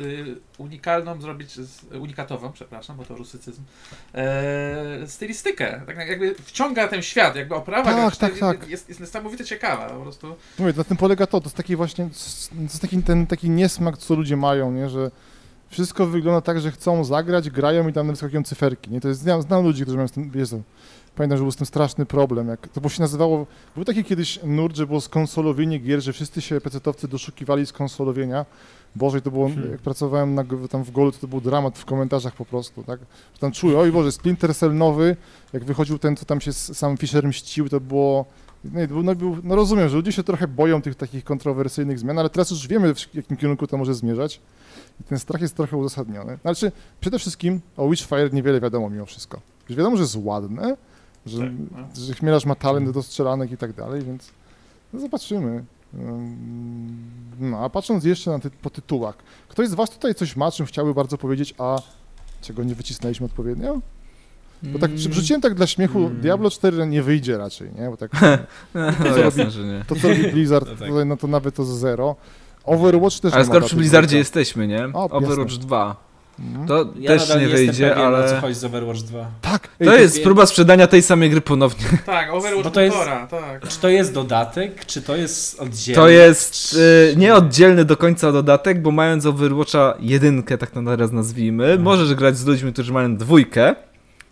unikatową, przepraszam, bo to rusycyzm, stylistykę. Tak jakby wciąga ten świat, jakby oprawa tak. Jest niesamowicie ciekawa po prostu. Mówię, na tym polega to jest taki właśnie, to jest taki niesmak, co ludzie mają, nie, że wszystko wygląda tak, że chcą zagrać, grają i tam wyskakują cyferki, nie, to jest, znam ludzi, którzy mają z tym, pamiętam, że był z tym straszny problem, jak to się nazywało, był taki kiedyś nurt, że było skonsolowienie gier, że wszyscy się pecetowcy doszukiwali skonsolowienia. Boże, to było, jak pracowałem tam w Golu, to był dramat w komentarzach po prostu, tak? Że tam czuły, oj Boże, Splinter Cell nowy, jak wychodził ten, co tam się sam Fisher mścił, to było... No rozumiem, że ludzie się trochę boją tych takich kontrowersyjnych zmian, ale teraz już wiemy, w jakim kierunku to może zmierzać i ten strach jest trochę uzasadniony. Znaczy, przede wszystkim o Witchfire niewiele wiadomo mimo wszystko. Już wiadomo, że jest ładne, że Chmielarz ma talent do strzelanek i tak dalej, więc no zobaczymy. No, a patrząc jeszcze po tytułach, ktoś z was tutaj coś ma, czym chciałby bardzo powiedzieć, a czego nie wycisnęliśmy odpowiednio? Bo tak wrzuciłem tak dla śmiechu, Diablo 4 nie wyjdzie raczej, nie? Bo tak to, co robi Blizzard, no to nawet to z zero. Overwatch też. Ale skoro przy Blizzardzie jesteśmy, nie? Overwatch 2. To ja też nie wyjdzie, ale... co chodzi z Overwatch 2. Tak. To jest próba sprzedania tej samej gry ponownie. Tak, Overwatch 1,5, tak. Czy to jest dodatek, czy to jest oddzielny? To jest nie oddzielny do końca dodatek, bo mając Overwatcha 1, tak to teraz nazwijmy, możesz grać z ludźmi, którzy mają 2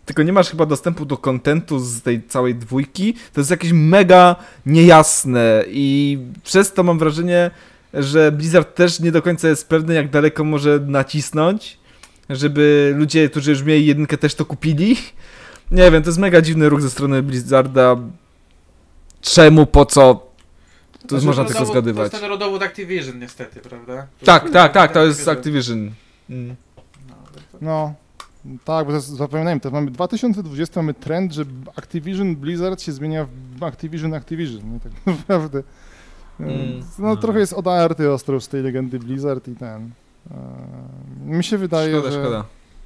tylko nie masz chyba dostępu do kontentu z tej całej dwójki, to jest jakieś mega niejasne i przez to mam wrażenie, że Blizzard też nie do końca jest pewny, jak daleko może nacisnąć, żeby ludzie, którzy już mieli jedynkę, też to kupili. Nie wiem, to jest mega dziwny ruch ze strony Blizzarda. Czemu, po co? To już można tylko zgadywać. To jest ten rodowód Activision niestety, prawda? Tak, to jest Activision. No, tak, bo to jest, zapamiętajmy, to mamy 2020, mamy trend, że Activision Blizzard się zmienia w Activision, nie tak naprawdę. No trochę jest odarty ostro z tej legendy Blizzard i ten. Mi się wydaje, że... Szkoda.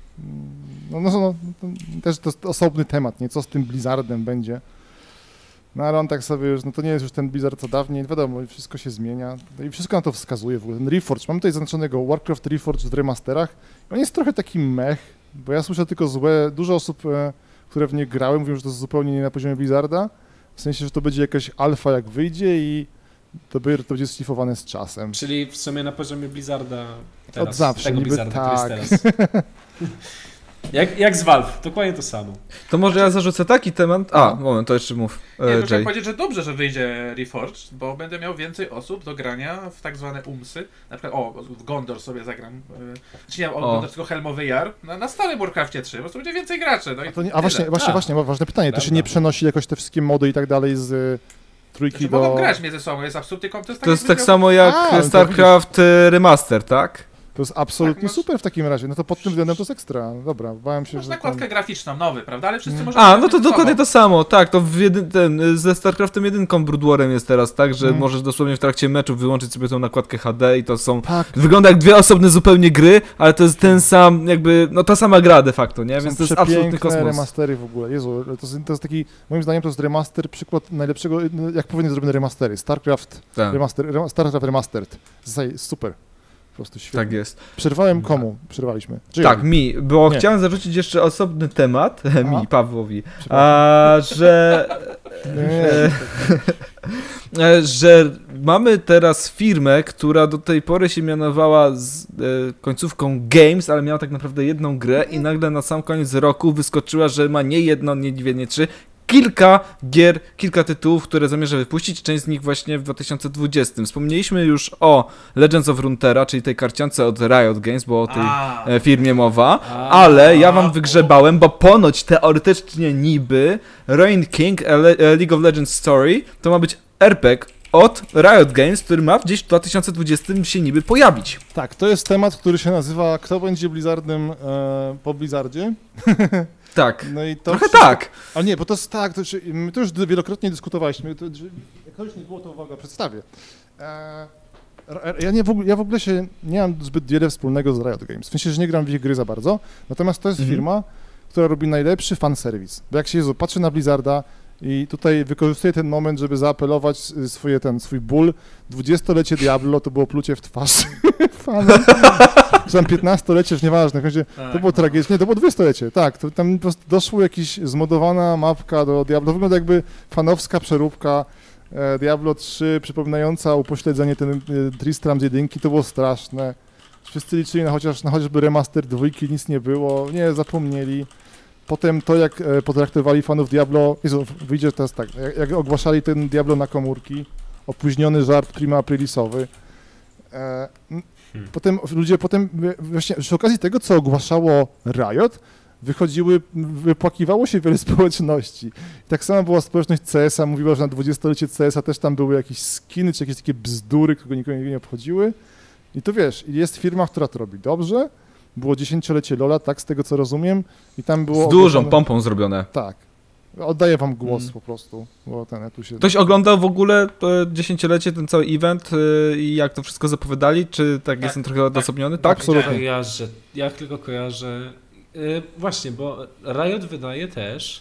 Też to jest osobny temat, nie? Co z tym Blizzardem będzie. No ale on tak sobie już, no to nie jest już ten Blizzard co dawniej, wiadomo, wszystko się zmienia i wszystko na to wskazuje w ogóle. Ten Reforged, mamy tutaj zaznaczonego Warcraft Reforged w remasterach. On jest trochę taki mech, bo ja słyszę tylko dużo osób, które w nie grały, mówią, że to jest zupełnie nie na poziomie Blizzarda. W sensie, że to będzie jakaś alfa jak wyjdzie i to będzie szlifowane z czasem. Czyli w sumie na poziomie Blizzarda teraz. Od zawsze, tego niby Blizzarda, tak. Jest teraz. Jak z Valve, dokładnie to samo. To może ja zarzucę taki temat. Moment, to jeszcze mów. Nie, chciałem powiedzieć, że dobrze, że wyjdzie Reforged, bo będę miał więcej osób do grania w tak zwane umsy. Na przykład, w Gondor sobie zagram. Czy nie Gondor, tylko Helmowy Jar. Na starym Warcraftie 3, bo to będzie więcej graczy. No właśnie, ważne pytanie. To się nie przenosi jakoś te wszystkie mody i tak dalej z trójki do... Mogą grać między sobą, jest absurd, to jest tak samo jak StarCraft Remaster, tak? To jest absolutnie super w takim razie. No to pod tym względem to jest ekstra. Dobra, bałem się, masz że... nakładkę graficzną, nowy, prawda? Ale wszyscy możemy... No to dokładnie to samo, tak. To ze StarCraftem 1 Brood Warem jest teraz tak, że możesz dosłownie w trakcie meczu wyłączyć sobie tą nakładkę HD i to są... Tak. Wygląda jak dwie osobne zupełnie gry, ale to jest ten sam, jakby, ta sama gra de facto, nie? Więc to jest absolutny kosmos. Remastery w ogóle. Jezu, to jest taki, moim zdaniem to jest remaster, przykład najlepszego, jak powinny zrobione remastery. StarCraft Remastered. Super. Po prostu świetnie. Tak jest. Przerwałem komu? Przerwaliśmy. Tak, mi, bo chciałem zarzucić jeszcze osobny temat, Pawłowi, że mamy teraz firmę, która do tej pory się mianowała z końcówką Games, ale miała tak naprawdę jedną grę i nagle na sam koniec roku wyskoczyła, że ma nie jedno, nie dwie, nie trzy, kilka gier, kilka tytułów, które zamierza wypuścić, część z nich właśnie w 2020. Wspomnieliśmy już o Legends of Runeterra, czyli tej karciance od Riot Games, bo o tej firmie mowa, ale ja wam wygrzebałem, bo ponoć teoretycznie niby Ruined King, League of Legends Story, to ma być RPG od Riot Games, który ma gdzieś w 2020 się niby pojawić. Tak, to jest temat, który się nazywa Kto będzie Blizzardem po Blizzardzie? Tak, no i to trochę tak. Ale nie, bo to jest tak, my to już wielokrotnie dyskutowaliśmy, jak już nie było, to uwaga, przedstawię. Ja w ogóle nie mam zbyt wiele wspólnego z Riot Games, w sensie, że nie gram w ich gry za bardzo, natomiast to jest firma, która robi najlepszy fanserwis, bo jak się patrzy na Blizzarda i tutaj wykorzystuje ten moment, żeby zaapelować swój ból. 20-lecie Diablo to było plucie w twarz fanom. Czy tam 15-lecie, już nieważne, to było tragiczne, to było 20-lecie, tak, to tam po prostu doszło jakaś zmodowana mapka do Diablo, wygląda jakby fanowska przeróbka Diablo 3, przypominająca upośledzenie ten Tristram z jedynki, to było straszne. Wszyscy liczyli na chociażby remaster dwójki, nic nie było, nie, zapomnieli. Potem to, jak potraktowali fanów Diablo, wyjdzie teraz tak, jak ogłaszali ten Diablo na komórki, opóźniony żart prima aprilisowy. Potem ludzie, właśnie przy okazji tego, co ogłaszało Riot, wypłakiwało się wiele społeczności. I tak samo była społeczność CS-a, mówiła, że na 20-lecie CS-a też tam były jakieś skiny, czy jakieś takie bzdury, które nikogo nie obchodziły. I to wiesz, jest firma, która to robi dobrze. Było 10-lecie LoL'a, tak, z tego co rozumiem. I tam było... Z dużą pompą zrobione. Tak. Oddaję wam głos po prostu, bo tu się... Ktoś oglądał w ogóle to 10-lecie, ten cały event i jak to wszystko zapowiadali? Czy tak jestem trochę odosobniony? Tak, absolutnie. Ja tylko kojarzę... właśnie, bo Riot wydaje też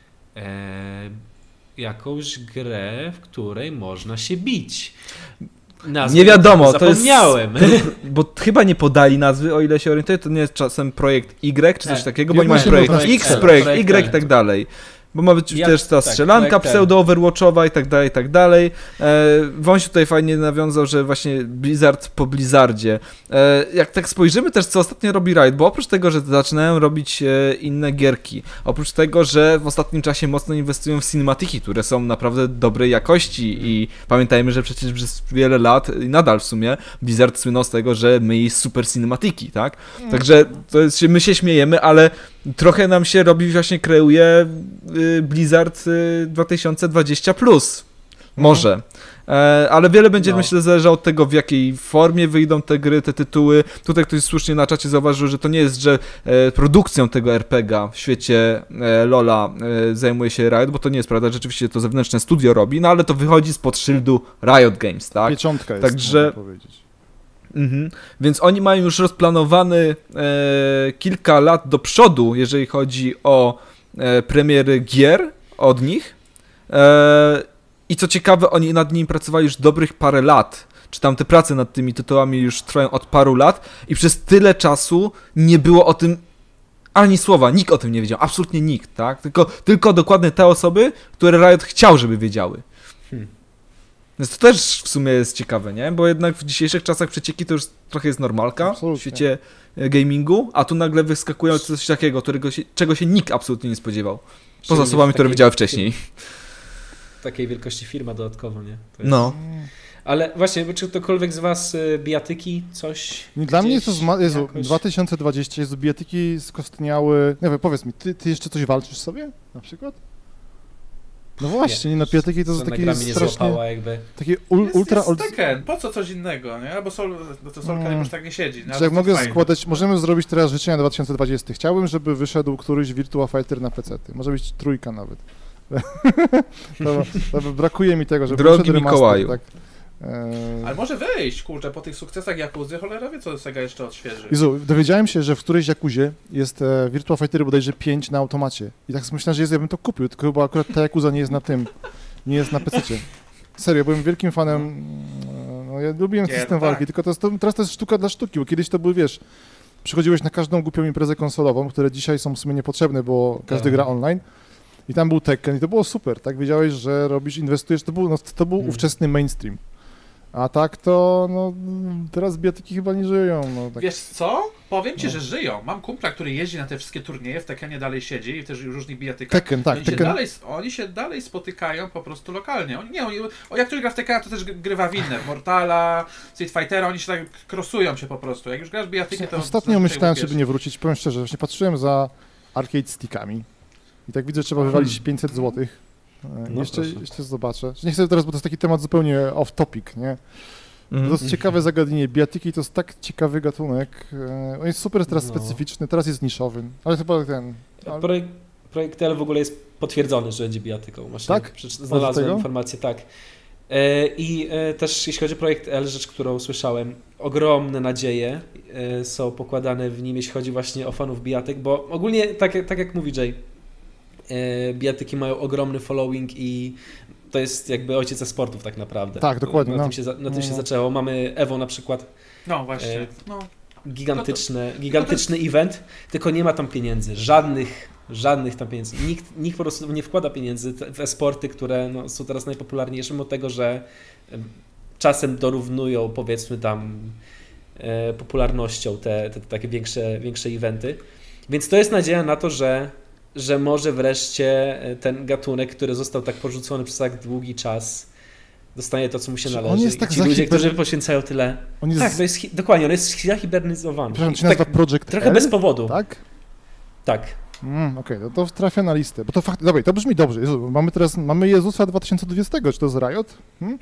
jakąś grę, w której można się bić. Nazwy nie wiadomo, zapomniałem. To jest, bo chyba nie podali nazwy, o ile się orientuję, to nie jest czasem projekt Y czy coś takiego, bo nie mają projekt X, projekt Y i tak dalej. Bo ma być też ta strzelanka pseudo-overwatchowa i tak dalej. Wąsiu tutaj fajnie nawiązał, że właśnie Blizzard po Blizzardzie. Jak tak spojrzymy też, co ostatnio robi Riot, bo oprócz tego, że zaczynają robić inne gierki, oprócz tego, że w ostatnim czasie mocno inwestują w cinematiki, które są naprawdę dobrej jakości i pamiętajmy, że przecież przez wiele lat i nadal w sumie Blizzard słynął z tego, że my jest super cinematiki, tak? Także to jest, my się śmiejemy, ale trochę nam się robi, właśnie kreuje Blizzard 2020+. Może. Ale wiele będzie, myślę, zależało od tego, w jakiej formie wyjdą te gry, te tytuły. Tutaj ktoś słusznie na czacie zauważył, że to nie jest, że produkcją tego RPG w świecie LoL'a zajmuje się Riot, bo to nie jest prawda, rzeczywiście to zewnętrzne studio robi, no ale to wychodzi spod szyldu Riot Games, tak? Pieczątka jest, także można powiedzieć. Więc oni mają już rozplanowany kilka lat do przodu, jeżeli chodzi o premiery gier od nich. I co ciekawe, oni nad nim pracowali już dobrych parę lat. Czy tam te prace nad tymi tytułami już trwają od paru lat i przez tyle czasu nie było o tym ani słowa, nikt o tym nie wiedział, absolutnie nikt, tak? Tylko dokładnie te osoby, które Riot chciał, żeby wiedziały. Więc to też w sumie jest ciekawe, nie? Bo jednak w dzisiejszych czasach przecieki to już trochę jest normalka w świecie gamingu, a tu nagle wyskakują coś takiego, czego się nikt absolutnie nie spodziewał. Poza osobami, które widziały wcześniej. Takiej wielkości firma dodatkowo, nie? To jest... No. Ale właśnie, czy ktokolwiek z was bijatyki, coś... Dla mnie jest to Jezu, 2020, Jezu, bijatyki skostniały... Nie wiem, powiedz mi, ty jeszcze coś walczysz sobie na przykład? No właśnie, nie, no bijatyki to jest takie strasznie... jakby. Takie ultra... Jest Tekken, po co coś innego, nie? Bo to Solka już tak nie siedzi. No, że jak mogę składać, możemy zrobić teraz życzenia 2020. Chciałbym, żeby wyszedł któryś Virtua Fighter na PC-ty. Może być 3 nawet. to brakuje mi tego, żeby drogi Mikołaju. Tak. Ale może wyjść, kurczę, po tych sukcesach Yakuzy, cholera wie, co Sega jeszcze odświeży. Jezu, dowiedziałem się, że w którejś Yakuzie jest Virtua Fighter bodajże 5 na automacie. I tak myślałem, że ja bym to kupił, tylko chyba akurat ta Yakuza nie jest na tym, nie jest na PC-cie. Serio, byłem wielkim fanem, no ja lubiłem system walki, tylko teraz to jest sztuka dla sztuki, bo kiedyś to był, wiesz, przychodziłeś na każdą głupią imprezę konsolową, które dzisiaj są w sumie niepotrzebne, bo każdy gra online. I tam był Tekken i to było super, tak? Wiedziałeś, że robisz, inwestujesz, to był ówczesny mainstream. A tak to, no, teraz bijatyki chyba nie żyją. No, tak. Wiesz co? Powiem ci, że żyją. Mam kumpla, który jeździ na te wszystkie turnieje, w Tekkenie dalej siedzi i też w różnych bijatykach. Tekken, tak. Oni się dalej spotykają po prostu lokalnie. Jak ktoś gra w Tekkena, to też grywa w inne. Mortala, Street Fightera, oni się tak crossują się po prostu. Jak już grasz bijatyki, to... Ostatnio myślałem, żeby nie wrócić. Powiem szczerze, właśnie patrzyłem za arcade stickami. I tak widzę, że trzeba wywalić 500 zł. No jeszcze zobaczę. Nie chcę teraz, bo to jest taki temat zupełnie off-topic, nie? To jest ciekawe zagadnienie. Bijatyki to jest tak ciekawy gatunek. On jest super teraz specyficzny, teraz jest niszowy. Ale chyba ten... Projekt L w ogóle jest potwierdzony, że będzie bijatyką. Właśnie tak? Znalazłem informację, tak. I też jeśli chodzi o projekt L, rzecz, którą słyszałem, ogromne nadzieje są pokładane w nim, jeśli chodzi właśnie o fanów bijatyk, bo ogólnie, tak jak mówi Jay, bijatyki mają ogromny following i to jest jakby ojciec e-sportów tak naprawdę. Tak, dokładnie. Na tym się zaczęło. Mamy Evo na przykład. No właśnie. Gigantyczny event, tylko nie ma tam pieniędzy. Żadnych tam pieniędzy. Nikt po prostu nie wkłada pieniędzy w e-sporty, które są teraz najpopularniejsze, mimo tego, że czasem dorównują, powiedzmy tam, popularnością te takie większe eventy. Więc to jest nadzieja na to, że może wreszcie ten gatunek, który został tak porzucony przez tak długi czas, dostanie to, co mu się należy. On jest tak ci ludzie, którzy poświęcają tyle... Tak, to jest dokładnie, on jest zahibernizowany. Przepraszam, czy tak, Project trochę L? bez powodu. Tak? Tak. Okej, to trafia na listę, bo to dobra, to brzmi dobrze. Jezu, mamy Jezusa 2020, czy to jest Riot?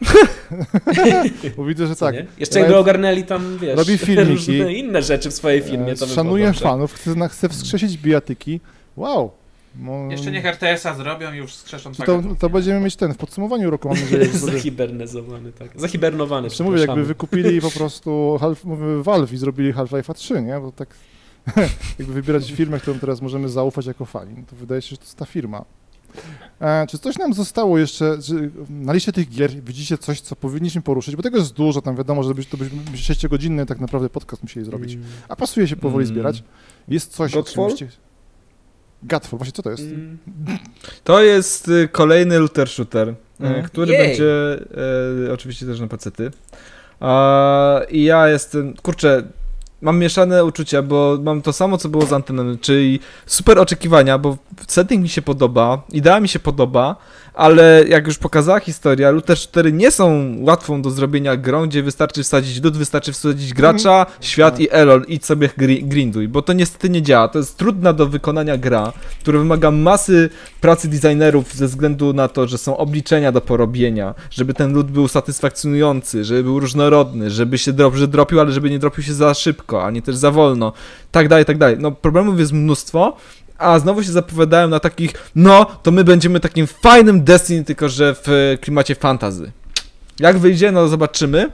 Bo widzę, że tak. Jeszcze jakby ogarnęli tam, wiesz, robi filmiki, różne inne rzeczy w swojej firmie. To szanuje fanów, chce wskrzesić bijatyki. Wow. Jeszcze niech RTS-a zrobią i już skrzeszą to będziemy mieć w podsumowaniu roku, mam nadzieję. Zahibernizowany, tak. Zahibernowany. Jeszcze mówię, jakby wykupili po prostu Valve i zrobili Half-Life'a 3, nie? Bo tak jakby wybierać firmę, którą teraz możemy zaufać jako fani, to wydaje się, że to jest ta firma. Czy coś nam zostało jeszcze, na liście tych gier widzicie coś, co powinniśmy poruszyć, bo tego jest dużo, tam wiadomo, że to byśmy 6-godzinny tak naprawdę podcast musieli zrobić, a pasuje się powoli zbierać. Jest coś, Godfall? Godfall, właśnie co to jest? To jest kolejny looter shooter, który będzie oczywiście też na pecety. I ja jestem, mam mieszane uczucia, bo mam to samo, co było z Antenem, czyli super oczekiwania, bo setting mi się podoba, idea mi się podoba, ale jak już pokazała historia, looter shootery nie są łatwą do zrobienia grą, gdzie wystarczy wsadzić loot, wystarczy wsadzić gracza, świat i elol, idź sobie grinduj, bo to niestety nie działa. To jest trudna do wykonania gra, która wymaga masy pracy designerów ze względu na to, że są obliczenia do porobienia, żeby ten loot był satysfakcjonujący, żeby był różnorodny, żeby się dobrze dropił, ale żeby nie dropił się za szybko, ani też za wolno, tak dalej, tak dalej. No problemów jest mnóstwo, a znowu się zapowiadają na takich, to my będziemy takim fajnym Destiny, tylko że w klimacie fantasy. Jak wyjdzie, zobaczymy.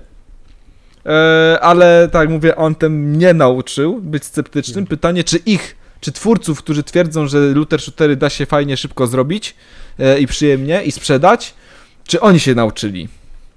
Ale tak jak mówię, on mnie nauczył być sceptycznym. Pytanie, czy twórców, którzy twierdzą, że looter shootery da się fajnie, szybko zrobić i przyjemnie i sprzedać, czy oni się nauczyli?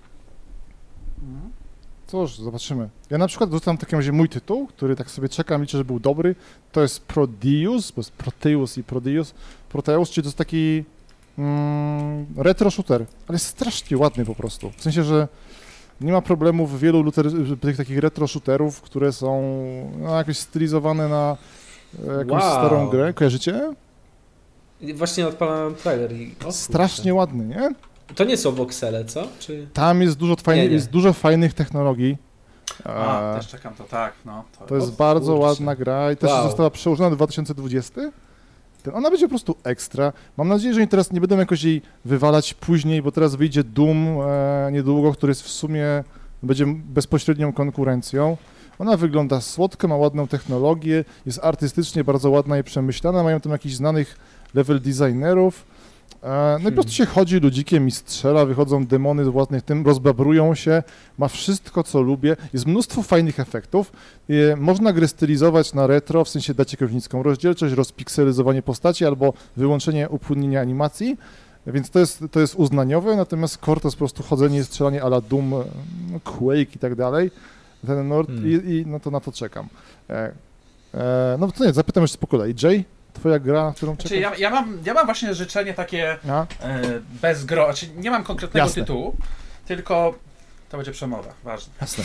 Cóż, zobaczymy. Ja na przykład dostałem w takim razie mój tytuł, który tak sobie czekam, liczę, że był dobry. To jest Proteus, bo jest Proteus i Proteus, czyli to jest taki retro shooter, ale jest strasznie ładny po prostu. W sensie, że nie ma problemów wielu tych takich retro shooterów, które są jakoś stylizowane na jakąś starą grę. Kojarzycie? Właśnie odpalam trailer i... Strasznie ładny, nie? To nie są voxele, co? Czy... Tam jest dużo fajnych technologii. Też czekam, to tak, To jest bardzo ładna gra i też została przełożona do 2020. Ona będzie po prostu ekstra. Mam nadzieję, że oni teraz nie będą jakoś jej wywalać później, bo teraz wyjdzie Doom niedługo, który jest w sumie będzie bezpośrednią konkurencją. Ona wygląda słodko, ma ładną technologię, jest artystycznie bardzo ładna i przemyślana, mają tam jakichś znanych level designerów. No i po prostu się chodzi ludzikiem i strzela, wychodzą demony z własnych tym, rozbabrują się, ma wszystko, co lubię, jest mnóstwo fajnych efektów, można grę stylizować na retro, w sensie dać jakąś niską rozdzielczość, rozpikselizowanie postaci albo wyłączenie upłynnienia animacji, więc to jest uznaniowe, natomiast core to jest po prostu chodzenie i strzelanie a la Doom, Quake i tak dalej, to na to czekam. No to nie, zapytam jeszcze po kolei. Jay? Twoja gra, na którą czekasz? Ja mam właśnie życzenie takie bez nie mam konkretnego tytułu, tylko to będzie przemowa, ważne. Jasne.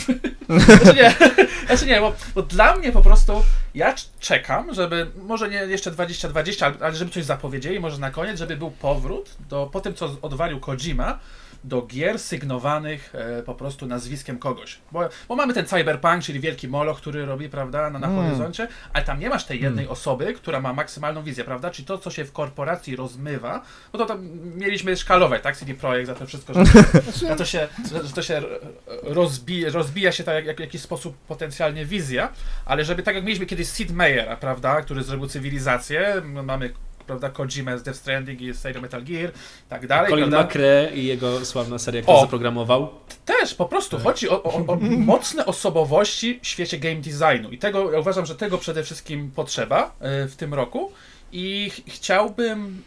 Bo dla mnie po prostu, ja czekam, żeby, może nie jeszcze 2020, ale żeby coś zapowiedzieli, może na koniec, żeby był powrót po tym, co odwalił Kojima, do gier sygnowanych po prostu nazwiskiem kogoś. Bo mamy ten Cyberpunk, czyli wielki moloch, który robi, prawda, na horyzoncie, ale tam nie masz tej jednej osoby, która ma maksymalną wizję, prawda, czyli to, co się w korporacji rozmywa, no to tam mieliśmy szkalować, tak, CD Projekt za to wszystko, że to się rozbija się tak w jakiś sposób potencjalnie wizja, ale żeby tak jak mieliśmy kiedyś Sid Meier'a, prawda, który zrobił cywilizację, mamy, prawda, Kojima z Death Stranding i Sega Metal Gear, tak dalej. Colin McRae i jego sławna seria, którą zaprogramował. Też, po prostu chodzi o mocne osobowości w świecie game designu i tego, ja uważam, że tego przede wszystkim potrzeba w tym roku i chciałbym,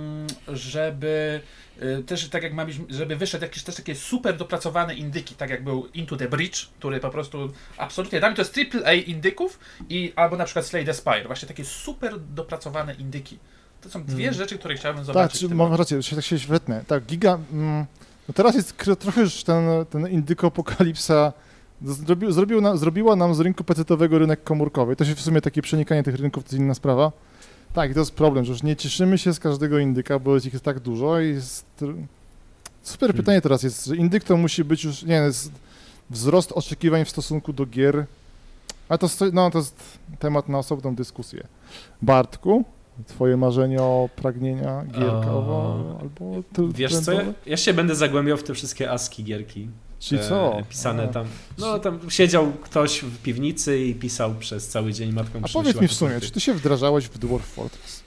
żeby też tak jak żeby wyszedł jakieś też takie super dopracowane indyki, tak jak był Into the Breach, który po prostu absolutnie, dla mnie to jest AAA indyków albo na przykład Slay the Spire, właśnie takie super dopracowane indyki. To są dwie rzeczy, które chciałbym zobaczyć. Tak, mam rację, tak się wetnę. Tak, no teraz jest trochę już ten indyko-apokalipsa zrobiła nam z rynku pecetowego rynek komórkowy. To się w sumie takie przenikanie tych rynków to jest inna sprawa. Tak, i to jest problem, że już nie cieszymy się z każdego indyka, bo ich jest tak dużo i jest... Super pytanie teraz jest, że indyk to musi być już, jest wzrost oczekiwań w stosunku do gier, ale to jest temat na osobną dyskusję. Bartku? Twoje marzenia, pragnienia gierkowo albo... Wiesz co, ja się będę zagłębiał w te wszystkie ASCII gierki. Czyli co? Pisane tam. No tam siedział ktoś w piwnicy i pisał przez cały dzień matką. A powiedz mi w sumie, czy ty się wdrażałeś w Dwarf Fortress?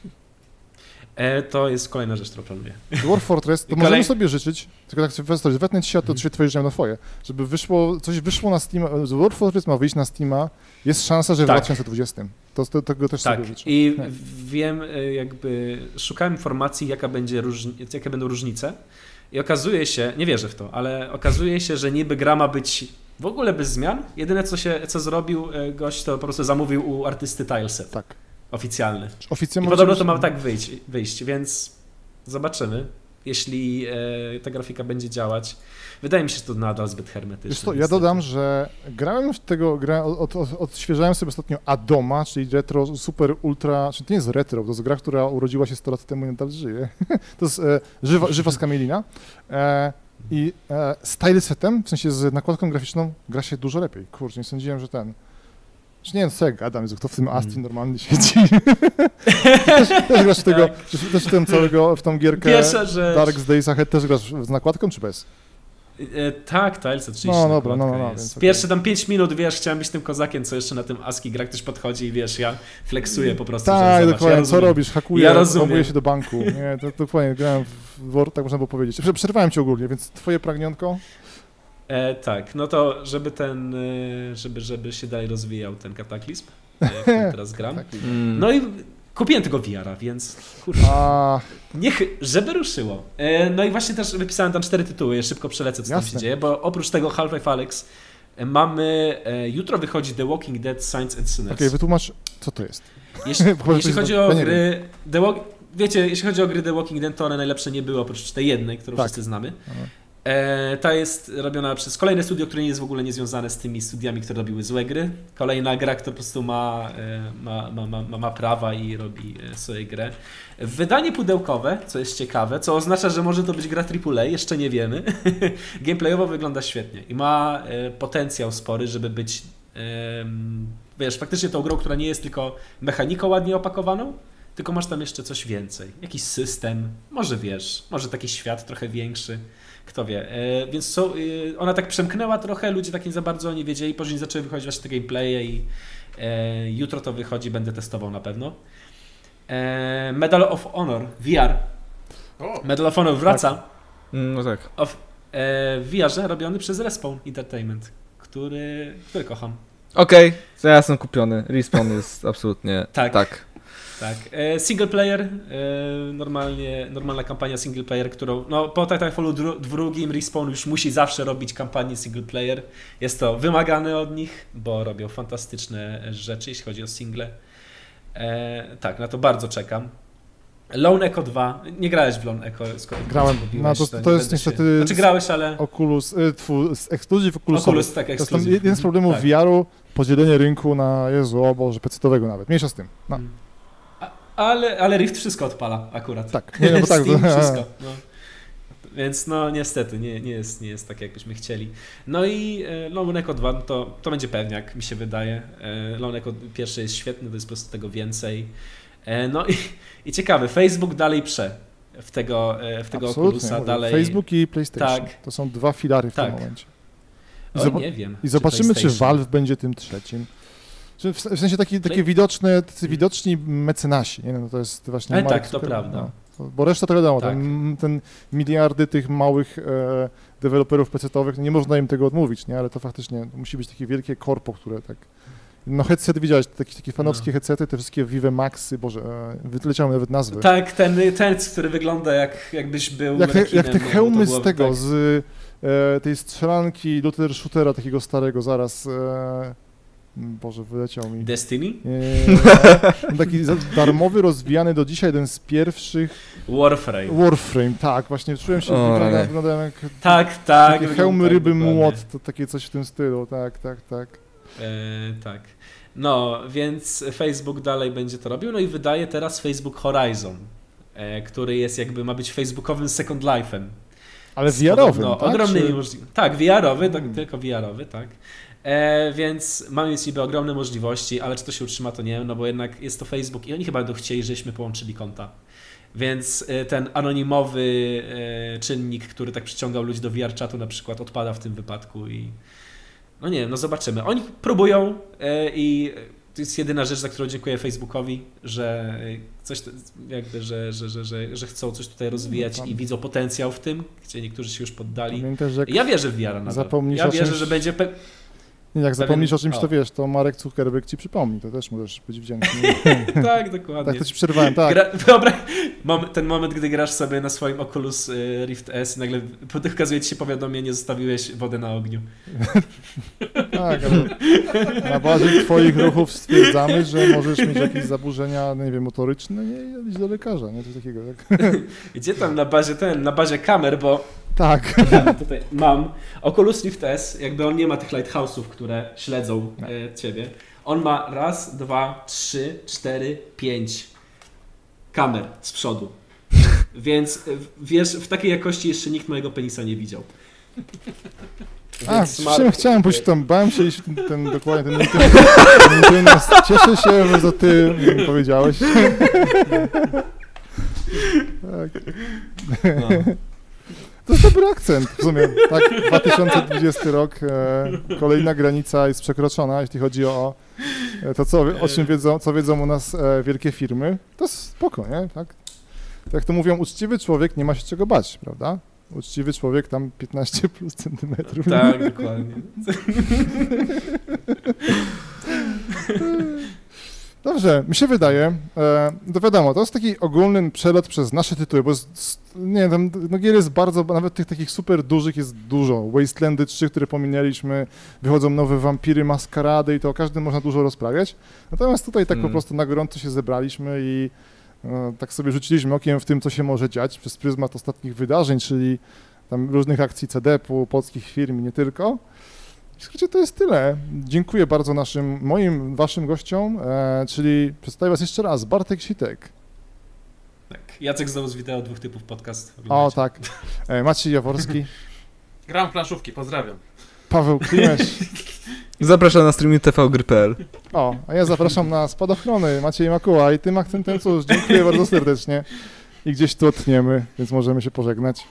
To jest kolejna rzecz, którą planuję. Dwarf Fortress, to możemy sobie życzyć, tylko tak wetnę ci się, to twoje życzenia na twoje, żeby coś wyszło na Steama, Dwarf Fortress ma wyjść na Steama, jest szansa, że w 2020. Tego też sobie życzę. I wiem, szukałem informacji, jakie będą różnice i okazuje się, nie wierzę w to, ale okazuje się, że niby gra ma być w ogóle bez zmian. Jedyne, co zrobił gość, to po prostu zamówił u artysty tileset. Tak. oficjalny. Oficjalnie i podobno to ma tak wyjść, więc zobaczymy, jeśli ta grafika będzie działać. Wydaje mi się, że to nadal zbyt hermetyczne. Ja dodam, że grałem w tego, odświeżałem sobie ostatnio Adoma, czyli retro, super, ultra, czyli to nie jest retro, to jest gra, która urodziła się 100 lat temu i nadal żyje. To jest żywa skamielina. I stylesetem, w sensie z nakładką graficzną, gra się dużo lepiej. Kurczę, nie sądziłem, że ten... Nie wiem, co ja gadam, kto w tym Asti normalnie siedzi. też grasz w tego, też w tym całego, w tą gierkę Dark Days Ahead też grasz z nakładką, czy bez? Tak, Tiles 30. No dobra, no. Pierwsze tam 5 minut, wiesz, chciałem być tym kozakiem, co jeszcze na tym ASCII gra, ktoś podchodzi i wiesz, ja flexuję po prostu. Tak, dokładnie, ja co robisz, hakuję, rozumiem się do banku. Nie, to dokładnie, grałem w Word, tak można było powiedzieć. Przerwałem cię ogólnie, więc twoje pragnionko? Tak, no to żeby żeby się dalej rozwijał ten kataklizm, w którym teraz gram. No i kupiłem tego VR-a, więc kurczę, żeby ruszyło. No i właśnie też wypisałem tam 4 tytuły, szybko przelecę, co tam się dzieje, bo oprócz tego Half-Life Alyx mamy, jutro wychodzi The Walking Dead Saints and Sinners. Okej, wytłumacz, co to jest. Jeśli chodzi o gry, jeśli chodzi o gry The Walking Dead, to one najlepsze nie były, oprócz tej jednej, którą wszyscy znamy. Ta jest robiona przez kolejne studio, które nie jest w ogóle niezwiązane z tymi studiami, które robiły złe gry. Kolejna gra, która po prostu ma prawa i robi swoją grę. Wydanie pudełkowe, co jest ciekawe, co oznacza, że może to być gra AAA, jeszcze nie wiemy. Gameplayowo wygląda świetnie i ma potencjał spory, żeby być wiesz, faktycznie tą grą, która nie jest tylko mechaniką ładnie opakowaną, tylko masz tam jeszcze coś więcej. Jakiś system, może wiesz, może taki świat trochę większy. Kto wie. Więc ona tak przemknęła trochę, ludzie tak nie za bardzo nie wiedzieli, później zaczęły wychodzić właśnie te gameplaye i jutro to wychodzi, będę testował na pewno. Medal of Honor VR. Medal of Honor wraca. Tak. No tak. W VR-ze robiony przez Respawn Entertainment, który kocham. Okej, to ja jestem kupiony. Respawn jest absolutnie tak. Single player, normalna kampania single player, którą po Titanfallu drugim Respawn już musi zawsze robić kampanię single player. Jest to wymagane od nich, bo robią fantastyczne rzeczy, jeśli chodzi o single. Tak, na to bardzo czekam. Lone Echo 2, nie grałeś w Lone Echo? Grałem, to jest niestety... Znaczy grałeś, ale... Exclusive Oculusowy. Oculus, tak, exclusive. Jeden z problemów VR-u, podzielenie rynku na, o Boże, PC-owego nawet, mniejsza z tym. No. Ale Rift wszystko odpala akurat. Tak, nie, bo tak. Steam wszystko. No. Więc nie jest tak, jakbyśmy chcieli. No i Lone Echo 2 to będzie pewniak, mi się wydaje. Lone Echo pierwszy jest świetny, to jest po prostu tego więcej. No i ciekawe, Facebook dalej w tego Oculusa. Dalej... Facebook i PlayStation. Tak. To są 2 filary w tym momencie. Nie wiem. I zobaczymy, czy Valve będzie tym trzecim. W sensie takie widoczne, tacy widoczni mecenasi, nie? No to jest właśnie... tak, to prawda. No, bo reszta to wiadomo, ten miliardy tych małych deweloperów PC-owych, nie można im tego odmówić, nie? Ale to faktycznie musi być takie wielkie korpo, które tak... No headset widziałeś, takie fanowskie headsety, te wszystkie Vive Maxy, Boże, wyleciały nawet nazwy. Tak, ten, który wygląda jakbyś był jak te hełmy z tego, z tej strzelanki looter shootera takiego starego, zaraz... Boże, wyleciał mi. Destiny? Taki darmowy, rozwijany do dzisiaj, jeden z pierwszych... Warframe, tak, właśnie czułem się, wyglądałem jak... Tak. Takie hełmy, ryby, młot, to takie coś w tym stylu, tak. Tak. No, więc Facebook dalej będzie to robił, no i wydaje teraz Facebook Horizon, który jest ma być facebookowym Second Life'em. Ale VR-owym, tak? Ogromnymi tak, VR-owy, tylko VR-owy, tak. Więc mamy już niby ogromne możliwości, ale czy to się utrzyma, to nie wiem, no bo jednak jest to Facebook i oni chyba będą chcieli, żebyśmy połączyli konta. Więc ten anonimowy czynnik, który tak przyciągał ludzi do VR-czatu na przykład, odpada w tym wypadku i no nie wiem, no zobaczymy. Oni próbują i to jest jedyna rzecz, za którą dziękuję Facebookowi, że coś że chcą coś tutaj rozwijać i widzą potencjał w tym, gdzie niektórzy się już poddali. Ja wierzę w VR nadal. Ja wierzę, że będzie Jak zapomnisz o czymś, to wiesz, to Marek Zuckerberg ci przypomni, to też możesz być wdzięczny. Tak, dokładnie. Tak, to ci przerwałem, tak. Ten moment, gdy grasz sobie na swoim Oculus Rift S i nagle okazuje ci się powiadomienie, zostawiłeś wodę na ogniu. Tak, ale na bazie twoich ruchów stwierdzamy, że możesz mieć jakieś zaburzenia, nie wiem, motoryczne i iść do lekarza, nie? Coś takiego, tak? Gdzie tam na bazie kamer, bo tak. Ja tutaj mam Oculus Rift S, jakby on nie ma tych lighthouse'ów, które śledzą ciebie. On ma 1, 2, 3, 4, 5 kamer z przodu. Więc wiesz, w takiej jakości jeszcze nikt mojego penisa nie widział. Chciałem pójść tam, bałem się iść dokładnie ten internet. Cieszę się, że ty powiedziałeś. Tak. No. To jest dobry akcent w sumie. Tak, 2020 rok, kolejna granica jest przekroczona, jeśli chodzi o to, o czym wiedzą u nas wielkie firmy. To jest spoko, nie? Tak? Jak to mówią, uczciwy człowiek nie ma się czego bać, prawda? Uczciwy człowiek tam 15 plus centymetrów. Tak, dokładnie. Dobrze, mi się wydaje, to wiadomo, to jest taki ogólny przelot przez nasze tytuły, bo nie wiem, gier jest bardzo, nawet tych takich super dużych jest dużo. Wastelandy 3, które pominęliśmy, wychodzą nowe Wampiry, Maskarady i to o każdym można dużo rozprawiać. Natomiast tutaj tak po prostu na gorąco się zebraliśmy i tak sobie rzuciliśmy okiem w tym, co się może dziać przez pryzmat ostatnich wydarzeń, czyli tam różnych akcji CDP-u, polskich firm i nie tylko. Słuchajcie, to jest tyle. Dziękuję bardzo waszym gościom, czyli przedstawię was jeszcze raz, Bartek Sitek. Tak, Jacek znowu z wideo 2 typów podcast. O tak, Maciej Jaworski. Gram w planszówki, pozdrawiam. Paweł Klimesz. Zapraszam na streaming tvgry.pl. O, a ja zapraszam na Spadochrony, Maciej Makuła i tym akcentem cóż, dziękuję bardzo serdecznie. I gdzieś tu odtniemy, więc możemy się pożegnać.